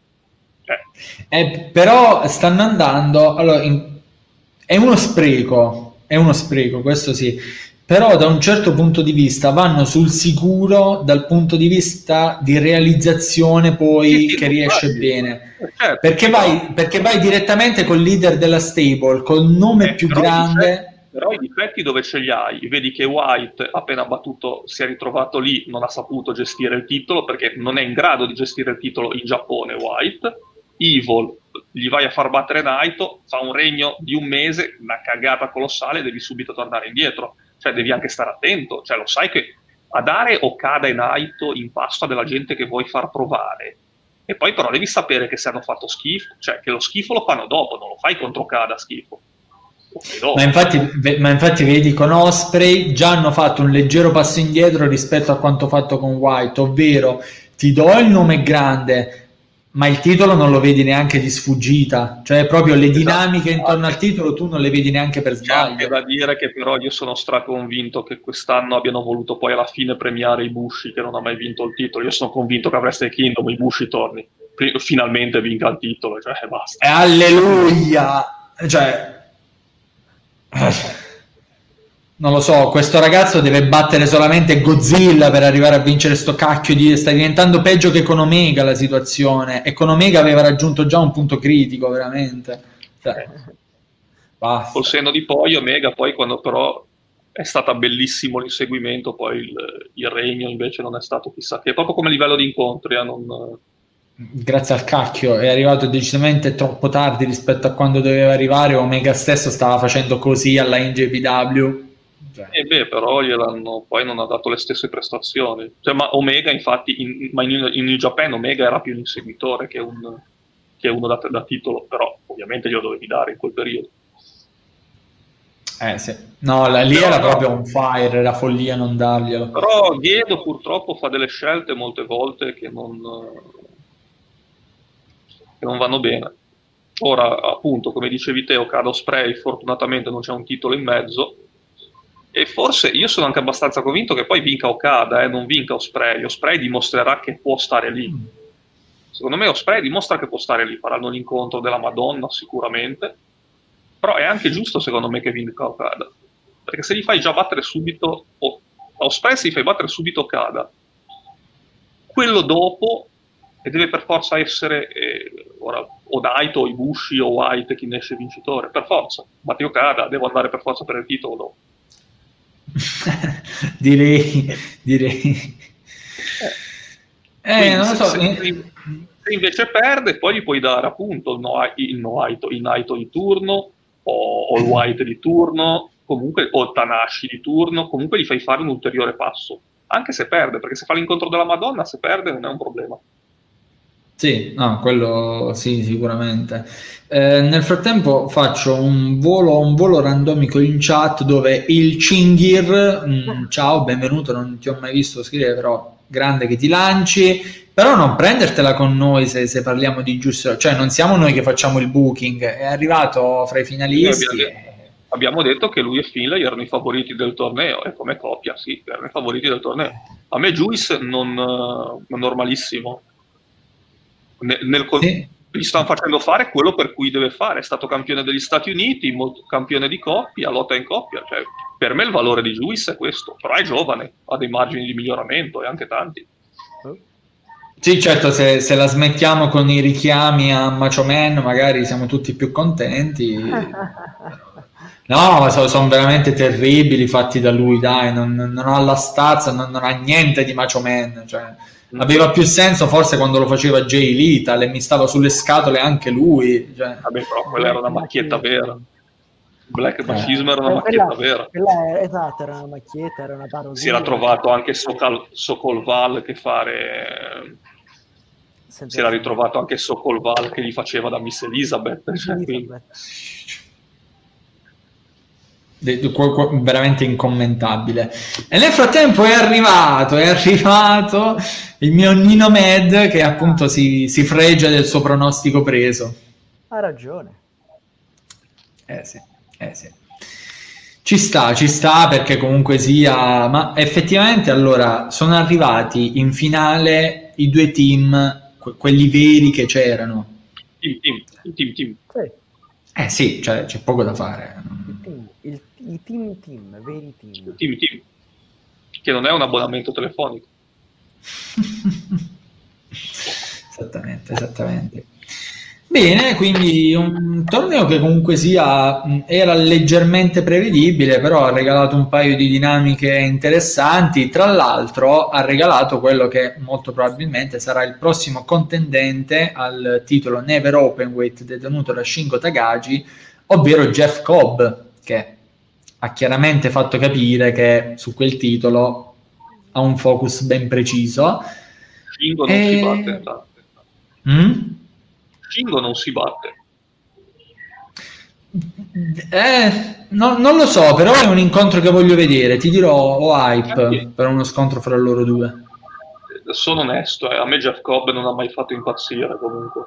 Però stanno andando... Allora, è uno spreco, questo sì. Però da un certo punto di vista vanno sul sicuro dal punto di vista di realizzazione poi che riesce bene, certo, perché vai direttamente col leader della stable, col nome più grande. Però i difetti dove ce li hai? Vedi che White appena battuto si è ritrovato lì, non ha saputo gestire il titolo perché non è in grado di gestire il titolo in Giappone. White, Evil, gli vai a far battere Naito, fa un regno di un mese, una cagata colossale, devi subito tornare indietro. Cioè devi anche stare attento, cioè lo sai che a dare Okada e Naito in pasto a della gente che vuoi far provare, e poi però devi sapere che se hanno fatto schifo, cioè che lo schifo lo fanno dopo, non lo fai contro Okada schifo. Ma infatti vedi con Ospreay già hanno fatto un leggero passo indietro rispetto a quanto fatto con White, ovvero ti do il nome grande ma il titolo non lo vedi neanche di sfuggita, cioè proprio le dinamiche intorno al titolo tu non le vedi neanche per sbaglio. C'è da dire che però io sono straconvinto che quest'anno abbiano voluto poi alla fine premiare Ibushi che non ha mai vinto il titolo. Io sono convinto che a Wrestle Kingdom Ibushi torni, finalmente vinca il titolo, cioè basta. E alleluia! Cioè non lo so, questo ragazzo deve battere solamente Godzilla per arrivare a vincere sto cacchio di... Sta diventando peggio che con Omega la situazione, e con Omega aveva raggiunto già un punto critico veramente, cioè, basta. Col senno di poi Omega poi quando però è stato bellissimo l'inseguimento, poi il regno invece non è stato chissà che, proprio come livello di incontri grazie al cacchio è arrivato decisamente troppo tardi rispetto a quando doveva arrivare. Omega stesso stava facendo così alla NJPW. Però poi non ha dato le stesse prestazioni. Cioè, ma Omega, infatti, in New Japan Omega era più un inseguitore che uno da titolo, però ovviamente glielo dovevi dare in quel periodo. Sì. No, lì era proprio un fire, era follia non darglielo. Però Gedo purtroppo fa delle scelte molte volte che non vanno bene. Ora, appunto, come dicevi te, Okada Ospreay, fortunatamente non c'è un titolo in mezzo. E forse io sono anche abbastanza convinto che poi vinca Okada, non vinca Ospreay. Ospreay dimostrerà che può stare lì. Secondo me Ospreay dimostra che può stare lì, faranno l'incontro della Madonna sicuramente, però è anche giusto secondo me che vinca Okada, perché se gli fai già battere subito Ospreay, se gli fai battere subito Okada, quello dopo, e deve per forza essere ora o Naito, o Ibushi o White chi ne esce vincitore, per forza, batti Okada, devo andare per forza per il titolo dopo. direi non lo so, se invece perde poi gli puoi dare appunto il Naito di turno o il White di turno, comunque, o il Tanahashi di turno, comunque gli fai fare un ulteriore passo anche se perde, perché se fa l'incontro della Madonna, se perde non è un problema. Sì, no, quello sì, sicuramente. Nel frattempo faccio un volo randomico in chat dove il Cingir, ciao, benvenuto, non ti ho mai visto scrivere, però grande che ti lanci, però non prendertela con noi se parliamo di giusto, cioè non siamo noi che facciamo il booking, è arrivato fra i finalisti. Abbiamo detto che lui e Finlay erano i favoriti del torneo, e come coppia, sì, erano i favoriti del torneo. A me Juice non normalissimo. Sì. Gli stanno facendo fare quello per cui deve fare. È stato campione degli Stati Uniti, campione di coppia, lotta in coppia. Cioè, per me il valore di Juice è questo, però è giovane, ha dei margini di miglioramento e anche tanti. Sì, certo, se la smettiamo con i richiami a Macho Man magari siamo tutti più contenti. No, ma sono veramente terribili fatti da lui, dai, non ha la stazza, non ha niente di Macho Man, cioè, aveva più senso forse quando lo faceva Jay Lethal e mi stava sulle scatole anche lui. Cioè. Vabbè, però quella era una macchietta vera. Black Machismo era una macchietta vera. Esatto, era una macchietta, era una parodia. Si era trovato anche Sokol Val che fare... Si era ritrovato anche Sokol Val che gli faceva da Miss Elizabeth. Veramente incommentabile. E nel frattempo è arrivato il mio Nino Med che appunto si fregia del suo pronostico preso. Ha ragione. Sì. Ci sta perché comunque sia, ma effettivamente allora sono arrivati in finale i due team, quelli veri che c'erano. Il team. Sì. Sì, cioè c'è poco da fare. I team, veri team. Team, che non è un abbonamento telefonico. Esattamente. Bene, quindi un torneo che comunque sia era leggermente prevedibile, però ha regalato un paio di dinamiche interessanti. Tra l'altro ha regalato quello che molto probabilmente sarà il prossimo contendente al titolo Never Openweight detenuto da Shingo Takagi, ovvero Jeff Cobb, che ha chiaramente fatto capire che su quel titolo ha un focus ben preciso. Shingo non si batte. Shingo non si batte. Non lo so, però è un incontro che voglio vedere. Ti dirò, ho hype per uno scontro fra loro due. Sono onesto, a me Jeff Cobb non ha mai fatto impazzire comunque.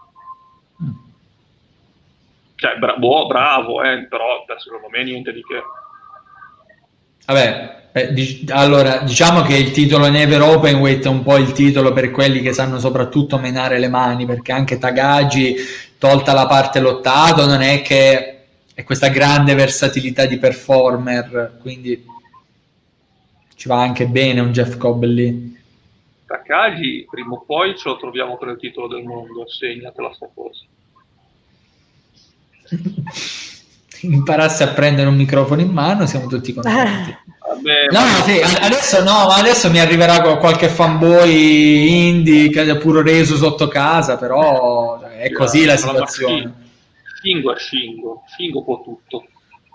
Cioè, bravo, però secondo me niente di che. Vabbè, allora diciamo che il titolo Never Openweight è un po' il titolo per quelli che sanno soprattutto menare le mani, perché anche Takagi, tolta la parte lottato, non è che è questa grande versatilità di performer, quindi ci va anche bene un Jeff Cobb lì. Takagi prima o poi ce lo troviamo per il titolo del mondo, segnatela sta cosa. Imparasse a prendere un microfono in mano, siamo tutti contenti. Vabbè, adesso mi arriverà qualche fanboy indie che è puro reso sotto casa, però è così la situazione. Shingo può tutto.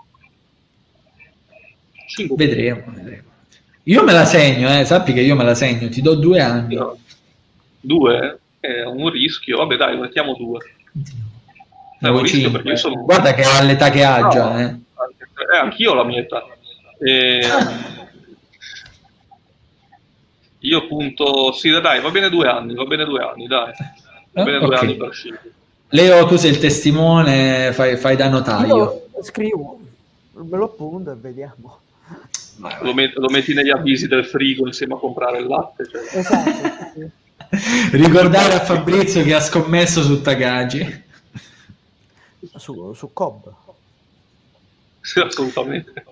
Vedremo. Io me la segno, sappi che io me la segno, ti do 2 anni. 2? È un rischio, vabbè dai, mettiamo 2. È un rischio perché io sono... Guarda che ha l'età che ha già. Anch'io ho la mia età. Io punto... Sì, dai, va bene 2 anni, dai. Va bene 2 anni per Shingo. Leo, tu sei il testimone, fai da notaio. Io scrivo, me lo appunto e vediamo. Lo metti negli avvisi del frigo insieme a comprare il latte. Cioè. Esatto. Ricordare a Fabrizio che ha scommesso su Takagi. Su Cobb. Sì, assolutamente.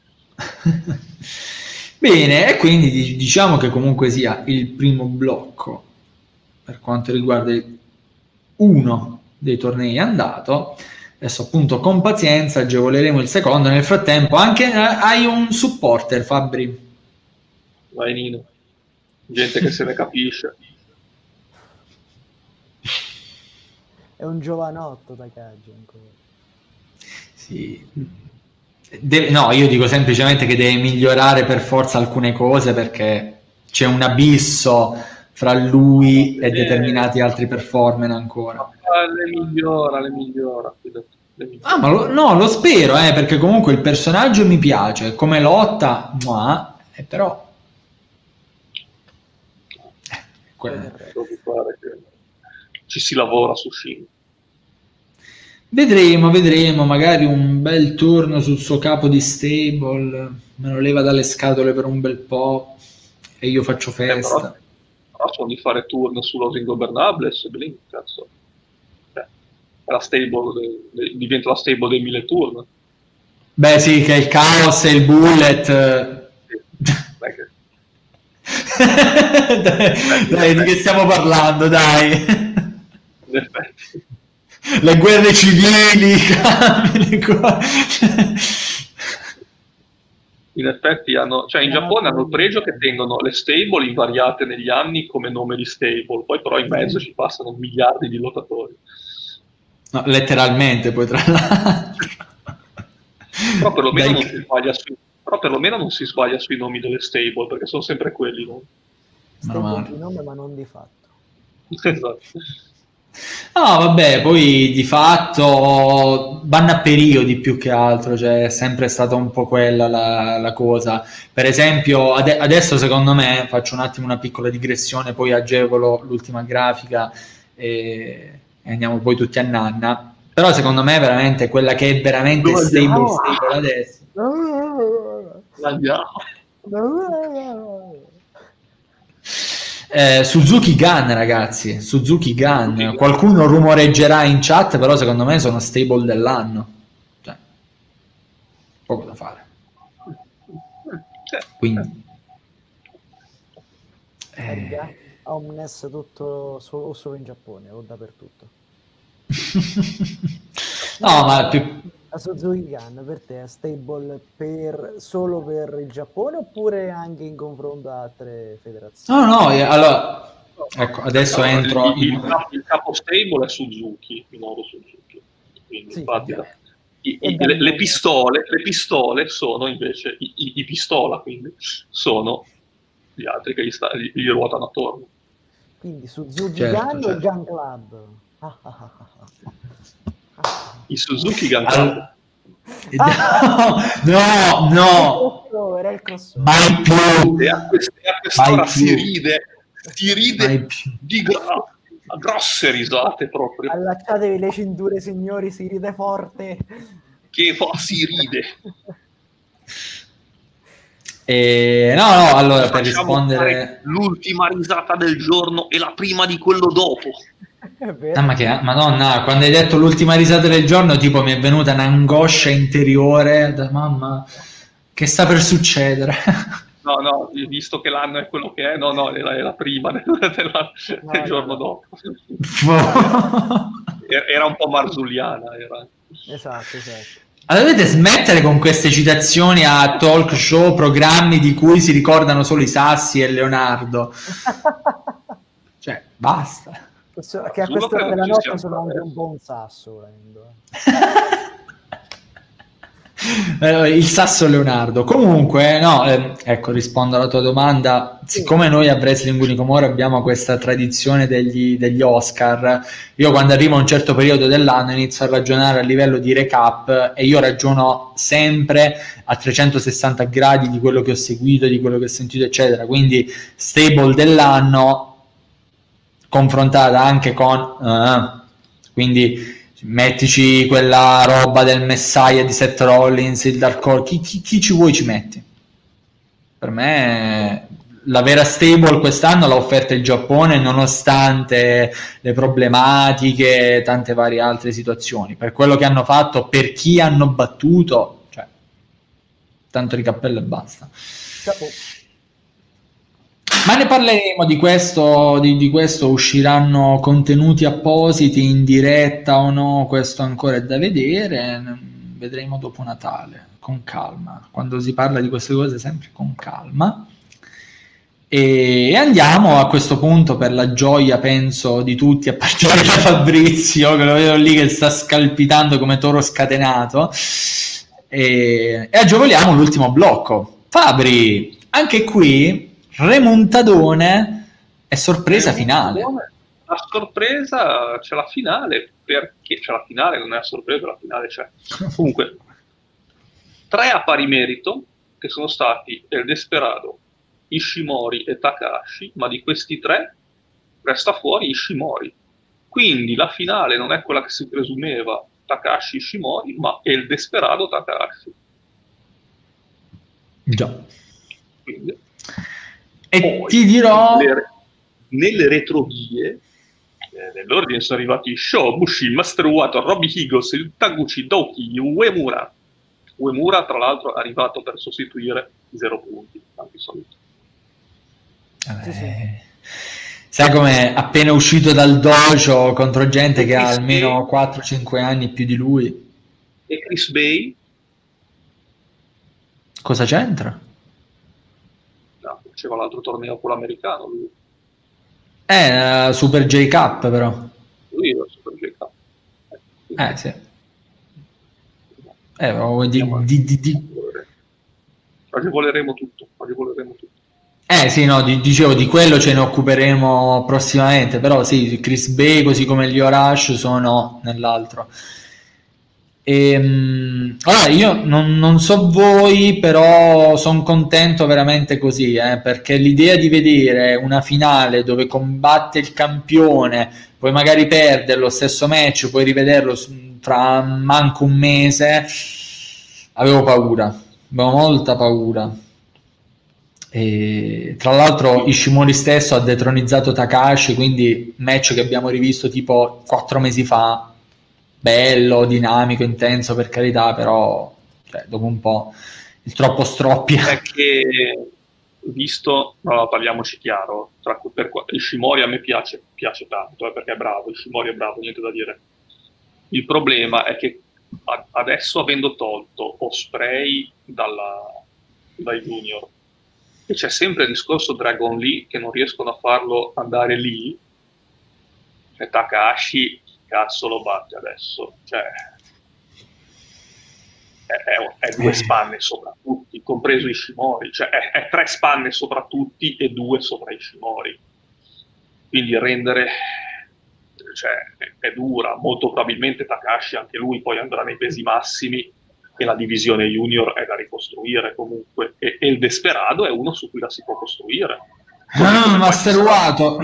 Bene, e quindi diciamo che comunque sia il primo blocco per quanto riguarda uno dei tornei andato. Adesso appunto con pazienza agevoleremo il secondo. Nel frattempo anche hai un supporter, Fabri. Vai Nino, gente che se ne capisce. È un giovanotto Takagi ancora. Sì. No, io dico semplicemente che deve migliorare per forza alcune cose, perché c'è un abisso fra lui e determinati altri performer ancora. Le migliora. Ah, ma lo spero, perché comunque il personaggio mi piace, come lotta, però... Devo fare che ci si lavora su Shin. Vedremo, magari un bel turno sul suo capo di stable, me lo leva dalle scatole per un bel po' e io faccio festa. Però sono di fare turno su Los Ingobernables, Blink, cazzo. La stable diventa la stable dei 1000 turni. Beh sì, che il Chaos e il Bullet. Dai, di che stiamo parlando, dai? In effetti. Le guerre civili, in effetti in Giappone hanno il pregio che tengono le stable invariate negli anni come nome di stable, poi però in mezzo ci passano miliardi di lottatori. No, letteralmente, poi tra l'altro. Però perlomeno non si sbaglia sui nomi delle stable, perché sono sempre quelli, no? Stable di nome ma non di fatto. Esatto. No, vabbè, poi di fatto vanno a periodi più che altro, cioè è sempre stata un po' quella la cosa. Per esempio, adesso secondo me, faccio un attimo una piccola digressione, poi agevolo l'ultima grafica e andiamo poi tutti a nanna, però secondo me veramente quella che è veramente stable adesso. Suzuki Gun, ragazzi, Suzuki Gun. Qualcuno rumoreggerà in chat, però secondo me sono stable dell'anno, cioè, poco da fare. Quindi Omnes tutto solo in Giappone o dappertutto? No, ma più... La Suzuki Gun per te è stable solo per il Giappone oppure anche in confronto a altre federazioni? No, allora, ecco, adesso entro... Il capo stable è Suzuki, Minoru Suzuki. Quindi, sì, infatti, le pistole sono invece i pistola, quindi sono gli altri che gli ruotano attorno. Quindi Suzuki Gun o Gun Club? I Suzuki Gun Club. No, era il crossover. Mai più. E a quest'ora si ride di grosse risate proprio. Allacciatevi le cinture, signori, si ride forte. Che si ride. Allora per rispondere, l'ultima risata del giorno e la prima di quello dopo. Ma che madonna, quando hai detto l'ultima risata del giorno, tipo mi è venuta un'angoscia interiore mamma, che sta per succedere? No, visto che l'anno è quello che è, è la prima del giorno dopo. Era un po' marzulliana, era. Esatto. Allora dovete smettere con queste citazioni a talk show, programmi di cui si ricordano solo i Sassi e Leonardo. Cioè, basta. Che a quest'ora della notte sono anche un po' un sasso. Il sasso Leonardo. Comunque, ecco, rispondo alla tua domanda. Siccome noi a Wrestling Unico More abbiamo questa tradizione degli Oscar, io quando arrivo a un certo periodo dell'anno inizio a ragionare a livello di recap e io ragiono sempre a 360 gradi di quello che ho seguito, di quello che ho sentito, eccetera. Quindi stable dell'anno confrontata anche con quindi mettici quella roba del Messiah di Seth Rollins, il Dark Horse, chi ci vuoi ci metti. Per me la vera stable quest'anno l'ha offerta il Giappone, nonostante le problematiche, tante varie altre situazioni. Per quello che hanno fatto, per chi hanno battuto, cioè, tanto di cappello e basta. Chapeau. Ma ne parleremo di questo, usciranno contenuti appositi in diretta o no, questo ancora è da vedere, vedremo dopo Natale, con calma, quando si parla di queste cose sempre con calma. E andiamo a questo punto, per la gioia penso di tutti, a partire da Fabrizio, che lo vedo lì che sta scalpitando come toro scatenato, e agevoliamo l'ultimo blocco. Fabri, anche qui remontadone È sorpresa finale. La sorpresa c'è la finale, perché c'è la finale, non è la sorpresa, la finale c'è. Comunque, 3 a pari merito, che sono stati El Desperado, Ishimori e Takahashi, ma di questi 3 resta fuori Ishimori. Quindi la finale non è quella che si presumeva, Takahashi Ishimori, ma El Desperado Takahashi. Già. Quindi, e poi, ti dirò... Nelle retrovie, nell'ordine sono arrivati Sho, Bushi, Master Wato, Robbie Higos, Taguchi, Doki, Uemura. Uemura, tra l'altro, è arrivato per sostituire 0 punti. Tanti saluti. Sai com'è? Appena uscito dal dojo contro gente che ha almeno 4-5 anni più di lui. E Chris Bay? Cosa c'entra? No, faceva l'altro torneo quello americano lui. Super J Cup però. Lui era Super J Cup. Sì. Agevoleremo tutto. Sì, no, dicevo, di quello ce ne occuperemo prossimamente, però sì, Chris Bay così come gli Orash sono nell'altro. Allora, io non so voi, però sono contento veramente così, perché l'idea di vedere una finale dove combatte il campione, poi magari perde lo stesso match, puoi rivederlo tra manco un mese, avevo molta paura. E tra l'altro Ishimori stesso ha detronizzato Takahashi, quindi match che abbiamo rivisto tipo 4 mesi fa, bello, dinamico, intenso per carità, però dopo un po' il troppo stroppia. È che visto, no, parliamoci chiaro, Ishimori a me piace tanto, perché è bravo, Ishimori è bravo, niente da dire. Il problema è che adesso, avendo tolto Ospreay dai junior, e c'è sempre il discorso Dragon Lee che non riescono a farlo andare lì, e Takahashi cazzo lo batte adesso, cioè è 2 spanne sopra tutti, compreso Ishimori, cioè è 3 spanne sopra tutti e 2 sopra Ishimori, quindi rendere, cioè, è dura. Molto probabilmente Takahashi anche lui poi andrà nei pesi massimi e la divisione junior è da ricostruire comunque, e il Desperado è uno su cui la si può costruire. Master Wato,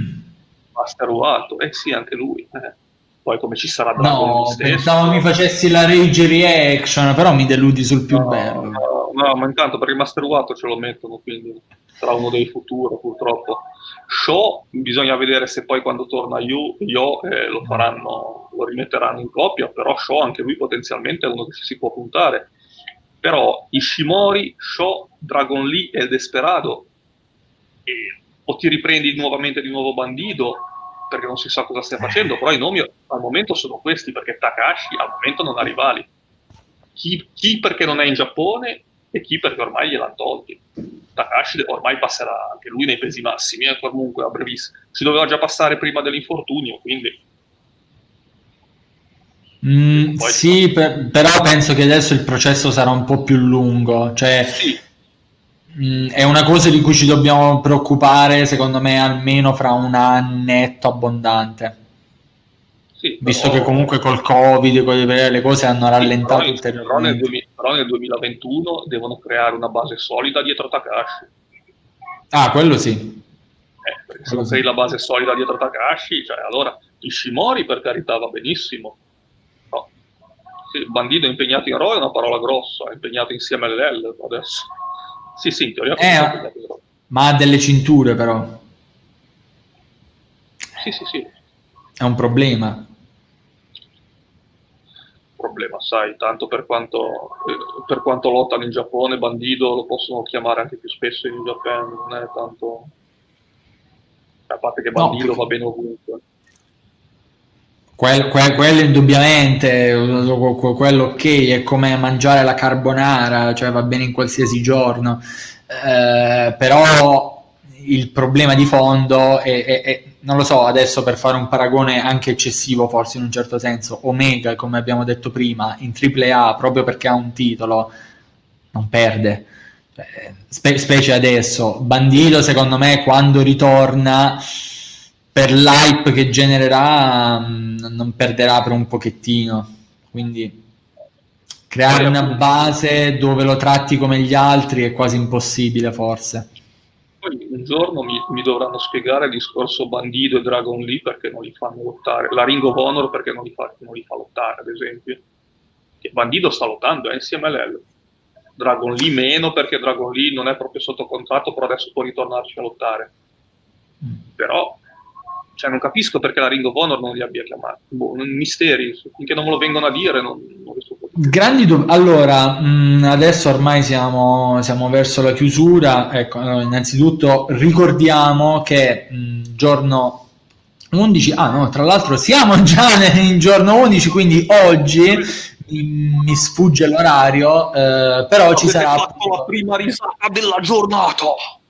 sì, anche lui, poi come ci sarà Dragon Lee stesso. Pensavo mi facessi la rage reaction, però mi deludi sul più bello. No, ma intanto per il Master Wato ce lo mettono, quindi sarà uno dei futuri purtroppo. Sho bisogna vedere se poi quando torna Yo lo faranno, lo rimetteranno in coppia, però Sho anche lui potenzialmente è uno che ci si può puntare. Però Ishimori, Sho, Dragon Lee e il Desperado, o ti riprendi nuovamente di nuovo Bandido, perché non si sa cosa stia facendo, però i nomi al momento sono questi, perché Takahashi al momento non ha rivali. Chi perché non è in Giappone e chi perché ormai gliel'hanno tolti. Takahashi ormai passerà anche lui nei pesi massimi, comunque a brevissimo. Ci doveva già passare prima dell'infortunio, quindi... sì, però penso che adesso il processo sarà un po' più lungo, cioè... Sì. È una cosa di cui ci dobbiamo preoccupare, secondo me, almeno fra un annetto abbondante. Sì, visto che comunque col Covid le cose hanno rallentato ulteriormente. Però nel 2021 devono creare una base solida dietro Takahashi. Quello sì. Perché se non crei la base solida dietro Takahashi, cioè allora Ishimori per carità va benissimo. No. Sì, Bandido impegnato in Raw è una parola grossa, è impegnato insieme all'L adesso. Sì, in teoria ma ha delle cinture però. Sì. È un problema. Sai, tanto per quanto lottano in Giappone, Bandido lo possono chiamare anche più spesso in Giappone, non è tanto... A parte che Bandido va bene ovunque. Quello indubbiamente, quello ok, è come mangiare la carbonara, cioè va bene in qualsiasi giorno, però il problema di fondo è, non lo so, adesso per fare un paragone anche eccessivo forse in un certo senso, Omega, come abbiamo detto prima, in AAA proprio perché ha un titolo non perde, specie adesso. Bandido, secondo me, quando ritorna, per l'hype che genererà, non perderà per un pochettino. Quindi creare una base dove lo tratti come gli altri è quasi impossibile, forse. Poi un giorno mi dovranno spiegare il discorso Bandido e Dragon Lee perché non li fanno lottare, la Ring of Honor perché non li fa lottare, ad esempio. Che Bandido sta lottando insieme a lei. Dragon Lee meno perché Dragon Lee non è proprio sotto contratto, però adesso può ritornarci a lottare. Però non capisco perché la Ring of Honor non li abbia chiamati. Misteri, finché non me lo vengono a dire non riesco a grandi allora, adesso ormai siamo verso la chiusura. Ecco, innanzitutto ricordiamo che giorno 11, tra l'altro siamo già in giorno 11, quindi oggi mi sfugge l'orario, però ci sarà fatto la prima risata della giornata.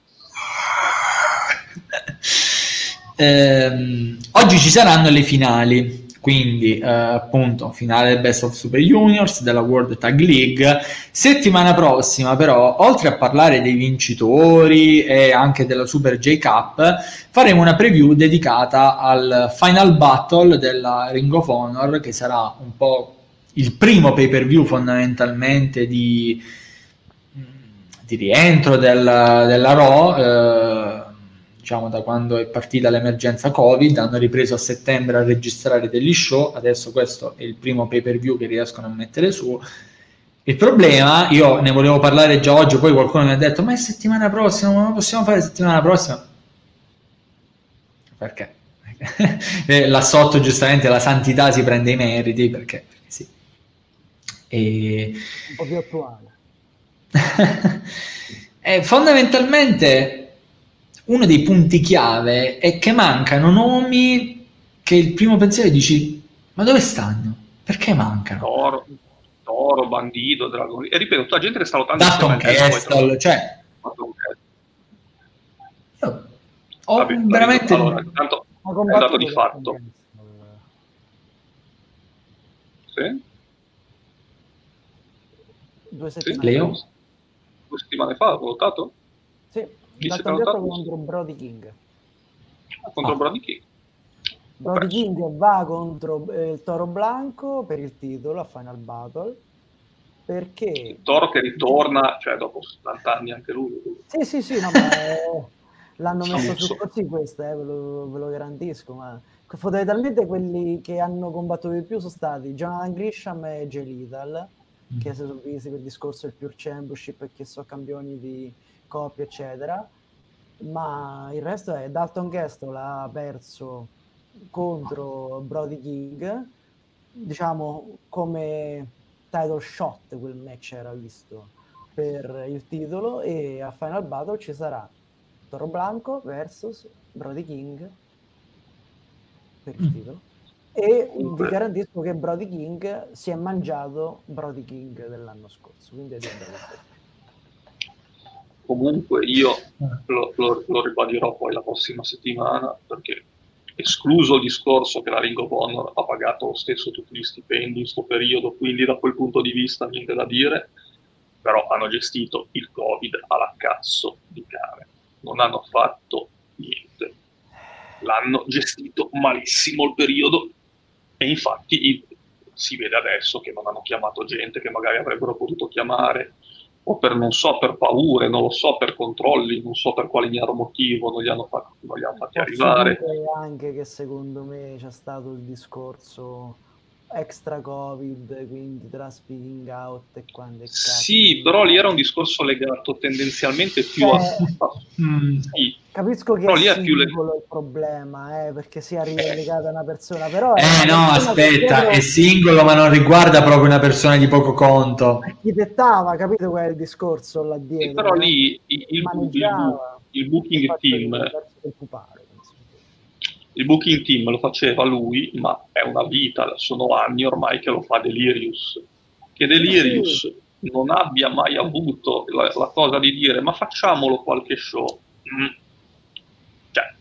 Oggi ci saranno le finali, quindi appunto finale del Best of Super Juniors, della World Tag League. Settimana prossima però, oltre a parlare dei vincitori e anche della Super J Cup, faremo una preview dedicata al Final Battle della Ring of Honor, che sarà un po' il primo pay per view fondamentalmente di rientro della Raw, diciamo da quando è partita l'emergenza Covid. Hanno ripreso a settembre a registrare degli show, adesso questo è il primo pay per view che riescono a mettere su. Il problema, io ne volevo parlare già oggi, poi qualcuno mi ha detto ma è settimana prossima, ma non possiamo fare settimana prossima? Perché? Là sotto giustamente la santità si prende i meriti, perché sì. Un po' più attuale. Fondamentalmente uno dei punti chiave è che mancano nomi che il primo pensiero dici ma dove stanno? Perché mancano? Toro, Bandido, Dragon Lee. E ripeto, la gente che sta lottando Dalton Castle, cioè veramente allora, intanto è un dato di fatto. Sì? 2 settimane fa. 2 settimane fa ho lottato? Sì, lottato contro Brody King. Contro Brody King. Brody King va contro il Toro Blanco per il titolo a Final Battle, perché il Toro che ritorna, cioè dopo 70 anni anche lui. Sì, no, ma l'hanno messo su così questo, ve lo garantisco, ma fondamentalmente quelli che hanno combattuto di più sono stati Jonathan Grisham e Jay Lethal, che si sono visti per il discorso del Pure Championship e che sono campioni di coppia eccetera, ma il resto è Dalton Castle ha perso contro Brody King, diciamo come title shot quel match era visto per il titolo, e a Final Battle ci sarà Toro Blanco versus Brody King per il titolo. E vi garantisco che Brody King si è mangiato Brody King dell'anno scorso, quindi è comunque io lo ribadirò poi la prossima settimana, perché escluso il discorso che la Ring of Honor ha pagato lo stesso tutti gli stipendi in questo periodo, quindi da quel punto di vista niente da dire, però hanno gestito il Covid alla cazzo di cane, non hanno fatto niente, l'hanno gestito malissimo il periodo. E infatti si vede adesso che non hanno chiamato gente che magari avrebbero potuto chiamare, o per paure, non lo so, per controlli, non so per quale ignaro motivo non li hanno fatti arrivare. Anche che secondo me c'è stato il discorso extra Covid, quindi tra speaking out e quando sì, però lì era un discorso legato tendenzialmente più sì. Capisco che è singolo il problema, perché sia legata a una persona, però no, aspetta, è singolo ma non riguarda proprio una persona di poco conto. Architettava, capito qual è il discorso là dietro? Sì, però lì il booking team il booking team lo faceva lui, ma è una vita, sono anni ormai che lo fa Delirious. Che Delirious non abbia mai avuto la cosa di dire ma facciamolo qualche show. Cioè,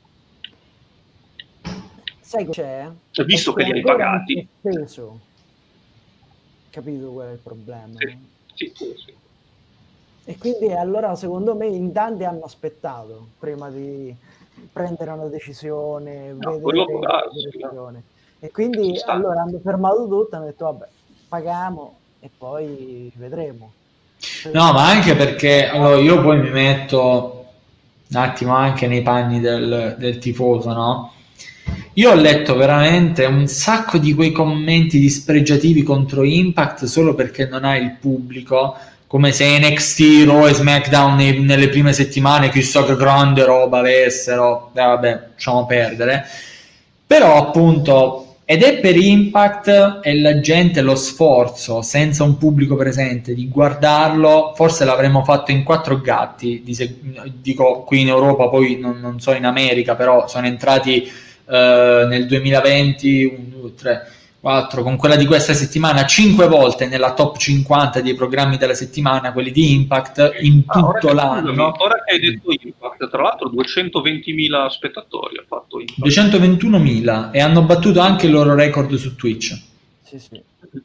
sai che c'è? Cioè, visto che li hai pagati. Capito qual è il problema? Sì. E quindi allora secondo me in tanti hanno aspettato prima di prendere una decisione, vedere la direzione. E quindi allora hanno fermato tutto, hanno detto vabbè, paghiamo e poi vedremo. No, ma anche perché allora, io poi mi metto un attimo anche nei panni del tifoso, no? Io ho letto veramente un sacco di quei commenti dispregiativi contro Impact solo perché non ha il pubblico, come se NXT, Raw e SmackDown nelle prime settimane chissà che grande roba avessero, vabbè, lasciamo perdere. Però appunto, ed è per Impact e la gente lo sforzo, senza un pubblico presente, di guardarlo, forse l'avremmo fatto in 4 gatti, dico qui in Europa, poi non so in America, però sono entrati nel 2020, 1, 2, 3, 4, con quella di questa settimana 5 volte nella top 50 dei programmi della settimana, quelli di Impact, in tutto l'anno. Ora che hai detto Impact, tra l'altro 220.000 spettatori ha fatto Impact. 221.000 e hanno battuto anche il loro record su Twitch. Sì.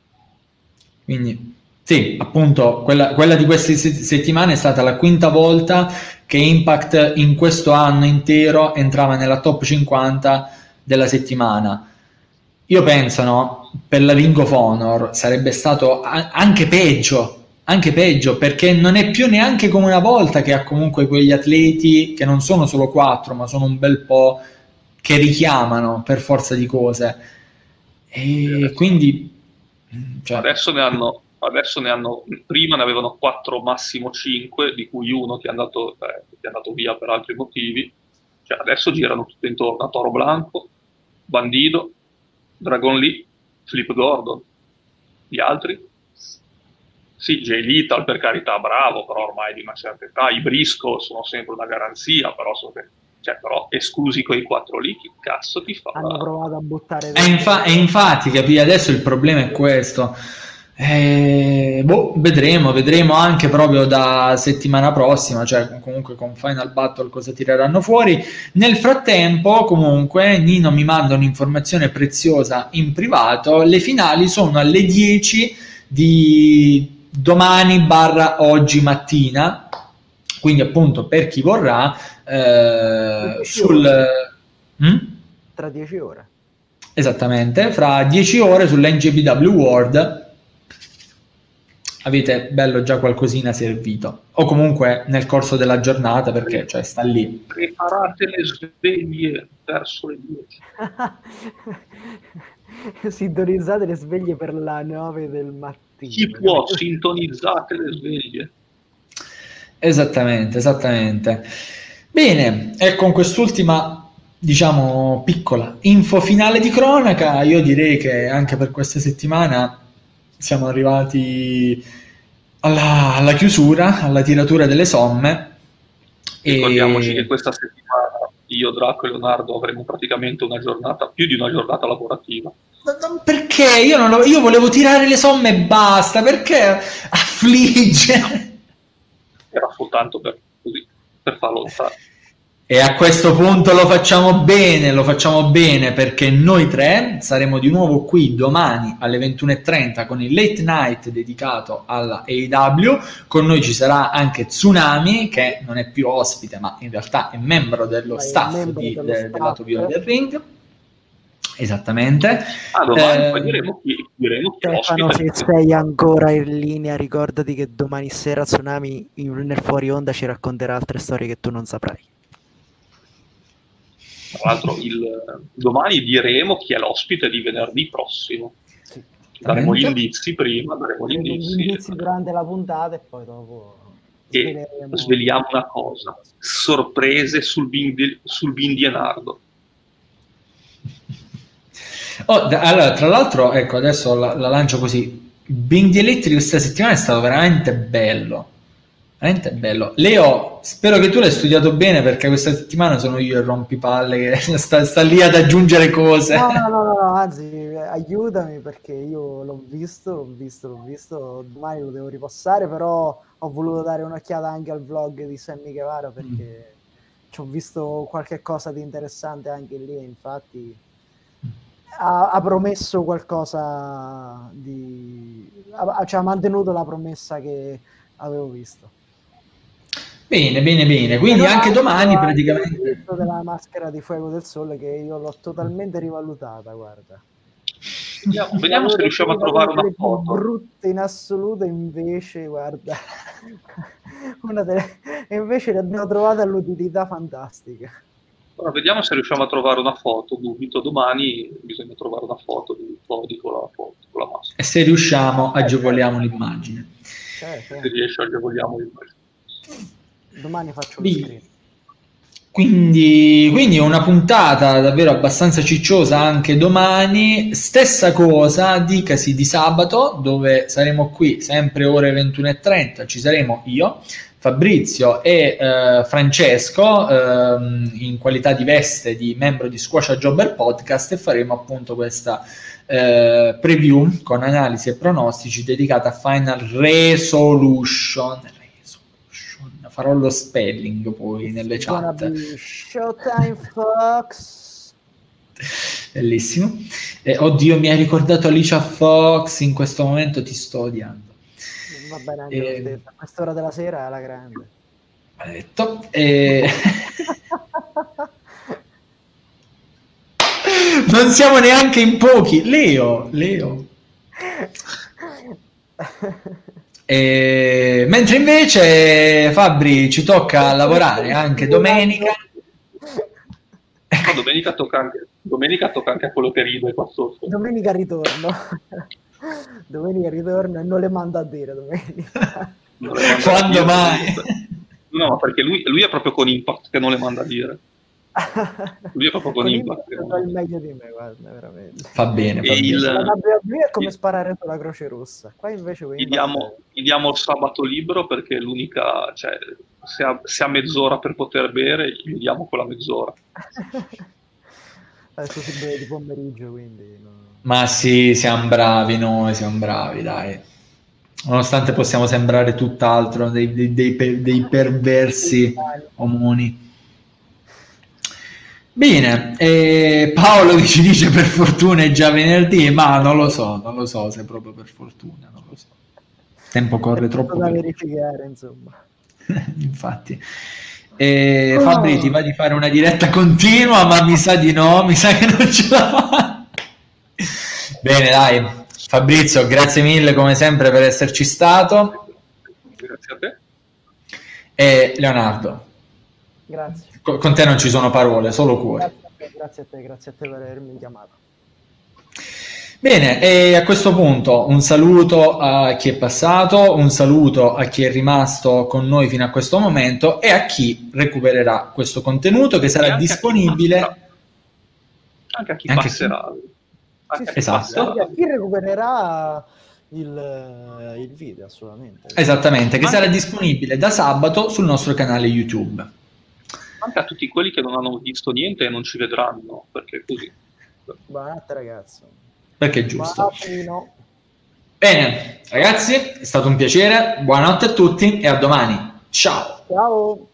Quindi sì, appunto, quella di queste settimane è stata la 5ª volta che Impact in questo anno intero entrava nella top 50 della settimana. Io penso, no, per la Ring of Honor sarebbe stato anche peggio, perché non è più neanche come una volta che ha comunque quegli atleti che non sono solo 4, ma sono un bel po' che richiamano per forza di cose. E quindi cioè, adesso ne hanno, prima ne avevano 4, massimo 5, di cui uno che è andato via per altri motivi. Cioè, adesso girano tutte intorno a Toro Blanco, Bandido, Dragon Lee, Flip Gordon. Gli altri? Sì, Jay Lethal, per carità, bravo, però ormai di una certa età. I Briscoe sono sempre una garanzia, però però esclusi quei 4 lì, chi cazzo ti fa? Hanno provato a buttare infatti, capì, adesso il problema è questo. Vedremo anche proprio da settimana prossima, cioè comunque con Final Battle cosa tireranno fuori. Nel frattempo, comunque, Nino mi manda un'informazione preziosa in privato: le finali sono alle 10 di domani/oggi mattina, quindi appunto per chi vorrà tra 10 ore. Esattamente, fra 10 ore sull'NJPW World avete bello già qualcosina servito, o comunque nel corso della giornata, perché cioè sta lì. Preparate le sveglie verso le 10. Sintonizzate le sveglie per la 9 del mattino. Chi può, sintonizzate le sveglie. Esattamente. Bene, e con quest'ultima, diciamo, piccola info finale di cronaca, io direi che anche per questa settimana siamo arrivati alla chiusura, alla tiratura delle somme. Ricordiamoci che questa settimana io, Draco e Leonardo avremo praticamente più di una giornata lavorativa. Perché? Io volevo tirare le somme e basta, perché affliggere? Era soltanto per farlo notare. E a questo punto lo facciamo bene perché noi 3 saremo di nuovo qui domani alle 21:30 con il late night dedicato alla AEW. Con noi ci sarà anche Tsunami, che non è più ospite ma in realtà è membro dello staff del lato viola del ring. Esattamente. Domani poi diremo chi Stefano, se sei ancora in linea, ricordati che domani sera Tsunami nel fuori onda ci racconterà altre storie che tu non saprai. Tra l'altro domani diremo chi è l'ospite di venerdì prossimo. Sì. Daremo gli indizi prima, gli indizi durante la puntata e poi dopo sveliamo una cosa: sorprese sul Bindienardo. Allora, tra l'altro, ecco, adesso la lancio così. Bindi Electric questa settimana è stato veramente bello. Leo, spero che tu l'hai studiato bene, perché questa settimana sono io il rompipalle che sta lì ad aggiungere cose. No, anzi, aiutami, perché io l'ho visto, domani lo devo ripassare, però ho voluto dare un'occhiata anche al vlog di Sammy Guevara, perché ci ho visto qualche cosa di interessante anche lì, infatti ha promesso qualcosa ci ha mantenuto la promessa che avevo visto. Bene. Quindi anche domani praticamente... della maschera di Fuego del Sole che io l'ho totalmente rivalutata, guarda. Vediamo se riusciamo a trovare una foto. Brutte in assoluto, invece, guarda, invece ne abbiamo trovata l'utilità fantastica. Allora, vediamo se riusciamo a trovare una foto. Dubito, domani bisogna trovare una foto di Cody con la maschera. E se riusciamo, agevoliamo l'immagine. Se riesce, agevoliamo l'immagine. Domani faccio lo screen. Quindi una puntata davvero abbastanza cicciosa anche domani. Stessa cosa dicasi di sabato, dove saremo qui sempre ore 21:30. Ci saremo io, Fabrizio e Francesco in qualità di veste di membro di Squascia Jobber Podcast, e faremo appunto questa preview con analisi e pronostici dedicata a Final Resolution. Farò lo spelling poi nelle chat. Showtime Fox. Bellissimo. Oddio, mi hai ricordato Alicia Fox, in questo momento ti sto odiando. Va bene, anche a quest'ora della sera è alla grande. Maledetto. Non siamo neanche in pochi. Leo. Mentre invece Fabri ci tocca lavorare anche domenica. Domenica tocca anche a quello che ride qua sotto. Domenica ritorno e non le mando a dire domenica. Quando mai? No, perché lui è proprio con Impact che non le manda a dire. Lui è proprio con Impact. Fa il meglio di me, guarda, veramente. Fa bene. La WWE è come sparare sulla Croce Rossa. Qua invece gli diamo il sabato libero, perché l'unica, cioè, se ha mezz'ora per poter bere, gli diamo quella mezz'ora. Adesso si beve di pomeriggio, quindi no. Ma sì, siamo bravi, dai. Nonostante possiamo sembrare tutt'altro, dei perversi omoni. Bene, Paolo che ci dice per fortuna è già venerdì, ma non lo so se proprio per fortuna, non lo so. Il tempo corre troppo da verificare, insomma. Infatti. Fabri, ti va di fare una diretta continua, ma mi sa di no, mi sa che non ce la fa. Bene, dai. Fabrizio, grazie mille come sempre per esserci stato. Grazie a te. E Leonardo. Grazie. Con te non ci sono parole, solo cuore. Grazie a te per avermi chiamato. Bene, e a questo punto un saluto a chi è passato, un saluto a chi è rimasto con noi fino a questo momento e a chi recupererà questo contenuto che sarà disponibile. Anche a chi passerà. Esatto. A chi recupererà il video, assolutamente. Esattamente, che sarà disponibile da sabato sul nostro canale YouTube. Anche a tutti quelli che non hanno visto niente e non ci vedranno, perché è così. Buonanotte ragazzi. Perché è giusto. No. Bene, ragazzi, è stato un piacere. Buonanotte a tutti e a domani. Ciao. Ciao.